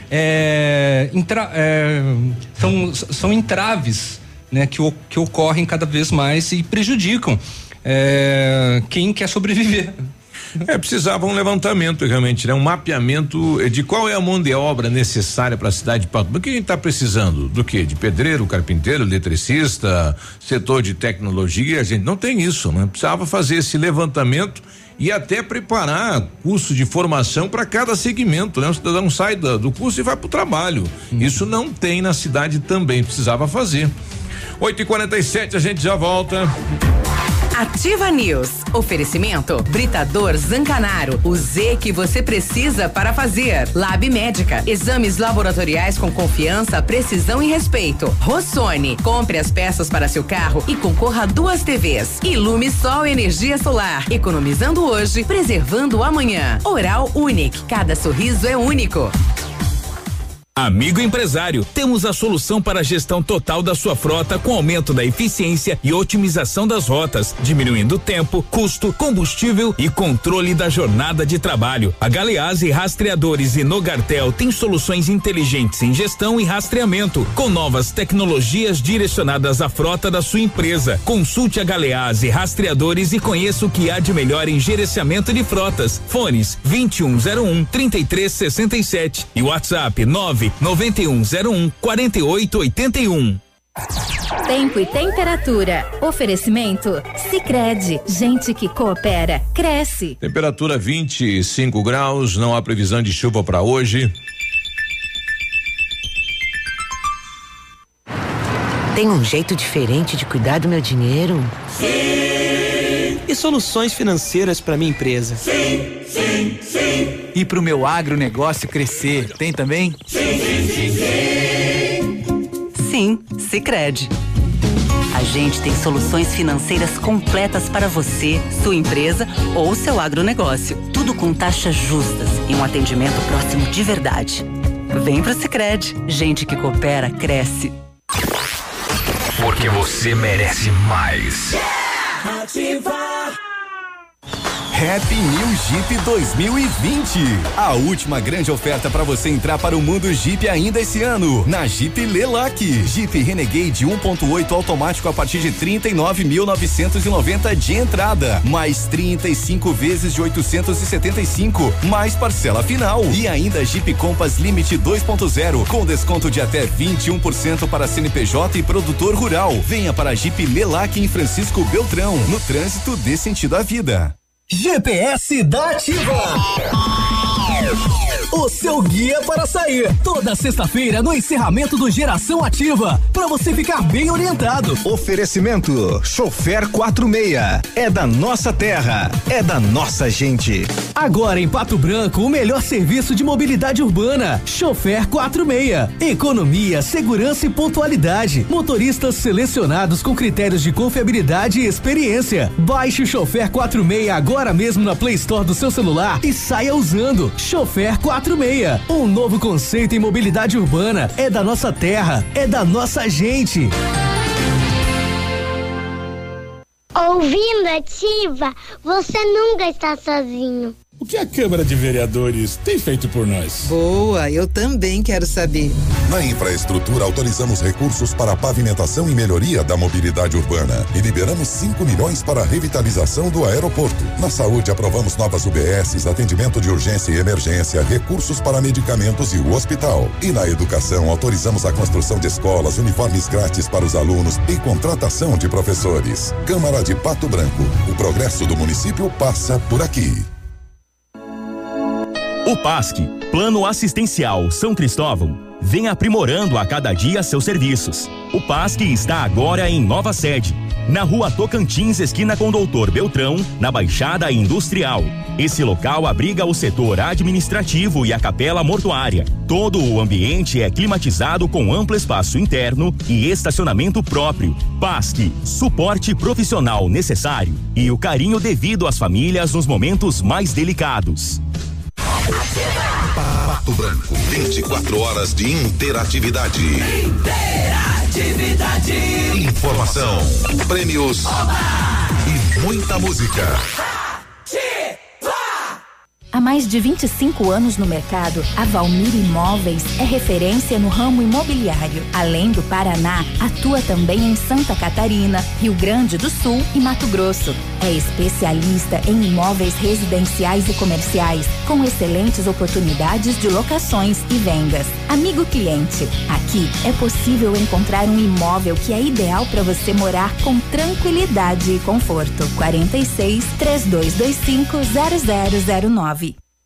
são entraves, né, que ocorrem cada vez mais e prejudicam quem quer sobreviver. Precisava um levantamento realmente, né? Um mapeamento de qual é a mão de obra necessária para a cidade de Pato Branco. O que a gente está precisando? Do quê? De pedreiro, carpinteiro, eletricista, setor de tecnologia? A gente não tem isso, né? Precisava fazer esse levantamento e até preparar curso de formação para cada segmento, né? O cidadão sai do curso e vai para o trabalho. Isso não tem na cidade também, precisava fazer. 8h47, a gente já volta. Ativa News. Oferecimento Britador Zancanaro. O Z que você precisa para fazer. Lab Médica. Exames laboratoriais com confiança, precisão e respeito. Rossoni. Compre as peças para seu carro e concorra a 2 TVs. Ilume Sol Energia Solar. Economizando hoje, preservando amanhã. Oral Unique. Cada sorriso é único. Amigo empresário, temos a solução para a gestão total da sua frota com aumento da eficiência e otimização das rotas, diminuindo tempo, custo, combustível e controle da jornada de trabalho. A Galeazzi Rastreadores e Nogartel tem soluções inteligentes em gestão e rastreamento, com novas tecnologias direcionadas à frota da sua empresa. Consulte a Galeazzi Rastreadores e conheça o que há de melhor em gerenciamento de frotas. Fones 2101-3367 e WhatsApp 99101-4881. Tempo e temperatura. Oferecimento Sicredi. Gente que coopera, cresce. Temperatura 25 graus, não há previsão de chuva para hoje. Tem um jeito diferente de cuidar do meu dinheiro? Sim! E soluções financeiras para minha empresa? Sim, sim, sim. E para o meu agronegócio crescer, tem também? Sim, sim, sim, sim. Sim, Sicredi. A gente tem soluções financeiras completas para você, sua empresa ou seu agronegócio. Tudo com taxas justas e um atendimento próximo de verdade. Vem pro Sicredi. Gente que coopera, cresce. Porque você merece mais. Ativa. Happy New Jeep 2020. A última grande oferta para você entrar para o mundo Jeep ainda esse ano. Na Jeep Lelac. Jeep Renegade 1.8 automático a partir de 39.990 de entrada. Mais 35 vezes de 875. Mais parcela final. E ainda Jeep Compass Limite 2.0 com desconto de até 21% para CNPJ e produtor rural. Venha para a Jeep Lelac em Francisco Beltrão. No trânsito dê sentido à vida. GPS da Ativa. o seu guia para sair. Toda sexta-feira no encerramento do Geração Ativa, para você ficar bem orientado. Oferecimento Chofer 46. É da nossa terra, é da nossa gente. Agora em Pato Branco, o melhor serviço de mobilidade urbana. Chofer 46. Economia, segurança e pontualidade. Motoristas selecionados com critérios de confiabilidade e experiência. Baixe o Chofer 46 agora mesmo na Play Store do seu celular e saia usando. Chofer 46. Um novo conceito em mobilidade urbana. É da nossa terra, é da nossa gente. Ouvindo Ativa, você nunca está sozinho. O que a Câmara de Vereadores tem feito por nós? Boa, eu também quero saber. Na infraestrutura, autorizamos recursos para a pavimentação e melhoria da mobilidade urbana e liberamos 5 milhões para a revitalização do aeroporto. Na saúde, aprovamos novas UBSs, atendimento de urgência e emergência, recursos para medicamentos e o hospital. E na educação, autorizamos a construção de escolas, uniformes grátis para os alunos e contratação de professores. Câmara de Pato Branco. O progresso do município passa por aqui. O PASC, Plano Assistencial São Cristóvão, vem aprimorando a cada dia seus serviços. O PASC está agora em nova sede, na Rua Tocantins, esquina com Doutor Beltrão, na Baixada Industrial. Esse local abriga o setor administrativo e a capela mortuária. Todo o ambiente é climatizado com amplo espaço interno e estacionamento próprio. PASC, suporte profissional necessário e o carinho devido às famílias nos momentos mais delicados. Pato Branco, 24 horas de interatividade. Informação, prêmios e muita música. Há mais de 25 anos no mercado, a Valmir Imóveis é referência no ramo imobiliário. Além do Paraná, atua também em Santa Catarina, Rio Grande do Sul e Mato Grosso. É especialista em imóveis residenciais e comerciais, com excelentes oportunidades de locações e vendas. Amigo cliente, aqui é possível encontrar um imóvel que é ideal para você morar com tranquilidade e conforto. 46 3225 0009.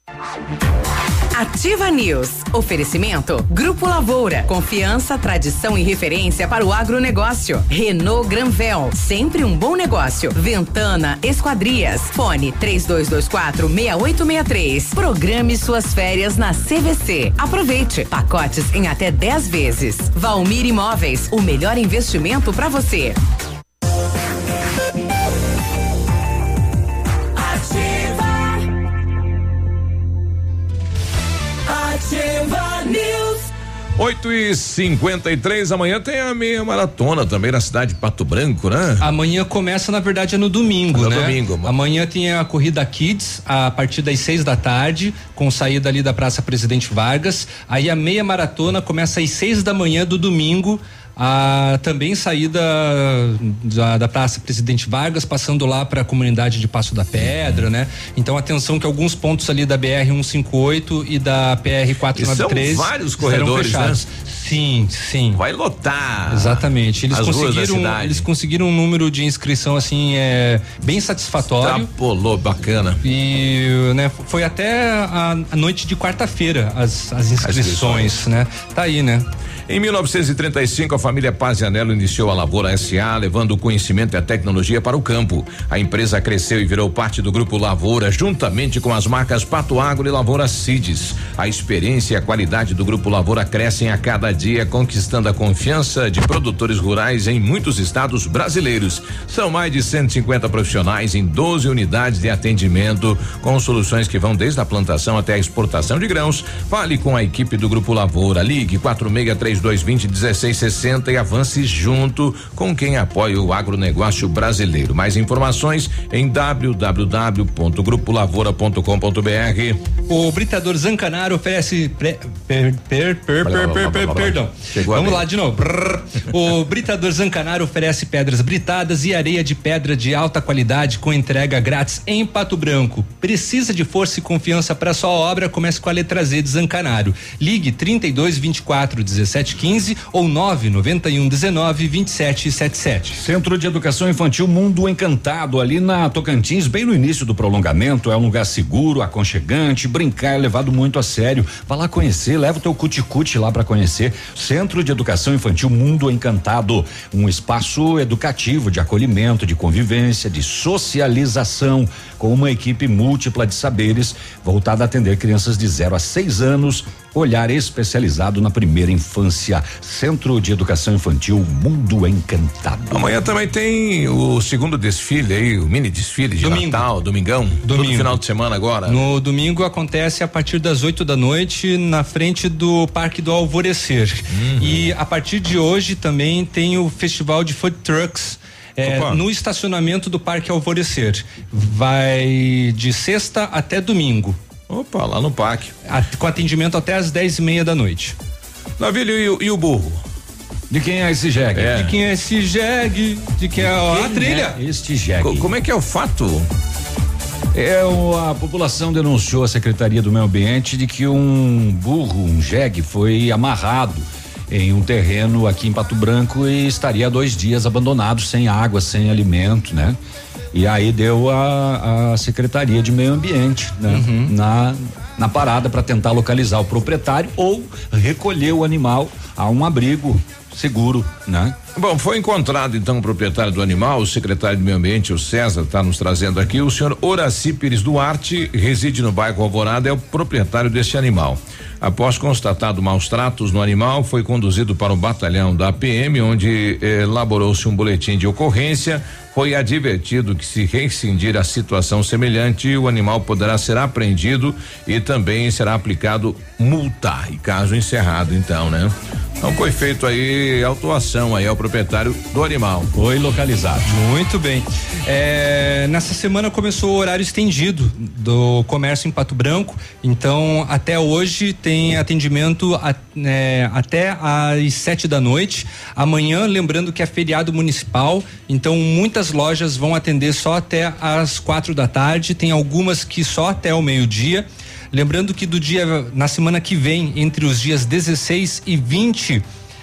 Ativa News. Oferecimento Grupo Lavoura. Confiança, tradição e referência para o agronegócio. Renault Granvel. Sempre um bom negócio. Ventana Esquadrias. Fone 3224-6863. Programe suas férias na CVC. Aproveite. Pacotes em até 10 vezes. Valmir Imóveis. O melhor investimento para você. Ativa News. 8h53, amanhã tem a meia maratona também na cidade de Pato Branco, né? Amanhã começa, na verdade, é no domingo, né? Domingo. Amanhã tem a corrida Kids a partir das 6 da tarde, com saída ali da Praça Presidente Vargas. Aí a meia maratona começa às 6 da manhã do domingo. Também saída da Praça Presidente Vargas, passando lá para a comunidade de Passo da Pedra, né? Então atenção que alguns pontos ali da BR 158 e da PR 493 são vários corredores, né? Sim. Vai lotar. Exatamente. Eles conseguiram um número de inscrição assim bem satisfatório. Extrapolou, bacana. E né, foi até a noite de quarta-feira as inscrições, né? Tá aí, né? Em 1935, a família Pazianello iniciou a Lavoura SA, levando o conhecimento e a tecnologia para o campo. A empresa cresceu e virou parte do Grupo Lavoura, juntamente com as marcas Pato Agro e Lavoura Seeds. A experiência e a qualidade do Grupo Lavoura crescem a cada dia, conquistando a confiança de produtores rurais em muitos estados brasileiros. São mais de 150 profissionais em 12 unidades de atendimento, com soluções que vão desde a plantação até a exportação de grãos. Fale com a equipe do Grupo Lavoura. Ligue 4632201660 e avance junto com quem apoia o agronegócio brasileiro. Mais informações em www.grupolavoura.com.br. O Britador Zancanaro oferece perdão. Vamos lá de novo. O Britador Zancanaro oferece pedras britadas e areia de pedra de alta qualidade com entrega grátis em Pato Branco. Precisa de força e confiança para sua obra? Comece com a letra Z de Zancanaro. Ligue 3224-1715 ou 99119-2777. Centro de Educação Infantil Mundo Encantado, ali na Tocantins, bem no início do prolongamento. É um lugar seguro, aconchegante, brincar é levado muito a sério. Vá lá conhecer, leva o teu cuticute lá para conhecer. Centro de Educação Infantil Mundo Encantado, um espaço educativo de acolhimento, de convivência, de socialização, com uma equipe múltipla de saberes voltada a atender crianças de 0 a 6 anos, olhar especializado na primeira infância. Centro de Educação Infantil Mundo Encantado. Amanhã também tem o segundo desfile aí, o mini desfile de Natal, domingão. Todo final de semana agora. No domingo acontece a partir das 8 da noite na frente do Parque do Alvorecer. E a partir de hoje também tem o Festival de Food Trucks. No estacionamento do Parque Alvorecer. Vai de sexta até domingo. Opa, lá no parque. Com atendimento até às 10:30 da noite. Navilho, e o burro? De quem é esse jegue? De quem é esse jegue? De quem é a trilha? Este jegue. Como é que é o fato? A população denunciou à Secretaria do Meio Ambiente de que um burro, um jegue, foi amarrado em um terreno aqui em Pato Branco e estaria há 2 dias abandonado, sem água, sem alimento, né? E aí deu a Secretaria de Meio Ambiente, né? Na parada para tentar localizar o proprietário ou recolher o animal a um abrigo seguro, né? Bom, foi encontrado então o proprietário do animal, o secretário de Meio Ambiente, o César, está nos trazendo aqui. O senhor Horaci Pires Duarte reside no bairro Alvorada, é o proprietário desse animal. Após constatado maus tratos no animal, foi conduzido para o batalhão da PM, onde elaborou-se um boletim de ocorrência. Foi advertido que, se rescindir a situação semelhante, o animal poderá ser apreendido e também será aplicado multa. E caso encerrado, então, né? Então foi feito aí autuação aí ao proprietário do animal. Foi localizado. Muito bem. Nessa semana começou o horário estendido do comércio em Pato Branco. Então, até hoje tem atendimento até às 7 da noite. Amanhã, lembrando que é feriado municipal, então muitas lojas vão atender só até às 4 da tarde. Tem algumas que só até o meio-dia. Lembrando que na semana que vem, entre os dias 16 e 20,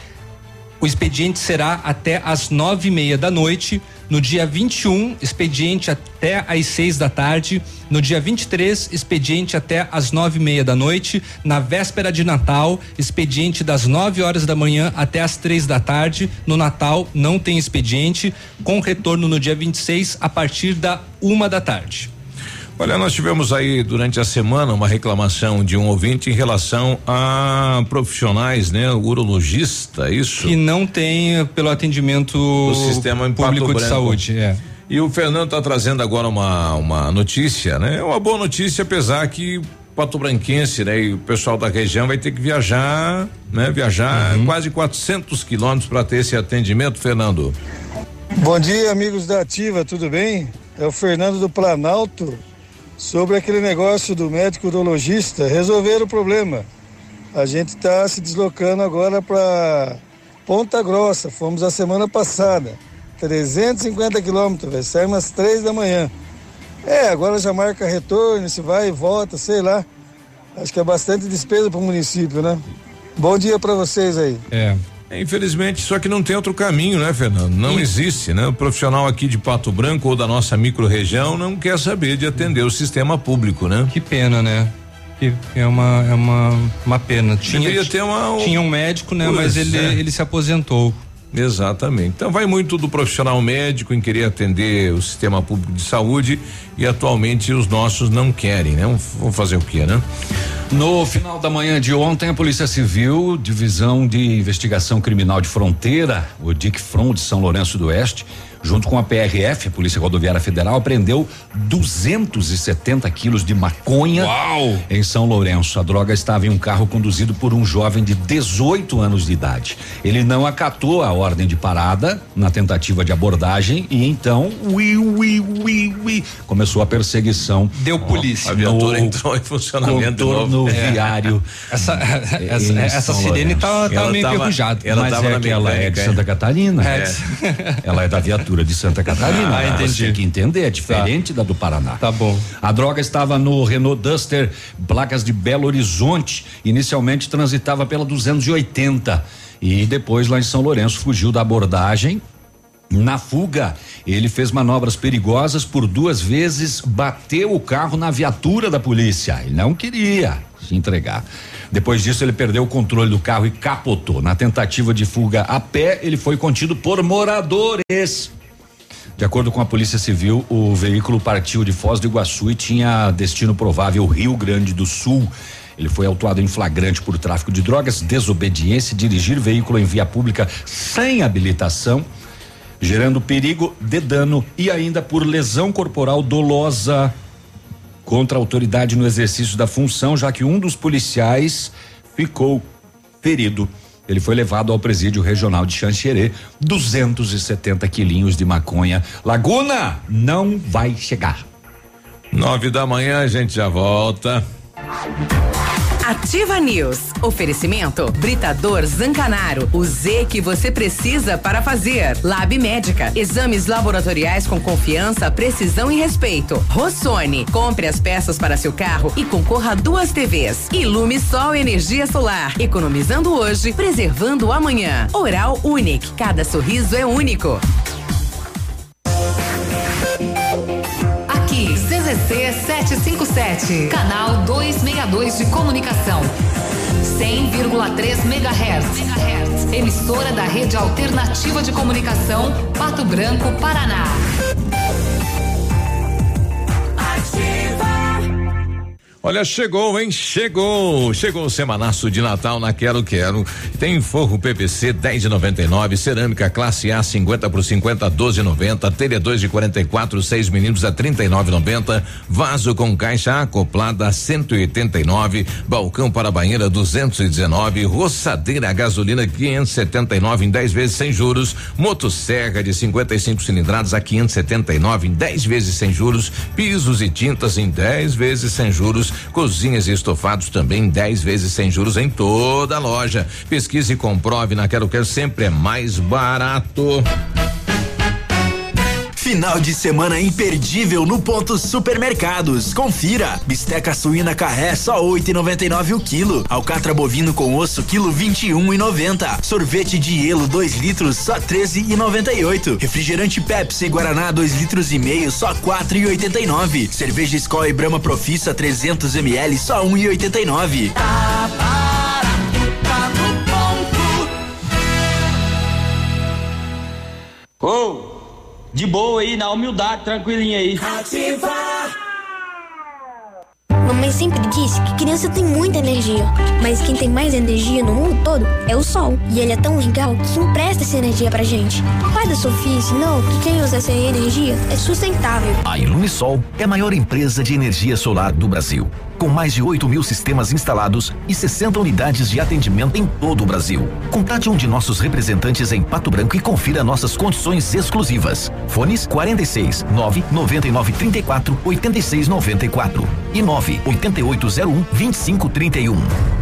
o expediente será até às 9:30 da noite. No dia 21, expediente até às 6 da tarde. No dia 23, expediente até às 9:30 da noite. Na véspera de Natal, expediente das 9 horas da manhã até às 3 da tarde. No Natal, não tem expediente, com retorno no dia 26, a partir da 1 da tarde. Olha, nós tivemos aí durante a semana uma reclamação de um ouvinte em relação a profissionais, né? O urologista, isso? Que não tem pelo atendimento do sistema público de saúde, E o Fernando está trazendo agora uma notícia, né? Uma boa notícia, apesar que patobranquense, né? E o pessoal da região vai ter que viajar, né? Quase 400 quilômetros para ter esse atendimento, Fernando. Bom dia, amigos da Ativa, tudo bem? É o Fernando do Planalto. Sobre aquele negócio do médico urologista, resolveram o problema. A gente está se deslocando agora para Ponta Grossa. Fomos a semana passada. 350 quilômetros, saímos às 3 da manhã. Agora já marca retorno, se vai e volta, sei lá. Acho que é bastante despesa para o município, né? Bom dia para vocês aí. Infelizmente, só que não tem outro caminho, né, Fernando? Não existe, né? O profissional aqui de Pato Branco ou da nossa micro-região não quer saber de atender o sistema público, né? Que pena, né? É uma pena. Tinha um médico, né? Mas ele se aposentou. Exatamente. Então vai muito do profissional médico em querer atender o sistema público de saúde e atualmente os nossos não querem, né? Vamos fazer o quê, né? No final da manhã de ontem, a Polícia Civil, Divisão de Investigação Criminal de Fronteira, o DIC-FRON de São Lourenço do Oeste, junto com a PRF, a Polícia Rodoviária Federal, apreendeu 270 quilos de maconha. Uau! Em São Lourenço. A droga estava em um carro conduzido por um jovem de 18 anos de idade. Ele não acatou a ordem de parada na tentativa de abordagem e então começou a perseguição. Deu polícia. A viatura entrou em funcionamento de novo. Viário. Essa sirene tá meio enferrujada. Mas ela é de Santa Catarina. Ela é da viatura de Santa Catarina. Entendi. Você tem que entender, é diferente da do Paraná. Tá bom. A droga estava no Renault Duster, placas de Belo Horizonte. Inicialmente transitava pela 280 e depois lá em São Lourenço fugiu da abordagem Na fuga, ele fez manobras perigosas, por 2 vezes bateu o carro na viatura da polícia. Ele não queria se entregar. Depois disso, ele perdeu o controle do carro e capotou. Na tentativa de fuga a pé, ele foi contido por moradores. De acordo com a Polícia Civil, o veículo partiu de Foz do Iguaçu e tinha destino provável Rio Grande do Sul. Ele foi autuado em flagrante por tráfico de drogas, desobediência, dirigir veículo em via pública sem habilitação, gerando perigo de dano e ainda por lesão corporal dolosa contra a autoridade no exercício da função, já que um dos policiais ficou ferido. Ele foi levado ao presídio regional de Xanxerê, 270 quilinhos de maconha. Laguna não vai chegar. 9 da manhã, a gente já volta. Ativa News. Oferecimento Britador Zancanaro. O Z que você precisa para fazer. Lab Médica. Exames laboratoriais com confiança, precisão e respeito. Rossoni. Compre as peças para seu carro e concorra a 2 TVs. Ilume Sol Energia Solar. Economizando hoje, preservando amanhã. Oral Unique. Cada sorriso é único. CZC 757, canal 262 de comunicação. 100,3 MHz. Emissora da Rede Alternativa de Comunicação, Pato Branco, Paraná. Olha, chegou, hein? Chegou o semanaço de Natal na Quero Quero. Tem forro PVC 10,99, cerâmica classe A 50 por 50 12,90, telha 2 de 44 6 milímetros a 39,90, vaso com caixa acoplada 189, balcão para banheira 219, roçadeira a gasolina 579 em 10 vezes sem juros, motosserra de 55 cilindradas a 579 em 10 vezes sem juros, pisos e tintas em 10 vezes sem juros, cozinhas e estofados também 10 vezes sem juros em toda a loja. Pesquise e comprove, na Quero Quero sempre é mais barato. Final de semana imperdível no Ponto Supermercados. Confira: bisteca suína carré só 8,99 o quilo. Alcatra bovino com osso quilo 21,90. Sorvete de Ielo 2 litros só 13,98. Refrigerante Pepsi Guaraná 2 litros e meio só 4,89. Cerveja Skol e Brahma Profissa 300 ml só 1,89. De boa aí, na humildade, tranquilinha aí. Ativa! Mamãe sempre disse que criança tem muita energia, mas quem tem mais energia no mundo todo é o sol. E ele é tão legal que empresta essa energia pra gente. O pai da Sofia ensinou que quem usa essa energia é sustentável. A Ilumisol é a maior empresa de energia solar do Brasil, com mais de 8.000 sistemas instalados e 60 unidades de atendimento em todo o Brasil. Contate um de nossos representantes em Pato Branco e confira nossas condições exclusivas. Fones 46 999 34 86 94 e 98801 2531.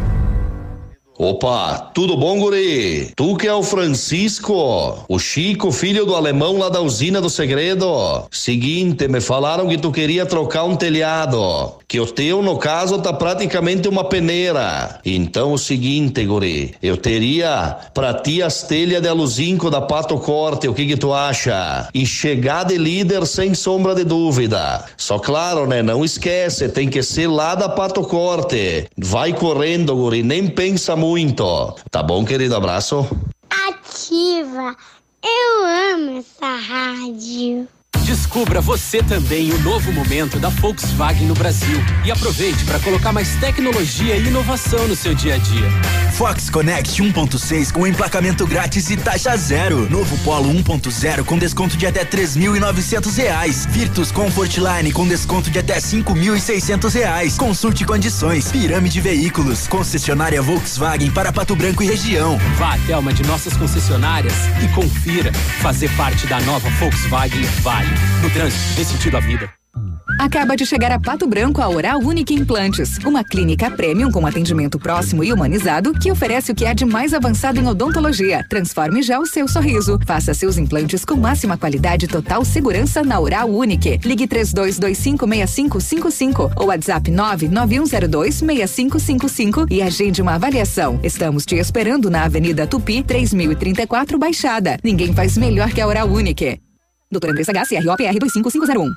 Opa, tudo bom, guri? Tu que é o Francisco, o Chico, filho do alemão lá da usina do segredo. Seguinte, me falaram que tu queria trocar um telhado, que o teu, no caso, tá praticamente uma peneira. Então, o seguinte, guri, eu teria pra ti as telhas de aluzinco da Pato Corte, o que tu acha? E chegar de líder sem sombra de dúvida. Só claro, né, não esquece, tem que ser lá da Pato Corte. Vai correndo, guri, nem pensa muito. Tá bom, querido? Abraço. Ativa! Eu amo essa rádio. Descubra você também o novo momento da Volkswagen no Brasil e aproveite para colocar mais tecnologia e inovação no seu dia a dia. Fox Connect 1.6 com emplacamento grátis e taxa zero. Novo Polo 1.0 com desconto de até R$3.900. Virtus Comfort Line com desconto de até R$5.600. Consulte condições. Pirâmide Veículos, concessionária Volkswagen para Pato Branco e região. Vá até uma de nossas concessionárias e confira. Fazer parte da nova Volkswagen vale. No trânsito, dê sentido à vida. Acaba de chegar a Pato Branco a Oral Unique Implantes, uma clínica premium com atendimento próximo e humanizado que oferece o que há de mais avançado em odontologia. Transforme já o seu sorriso. Faça seus implantes com máxima qualidade e total segurança na Oral Unique. Ligue 32256555 ou WhatsApp 991026555 e agende uma avaliação. Estamos te esperando na Avenida Tupi, 3034 Baixada. Ninguém faz melhor que a Oral Unique. Doutora Andressa H, CROPR 25501.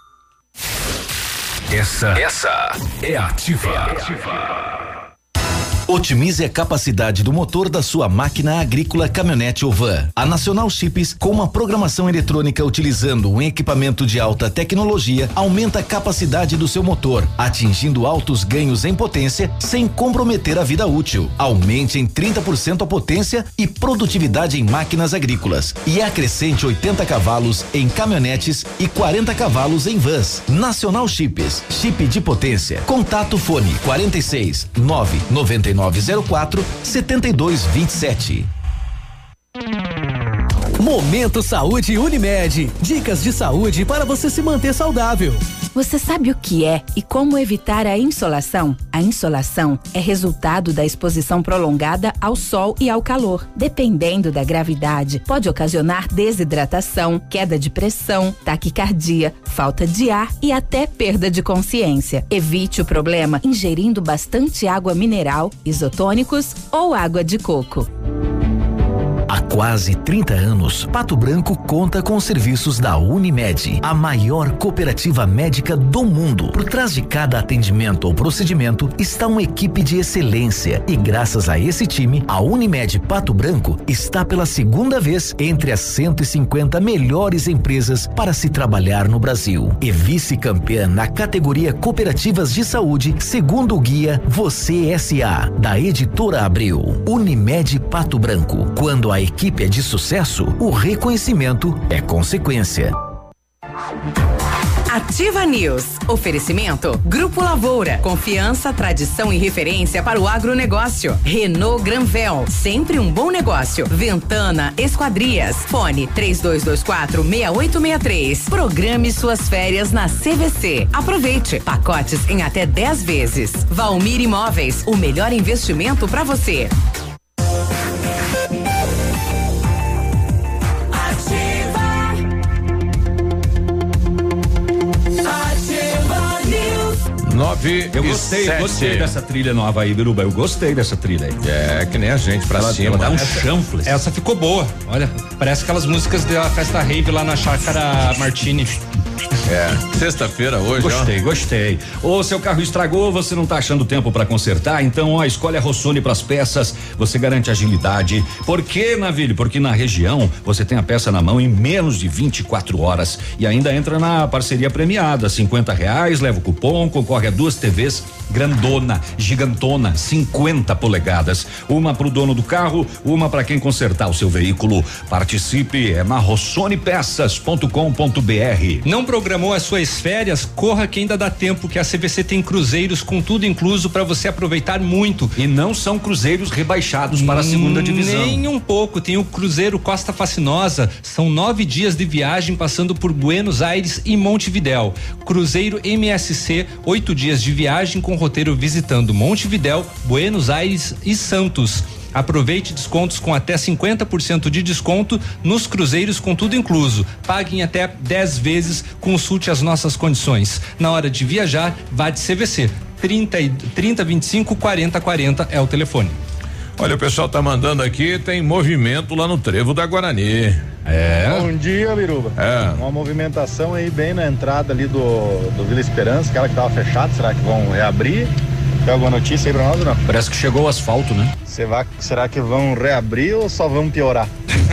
Essa é Ativa. Otimize a capacidade do motor da sua máquina agrícola, caminhonete ou van. A Nacional Chips, com uma programação eletrônica utilizando um equipamento de alta tecnologia, aumenta a capacidade do seu motor, atingindo altos ganhos em potência sem comprometer a vida útil. Aumente em 30% a potência e produtividade em máquinas agrícolas e acrescente 80 cavalos em caminhonetes e 40 cavalos em vans. Nacional Chips, chip de potência. Contato fone 46 99904 7227. Momento Saúde Unimed. Dicas de saúde para você se manter saudável. Você sabe o que é e como evitar a insolação? A insolação é resultado da exposição prolongada ao sol e ao calor. Dependendo da gravidade, pode ocasionar desidratação, queda de pressão, taquicardia, falta de ar e até perda de consciência. Evite o problema ingerindo bastante água mineral, isotônicos ou água de coco. Há quase 30 anos, Pato Branco conta com os serviços da Unimed, a maior cooperativa médica do mundo. Por trás de cada atendimento ou procedimento está uma equipe de excelência e graças a esse time, a Unimed Pato Branco está pela segunda vez entre as 150 melhores empresas para se trabalhar no Brasil. E vice-campeã na categoria Cooperativas de Saúde, segundo o guia Você S.A., da Editora Abril. Unimed Pato Branco. Quando a equipe é de sucesso, o reconhecimento é consequência. Ativa News. Oferecimento Grupo Lavoura. Confiança, tradição e referência para o agronegócio. Renault Granvel. Sempre um bom negócio. Ventana Esquadrias. Fone 3224-6863. Programe suas férias na CVC. Aproveite. Pacotes em até 10 vezes. Valmir Imóveis. O melhor investimento para você. 9 Eu gostei dessa trilha nova aí, Biruba. Eu gostei dessa trilha aí. É, que nem a gente pra cima. Dá um chanfles. Essa ficou boa. Olha, parece aquelas músicas da festa rave lá na Chácara Martini. É, sexta-feira hoje, Gostei. Ou seu carro estragou, você não tá achando tempo para consertar? Então, escolhe a Rossoni pras peças, você garante agilidade. Por que, Navilho? Porque na região você tem a peça na mão em menos de 24 horas e ainda entra na parceria premiada, R$50, leva o cupom, concorre a 2 TVs grandona, gigantona, 50 polegadas, uma pro dono do carro, uma para quem consertar o seu veículo. Participe, é na rossonepeças.com.br. Não programou as suas férias? Corra que ainda dá tempo, que a CVC tem cruzeiros com tudo incluso para você aproveitar muito. E não são cruzeiros rebaixados para a segunda divisão. Nem um pouco. Tem o Cruzeiro Costa Fascinosa. São 9 dias de viagem passando por Buenos Aires e Montevidéu. Cruzeiro MSC, 8 dias de viagem com roteiro visitando Montevidéu, Buenos Aires e Santos. Aproveite descontos com até 50% de desconto nos cruzeiros com tudo incluso. Pague em até 10 vezes, consulte as nossas condições. Na hora de viajar, vá de CVC. 3025 4040 é o telefone. Olha, o pessoal tá mandando aqui, tem movimento lá no Trevo da Guarani. Bom dia, Biruba. Uma movimentação aí bem na entrada ali do Vila Esperança, aquela que tava fechada, será que vão reabrir? Tem alguma notícia aí pra nós ou não? Parece que chegou o asfalto, né? Será que vão reabrir ou só vão piorar?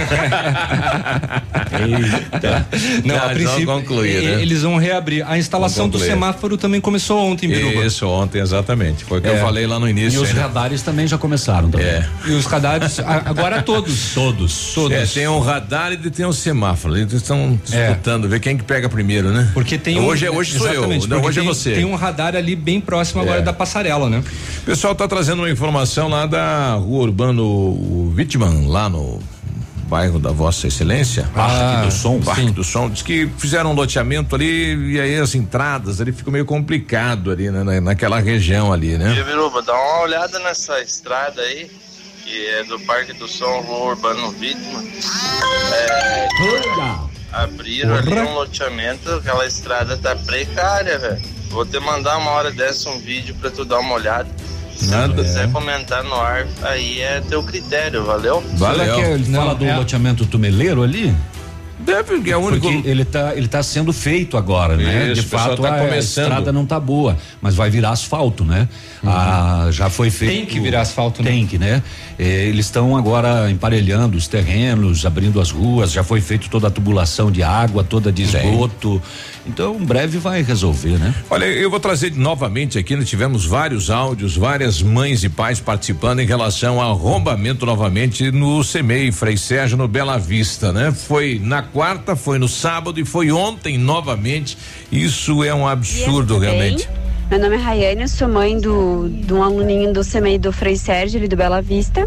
Eita. Não, a princípio concluir, né? Eles vão reabrir. A instalação do semáforo também começou ontem, Biruba. Isso, ontem, exatamente. Foi o que eu falei lá no início. E os radares também já começaram. E os radares, agora todos. Todos. Tem um radar e tem um semáforo. Eles estão disputando, ver quem que pega primeiro, né? Porque tem hoje sou eu, não, hoje é você. Tem um radar ali bem próximo agora da passarela, né? O pessoal tá trazendo uma informação lá da Rua Urbano Wittmann, lá no bairro da Vossa Excelência, Parque do Som, diz que fizeram um loteamento ali e aí as entradas ali ficou meio complicado ali, né, naquela região ali, né? E Biruba, dá uma olhada nessa estrada aí, que é do Parque do Som, Rua Urbano Vítima. Abriram ali um loteamento, aquela estrada tá precária, velho. Vou te mandar uma hora dessa um vídeo pra tu dar uma olhada. Se tu quiser comentar no ar, aí é teu critério, valeu? Valeu. Fala do loteamento Tumeleiro ali? Deve, que é o único. Porque ele tá sendo feito agora, né? Isso, de fato, a estrada não tá boa, mas vai virar asfalto, né? Já foi feito. Tem que virar asfalto, né? Tem que, né? Eles estão agora emparelhando os terrenos, abrindo as ruas, já foi feito toda a tubulação de água, toda de esgoto. Então, em breve vai resolver, né? Olha, eu vou trazer novamente aqui, nós tivemos vários áudios, várias mães e pais participando em relação ao arrombamento novamente no CEMEI Frei Sérgio, no Bela Vista, né? Foi na quarta, foi no sábado e foi ontem novamente. Isso é um absurdo, realmente. Meu nome é Rayane, eu sou mãe de um aluninho do CEMEI do Frei Sérgio, ali do Bela Vista.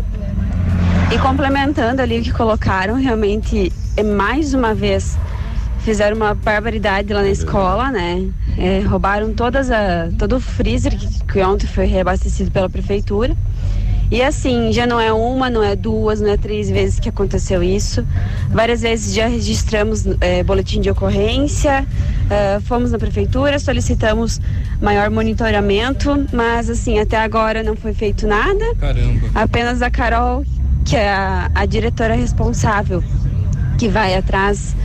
E complementando ali o que colocaram, realmente, mais uma vez, fizeram uma barbaridade lá na escola, né? Roubaram todo o freezer que ontem foi reabastecido pela prefeitura. E assim, já não é uma, não é duas, não é 3 vezes que aconteceu isso. Várias vezes já registramos boletim de ocorrência, fomos na prefeitura, solicitamos maior monitoramento, mas assim, até agora não foi feito nada. Caramba. Apenas a Carol, que é a diretora responsável, que vai atrás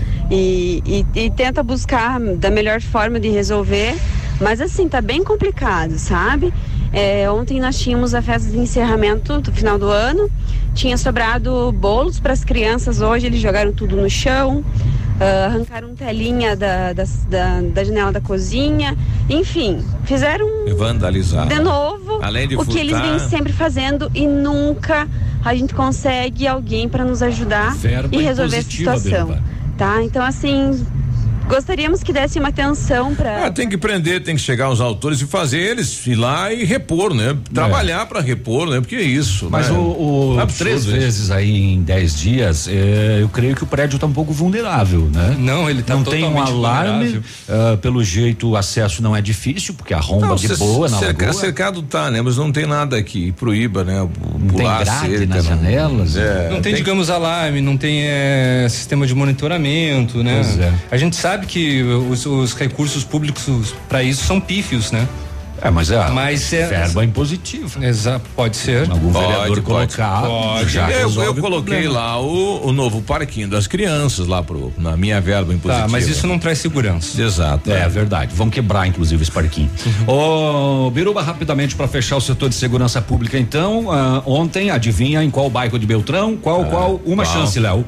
e tenta buscar da melhor forma de resolver, mas assim, tá bem complicado, sabe? Ontem nós tínhamos a festa de encerramento do final do ano, tinha sobrado bolos para as crianças, hoje eles jogaram tudo no chão, arrancaram telinha da janela da cozinha, enfim, fizeram vandalizar de novo além de o que eles vêm sempre fazendo e nunca a gente consegue alguém para nos ajudar e resolver essa situação, tá? Então assim, gostaríamos que desse uma atenção para. Tem que prender, tem que chegar aos autores e fazer eles ir lá e repor, né? Trabalhar para repor, né? Porque é isso. Mas né? 3 vezes aí em 10 dias, eu creio que o prédio tá um pouco vulnerável, né? Não, ele tá não totalmente tem um alarme, pelo jeito o acesso não é difícil, porque arromba de boa na lagoa. Cercado tá, né? Mas não tem nada que proíba, né? Pular tem grade nas janelas. Não tem, digamos, alarme, não tem sistema de monitoramento, né? Pois é. A gente sabe que os recursos públicos para isso são pífios, né? Mas verba impositiva. Exato, pode ser. Algum vereador colocar. Pode. Eu coloquei lá o novo parquinho das crianças lá na minha verba impositiva. Mas isso não traz segurança. Exato. É verdade. Vamos quebrar, inclusive, esse parquinho. Biruba, rapidamente para fechar o setor de segurança pública, então, ontem, adivinha em qual bairro de Beltrão? Qual? Uma chance, Léo.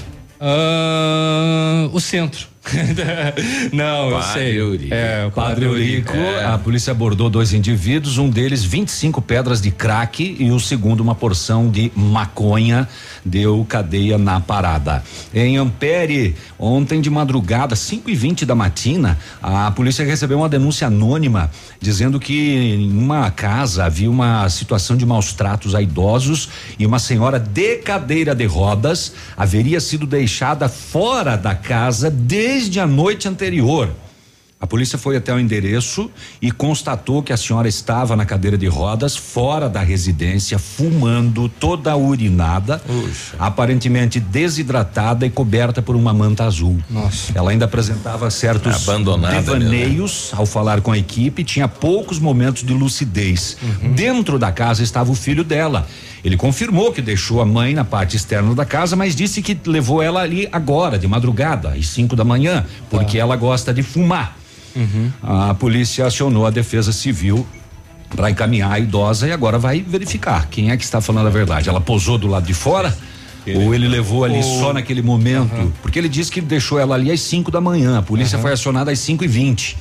O centro. Não, eu sei. Padre Eurico. A polícia abordou 2 indivíduos, um deles 25 pedras de crack e o segundo uma porção de maconha. Deu cadeia na parada. Em Ampere, ontem de madrugada, 5:20 da matina, a polícia recebeu uma denúncia anônima dizendo que em uma casa havia uma situação de maus tratos a idosos e uma senhora de cadeira de rodas haveria sido deixada fora da casa desde a noite anterior. A polícia foi até o endereço e constatou que a senhora estava na cadeira de rodas, fora da residência, fumando, toda urinada, aparentemente desidratada e coberta por uma manta azul. Nossa. Ela ainda apresentava certos devaneios ao falar com a equipe, tinha poucos momentos de lucidez. Dentro da casa estava o filho dela. Ele confirmou que deixou a mãe na parte externa da casa, mas disse que levou ela ali agora, de madrugada, às 5 da manhã, porque ela gosta de fumar. A polícia acionou a Defesa Civil para encaminhar a idosa e agora vai verificar quem é que está falando a verdade. Ela posou do lado de fora ou ele levou ali só naquele momento? Porque ele disse que deixou ela ali às 5 da manhã. A polícia foi acionada às 5:20.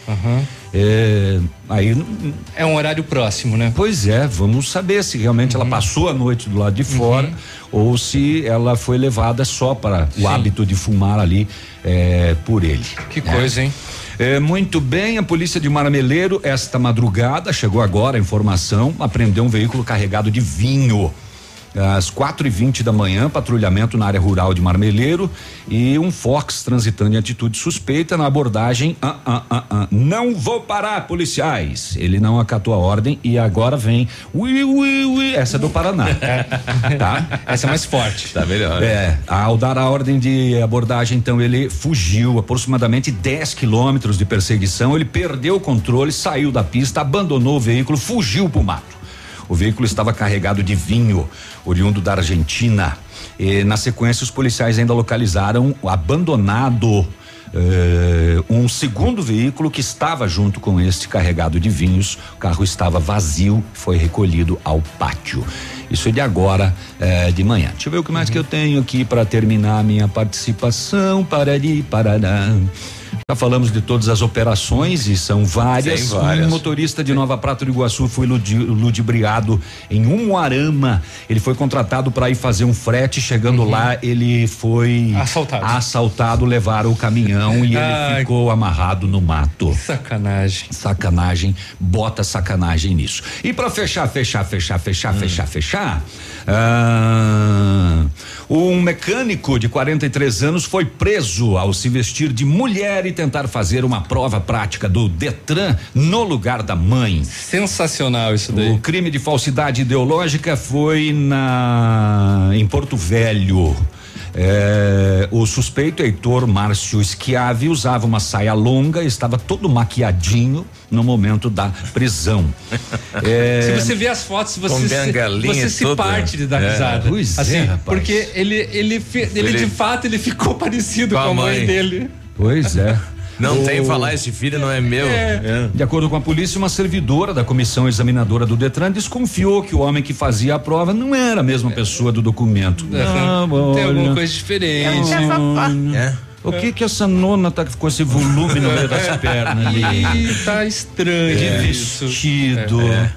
Aí é um horário próximo, né? Pois é, vamos saber se realmente ela passou a noite do lado de fora ou se ela foi levada só para o hábito de fumar ali por ele. Que coisa, hein? Muito bem, a polícia de Marmeleiro, esta madrugada, chegou agora a informação, apreendeu um veículo carregado de vinho. às 4:20 da manhã, patrulhamento na área rural de Marmeleiro e um Fox transitando em atitude suspeita. Na abordagem, não vou parar, policiais. Ele não acatou a ordem e agora vem essa é do Paraná. Tá? Essa é mais forte. Tá melhor. Ao dar a ordem de abordagem, então ele fugiu aproximadamente 10 quilômetros de perseguição, ele perdeu o controle, saiu da pista, abandonou o veículo, fugiu pro mato. O veículo estava carregado de vinho, oriundo da Argentina. E, na sequência, os policiais ainda localizaram abandonado um segundo veículo que estava junto com este carregado de vinhos. O carro estava vazio, foi recolhido ao pátio. Isso é de agora, de manhã. Deixa eu ver o que mais que eu tenho aqui para terminar a minha participação. Parará. Já falamos de todas as operações e são várias. Sim, várias. Um motorista de Nova Prata do Iguaçu foi ludibriado em Umuarama. Ele foi contratado para ir fazer um frete. Chegando lá, ele foi assaltado, levaram o caminhão e ele ficou amarrado no mato. Sacanagem, bota sacanagem nisso. E para fechar, um mecânico de 43 anos foi preso ao se vestir de mulher e tentar fazer uma prova prática do Detran no lugar da mãe. Sensacional isso daí. O crime de falsidade ideológica foi em Porto Velho. O suspeito Heitor Márcio Schiavi usava uma saia longa, estava todo maquiadinho no momento da prisão. Se você vê as fotos, você se parte da risada. Pois assim, rapaz. porque ele de fato ele ficou parecido com a mãe dele. Pois é. Não tem falar, esse filho não é meu. De acordo com a polícia, uma servidora da comissão examinadora do Detran desconfiou que o homem que fazia a prova não era a mesma pessoa do documento. Tem alguma coisa diferente. O que essa nona tá com esse volume no meio das pernas ali? Tá estranho. De vestido.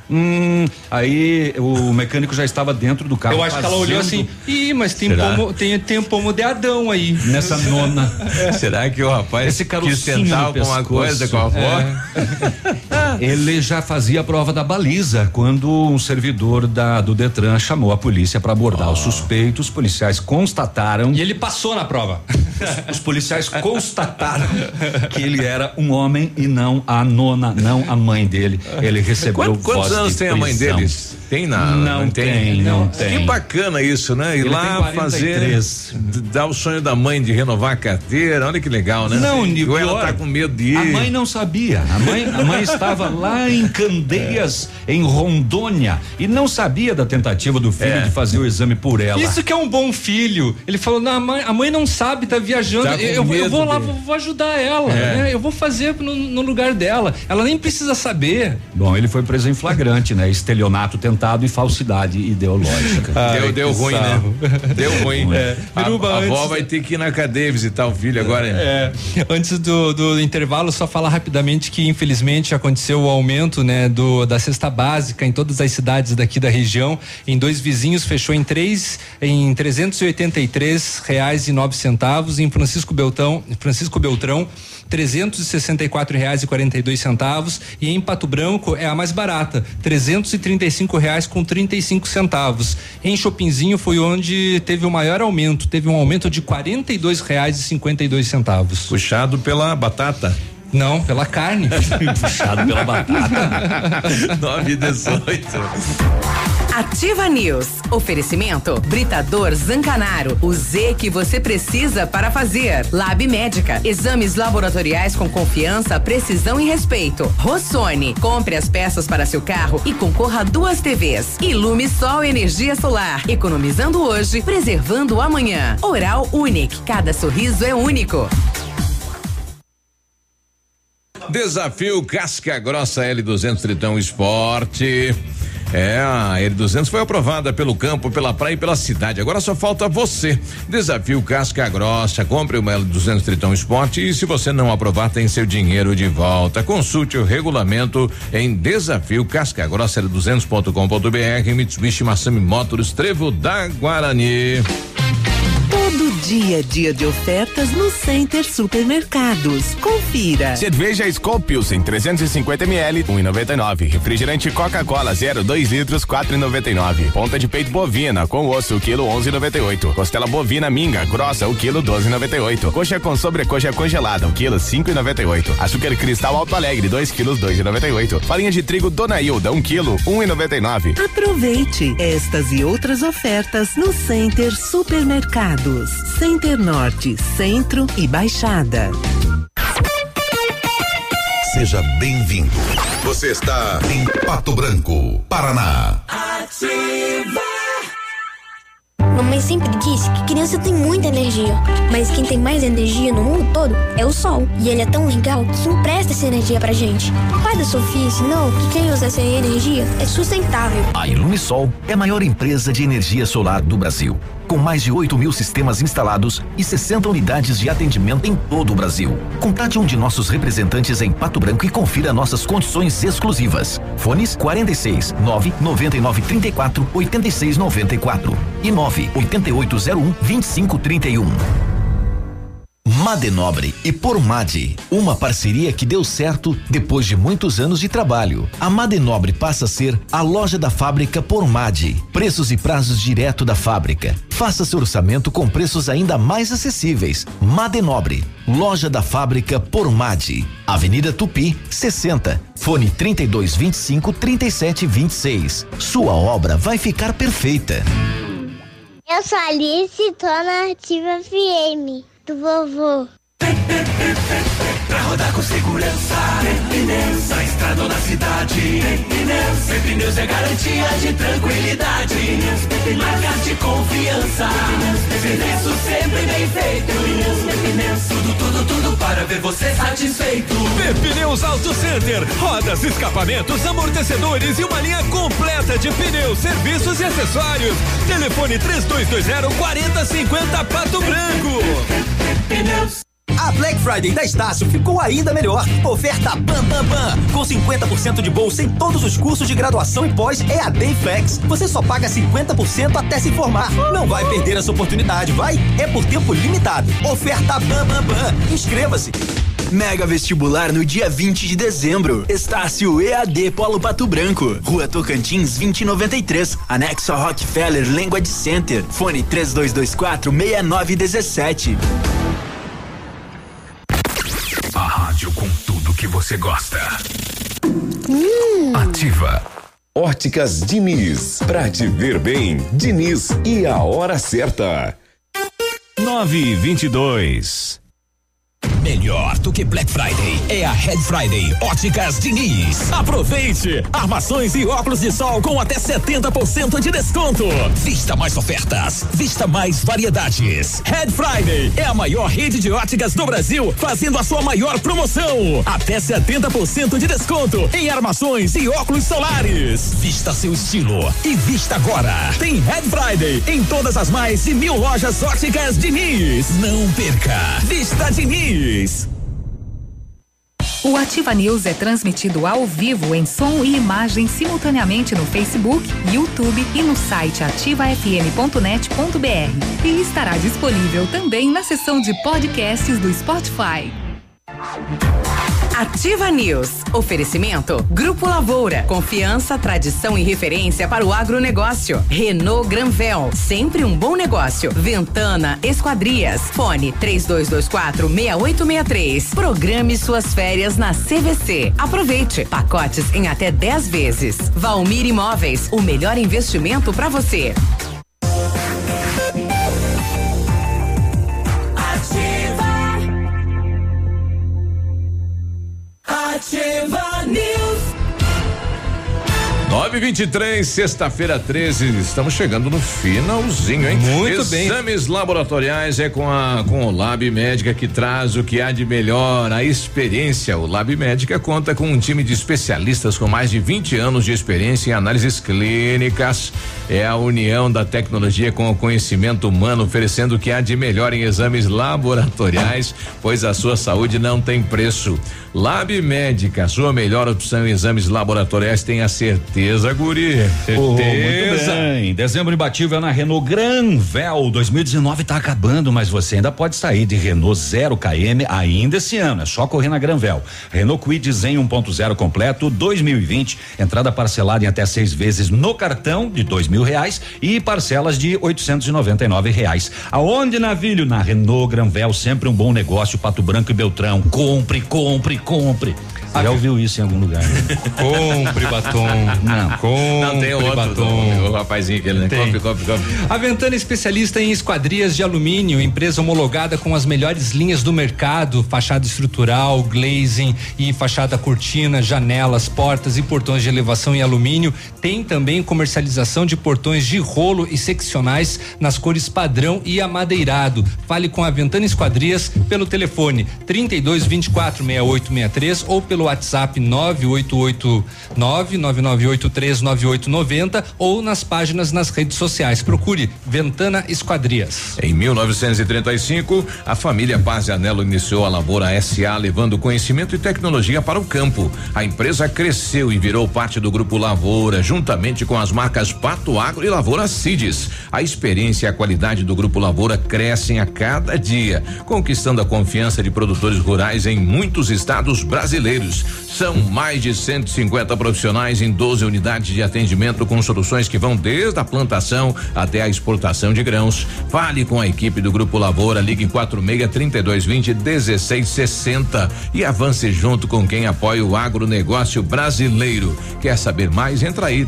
Aí o mecânico já estava dentro do carro. Eu acho que ela olhou assim, mas tem pomo de Adão aí. Nessa nona. Será que o rapaz quis tentar alguma coisa com a avó? Ele já fazia a prova da baliza quando um servidor do Detran chamou a polícia para abordar o suspeito. Os policiais constataram. E ele passou na prova. Os policiais constataram que ele era um homem e não a nona, não a mãe dele. Ele recebeu Quantos anos tem a mãe deles? Tem nada. Não tem. Que bacana isso, né? Ir lá fazer, dar o sonho da mãe de renovar a carteira, olha que legal, né? Não, ou ela tá com medo de ir. A mãe não sabia, a mãe estava lá em Candeias, em Rondônia, e não sabia da tentativa do filho de fazer o exame por ela. Isso que é um bom filho. Ele falou, não, a mãe não sabe, tá viajando, eu vou lá, vou ajudar ela, né? Eu vou fazer no lugar dela, ela nem precisa saber. Bom, ele foi preso em flagrante, né? Estelionato tentado e falsidade ideológica. Deu ruim, né? Deu ruim. Biruba, a avó vai ter que ir na cadeia visitar o filho agora. Antes do intervalo, só falar rapidamente que infelizmente aconteceu o aumento, né, da cesta básica em todas as cidades daqui da região. Em 2 vizinhos fechou em R$383,09. Em Francisco Beltrão, R$364,42, e em Pato Branco é a mais barata, R$335,35. Em Chopinzinho foi onde teve o maior aumento, teve um aumento de R$42,52. Puxado pela batata. Não, pela carne. Puxado pela batata. 9:18. Ativa News. Oferecimento Britador Zancanaro. O Z que você precisa para fazer. Lab Médica. Exames laboratoriais com confiança, precisão e respeito. Rossoni. Compre as peças para seu carro e concorra a 2 TVs. Ilume Sol Energia Solar. Economizando hoje, preservando amanhã. Oral Unique. Cada sorriso é único. Desafio Casca Grossa L200 Tritão Esporte. A L200 foi aprovada pelo campo, pela praia e pela cidade. Agora só falta você. Desafio Casca Grossa. Compre uma L200 Tritão Esporte e se você não aprovar, tem seu dinheiro de volta. Consulte o regulamento em Desafio Casca Grossa L200.com.br. Mitsubishi Massami Motors, Trevo da Guarani. Todo dia a dia de ofertas no Center Supermercados. Confira. Cerveja Skol Pilsen 350 ml, 1,99. Refrigerante Coca-Cola 0,2 litros, 4,99. Ponta de peito bovina com osso, quilo 11,98. Costela bovina minga grossa, o quilo 12,98. Coxa com sobrecoxa congelada, o quilo 5,98. Açúcar cristal Alto Alegre, 2 quilos, 2,98. Farinha de trigo Dona Hilda, 1 quilo, 1,99. Aproveite estas e outras ofertas no Center Supermercados. Center Norte, Centro e Baixada. Seja bem-vindo. Você está em Pato Branco, Paraná. Ativa. Mamãe sempre disse que criança tem muita energia, mas quem tem mais energia no mundo todo é o Sol. E ele é tão legal que empresta essa energia pra gente. O pai da Sofia ensinou que quem usa essa energia é sustentável. A Ilumisol é a maior empresa de energia solar do Brasil, com mais de 8.000 sistemas instalados e 60 unidades de atendimento em todo o Brasil. Contate um de nossos representantes em Pato Branco e confira nossas condições exclusivas. Fones 46 999 34 86 94 e 98801 2531. Madenobre e Pormade, uma parceria que deu certo depois de muitos anos de trabalho. A Madenobre passa a ser a loja da fábrica Pormade. Preços e prazos direto da fábrica. Faça seu orçamento com preços ainda mais acessíveis. Madenobre, loja da fábrica Pormade. Avenida Tupi, 60. Fone 3225-3726. Sua obra vai ficar perfeita. Eu sou a Alice e tô na Ativa FM. Do vovô. Pra rodar com segurança, Pneus, na estrada ou na cidade. Pneus é garantia de tranquilidade. Marcas de confiança. Serviço sempre bem feito. Tudo para ver você satisfeito. Pneus Auto Center, rodas, escapamentos, amortecedores e uma linha completa de pneus, serviços e acessórios. Telefone 3220-4050 Pato Branco. A Black Friday da Estácio ficou ainda melhor. Oferta Bam Bam Bam, com 50% de bolsa em todos os cursos de graduação e pós EAD e Flex. Você só paga 50% até se formar. Não vai perder essa oportunidade, vai? É por tempo limitado. Oferta Bam Bam Bam. Inscreva-se. Mega vestibular no dia 20 de dezembro. Estácio EAD Polo Pato Branco. Rua Tocantins 2093. Anexo a Rockefeller Language Center. Fone 3224-6917. A rádio com tudo que você gosta. Ativa. Óticas Diniz. Pra te ver bem, Diniz e a hora certa. 9:22. Melhor do que Black Friday é a Red Friday Óticas Diniz. Aproveite! Armações e óculos de sol com até 70% de desconto. Vista mais ofertas, vista mais variedades. Red Friday é a maior rede de óticas do Brasil, fazendo a sua maior promoção. Até 70% de desconto em armações e óculos solares. Vista seu estilo e vista agora. Tem Red Friday em todas as mais de 1.000 lojas óticas Diniz. Não perca! Vista Diniz. O Ativa News é transmitido ao vivo em som e imagem simultaneamente no Facebook, YouTube e no site ativafm.net.br. E estará disponível também na seção de podcasts do Spotify. Ativa News. Oferecimento Grupo Lavoura. Confiança, tradição e referência para o agronegócio. Renault Granvel. Sempre um bom negócio. Ventana Esquadrias. Fone 3224-6863. Programe suas férias na CVC. Aproveite. Pacotes em até 10 vezes. Valmir Imóveis. O melhor investimento para você. Ativa News. 9:23, sexta-feira 13, estamos chegando no finalzinho, hein? Muito bem. Exames laboratoriais é com o Lab Médica, que traz o que há de melhor, a experiência. O Lab Médica conta com um time de especialistas com mais de 20 anos de experiência em análises clínicas. É a união da tecnologia com o conhecimento humano, oferecendo o que há de melhor em exames laboratoriais, pois a sua saúde não tem preço. Lab Médica, sua melhor opção em exames laboratoriais, tenha certeza Certeza, guri. Certeza. Muito bem. Dezembro imbatível na Renault Granvel. 2019 tá acabando, mas você ainda pode sair de Renault 0 km ainda esse ano. É só correr na Granvel. Renault Kwid Zen 1.0 completo 2020. Entrada parcelada em até 6 vezes no cartão de R$2.000 e parcelas de R$899. Aonde, Navilho? Na Renault Granvel, sempre um bom negócio. Pato Branco e Beltrão. Compre. Já ouviu isso em algum lugar? Compre batom. Não tem outro batom. O rapazinho aquele, né? Compre. A Ventana é especialista em esquadrias de alumínio, empresa homologada com as melhores linhas do mercado, fachada estrutural, glazing e fachada cortina, janelas, portas e portões de elevação em alumínio. Tem também comercialização de portões de rolo e seccionais nas cores padrão e amadeirado. Fale com a Ventana Esquadrias pelo telefone 32246863 ou pelo WhatsApp 9889999839890 ou nas páginas nas redes sociais. Procure Ventana Esquadrias. Em 1935, a família Paz de Anelo iniciou a Lavoura SA, levando conhecimento e tecnologia para o campo. A empresa cresceu e virou parte do Grupo Lavoura, juntamente com as marcas Pato Agro e Lavoura Cides. A experiência e a qualidade do Grupo Lavoura crescem a cada dia, conquistando a confiança de produtores rurais em muitos estados brasileiros. São mais de 150 profissionais em 12 unidades de atendimento com soluções que vão desde a plantação até a exportação de grãos. Fale com a equipe do Grupo Lavoura, ligue 46-3220-1660 e avance junto com quem apoia o agronegócio brasileiro. Quer saber mais? Entra aí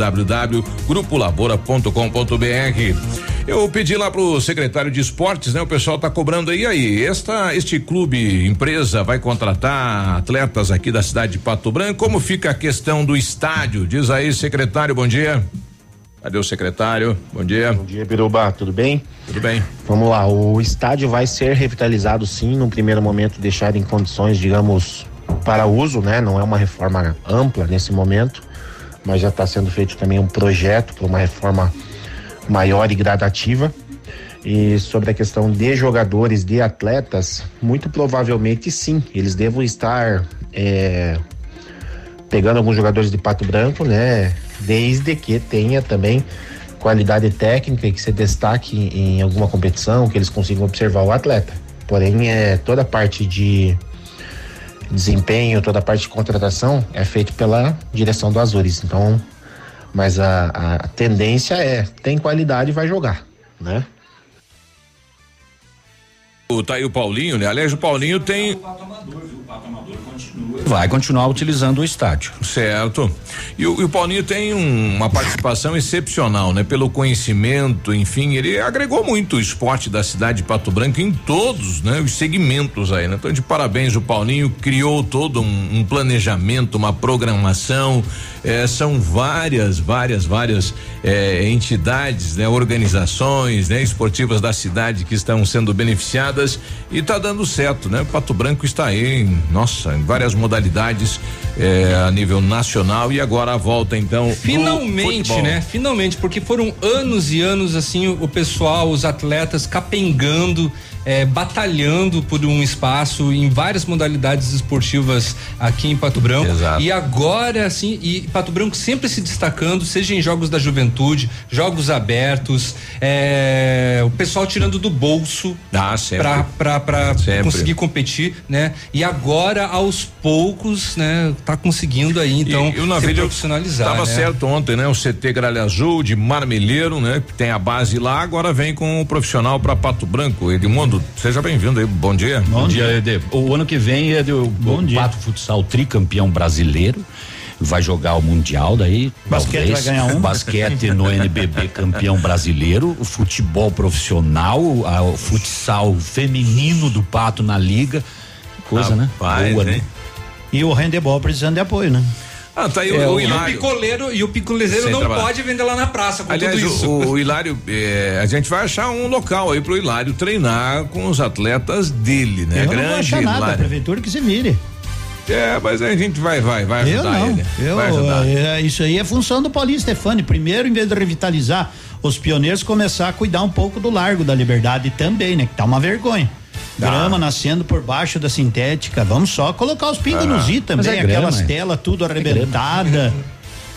www.grupolavoura.com.br. Eu pedi lá pro secretário de esportes, né? O pessoal tá cobrando aí. Este clube, empresa, vai contratar atletas aqui da cidade de Pato Branco. Como fica a questão do estádio? Diz aí, secretário, bom dia. Cadê o secretário? Bom dia. Bom dia, Biruba, tudo bem? Tudo bem. Vamos lá, o estádio vai ser revitalizado sim, num primeiro momento deixado em condições, digamos, para uso, né? Não é uma reforma ampla nesse momento, mas já está sendo feito também um projeto para uma reforma maior e gradativa. E sobre a questão de jogadores, de atletas, muito provavelmente sim, eles devam estar pegando alguns jogadores de Pato Branco, né? Desde que tenha também qualidade técnica e que se destaque em alguma competição, que eles consigam observar o atleta. Porém, toda a parte de desempenho, toda a parte de contratação é feita pela direção do Azures. Então, mas a tendência tem qualidade e vai jogar, né? Tá aí o Paulinho, né? Aliás, o Paulinho tem. Vai continuar utilizando o estádio. Certo. E o Paulinho tem uma participação excepcional, né? Pelo conhecimento, enfim, ele agregou muito o esporte da cidade de Pato Branco em todos, né? Os segmentos aí, né? Então, de parabéns, o Paulinho criou todo um planejamento, uma programação, são várias entidades, né? Organizações, né? Esportivas da cidade que estão sendo beneficiadas e tá dando certo, né? Pato Branco está aí em várias modalidades a nível nacional e agora a volta então finalmente, né? Finalmente, porque foram anos e anos assim o pessoal, os atletas capengando, batalhando por um espaço em várias modalidades esportivas aqui em Pato Branco. Exato. E agora assim, e Pato Branco sempre se destacando, seja em jogos da juventude, jogos abertos, o pessoal tirando do bolso para conseguir competir, né? E agora aos poucos, né? Tá conseguindo aí então se profissionalizar. Tava certo ontem, né? O CT Gralha Azul de Marmeleiro, né? Que tem a base lá, agora vem com o profissional para Pato Branco. Edmundo, seja bem-vindo aí, bom dia. Bom dia, Ede. O ano que vem é do Pato Futsal tricampeão brasileiro. Vai jogar o Mundial daí. Basquete vai ganhar um. Basquete no NBB campeão brasileiro, o futebol profissional, o futsal feminino do Pato na liga. Coisa, né? Boa, né? E o handebol precisando de apoio, né? Tá aí o Hilário. E o picolezeiro não pode vender lá na praça com aliás, tudo isso. O Hilário, a gente vai achar um local aí pro Hilário treinar com os atletas dele, né? Eu não vou achar nada, a prefeitura que se vire. Mas a gente vai ajudar ele. Vai ajudar. Isso aí é função do Paulinho Stefani. Primeiro, em vez de revitalizar os pioneiros, começar a cuidar um pouco do Largo da Liberdade também, né? Que tá uma vergonha. Grama nascendo por baixo da sintética. Vamos só colocar os pingos nos i também, aquelas telas tudo arrebentada.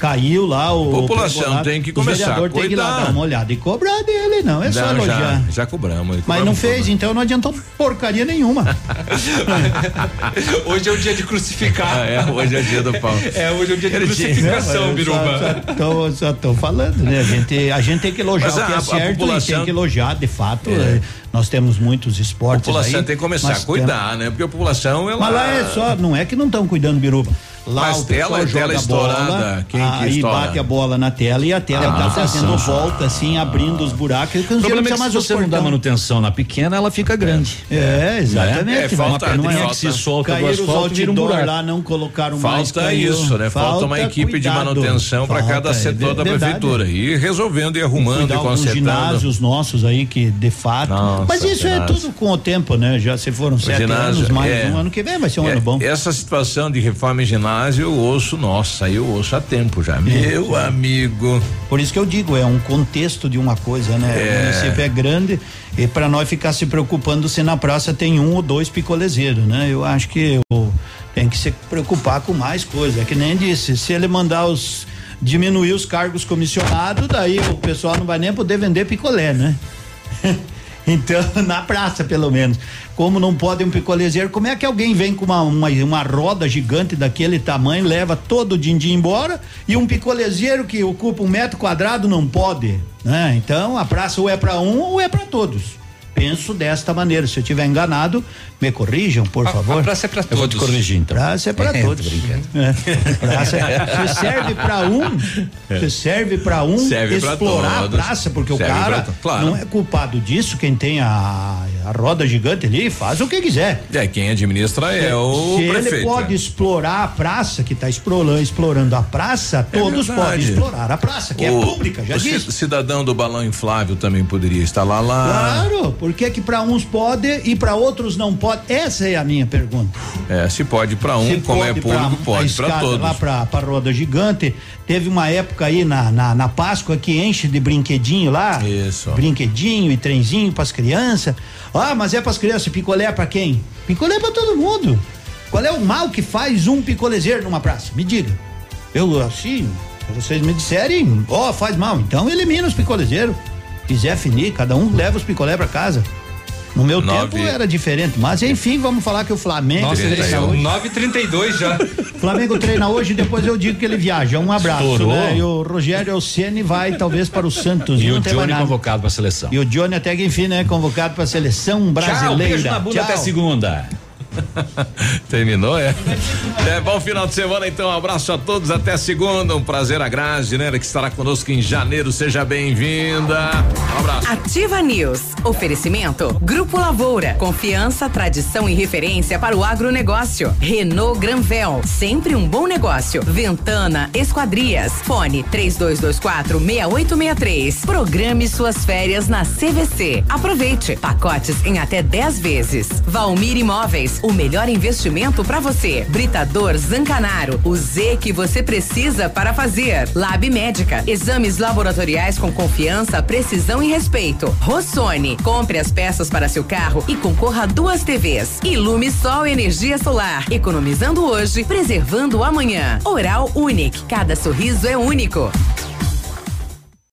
caiu lá o população tem que começar a cuidar. Tem que ir lá dar uma olhada e cobrar dele, não é só elogiar. Já cobramos. Mas não fez, então não adiantou porcaria nenhuma. Hoje é o dia de crucificar. Hoje é o dia do pau. Hoje é o dia de crucificação, Biruba. Só tô falando, né? A gente tem que elogiar o que é certo e tem que elogiar, de fato. Nós temos muitos esportes. A população aí, tem que começar a cuidar, né? Porque a população, ela. Mas lá não é que não estão cuidando, Biruba. Lá mas o pessoal joga a bola, aí bate a bola na tela e a tela tá fazendo volta assim, abrindo os buracos. O problema é que se você não dá manutenção na pequena, ela fica grande. Exatamente. Não é que se solta do asfalto, vira um buraco. Lá não colocaram mais. Falta isso, né? Falta uma equipe de manutenção para cada setor da prefeitura. E resolvendo e arrumando e consertando. Os ginásios nossos aí que de fato. Mas isso é tudo com o tempo, né? Já se foram 7 anos, mais um ano que vem vai ser um ano bom. Essa situação de reforma em ginásio eu ouço há tempo já, meu amigo. Por isso que eu digo, é um contexto de uma coisa, né? O município é grande e para nós ficar se preocupando se na praça tem 1 ou 2 picolezeiros, né? Eu acho que tem que se preocupar com mais coisa, é que nem disse, se ele mandar diminuir os cargos comissionados, daí o pessoal não vai nem poder vender picolé, né? Então, na praça, pelo menos. Como não pode um picolezeiro, como é que alguém vem com uma roda gigante daquele tamanho, leva todo o din-din embora, e um picolezeiro que ocupa 1 metro quadrado não pode, né? Então, a praça ou é para um ou é para todos. Penso desta maneira. Se eu estiver enganado, me corrijam, por favor. A praça é para todos. Eu vou te corrigir, então. Praça é para todos. Praça se serve para um, serve explorar a praça, porque serve o cara não é culpado disso. Quem tem a roda gigante ali faz o que quiser. Quem administra é o prefeito. Se ele pode explorar a praça, que está explorando a praça, todos podem explorar a praça, que é pública, já disse. O cidadão do balão inflável também poderia instalar lá. Claro, por que para uns pode e para outros não pode? Essa é a minha pergunta. Se pode para um, como é público, pode para todos. Lá para roda gigante, teve uma época aí na Páscoa que enche de brinquedinho lá. Isso. Brinquedinho e trenzinho para as crianças. Mas é para as crianças, picolé é para quem? Picolé é para todo mundo. Qual é o mal que faz um picolezeiro numa praça? Me diga. Se vocês me disserem, faz mal, então elimina os picolezeiros. Quiser finir, cada um leva os picolé para casa. No meu tempo era diferente, mas enfim, vamos falar que o Flamengo. Nossa, eles são 9h32 já. Flamengo treina hoje e depois eu digo que ele viaja. Um abraço, né? E o Rogério Ceni vai talvez para o Santos. E o Johnny convocado para a seleção. E o Johnny até que enfim, né? Convocado para a seleção brasileira. Tchau, beijo na bunda até segunda. Terminou, bom final de semana, então, um abraço a todos, até segunda, um prazer a Grazi, né, que estará conosco em janeiro, seja bem-vinda, um abraço. Ativa News, oferecimento, Grupo Lavoura, confiança, tradição e referência para o agronegócio, Renault Granvel, sempre um bom negócio, Ventana Esquadrias, fone 3224-6863, programe suas férias na CVC, aproveite, pacotes em até 10 vezes, Valmir Imóveis, o melhor investimento para você. Britador Zancanaro, o Z que você precisa para fazer. Lab Médica, exames laboratoriais com confiança, precisão e respeito. Rossoni, compre as peças para seu carro e concorra a 2 TVs. Ilume Sol Energia Solar, economizando hoje, preservando amanhã. Oral Unique, cada sorriso é único.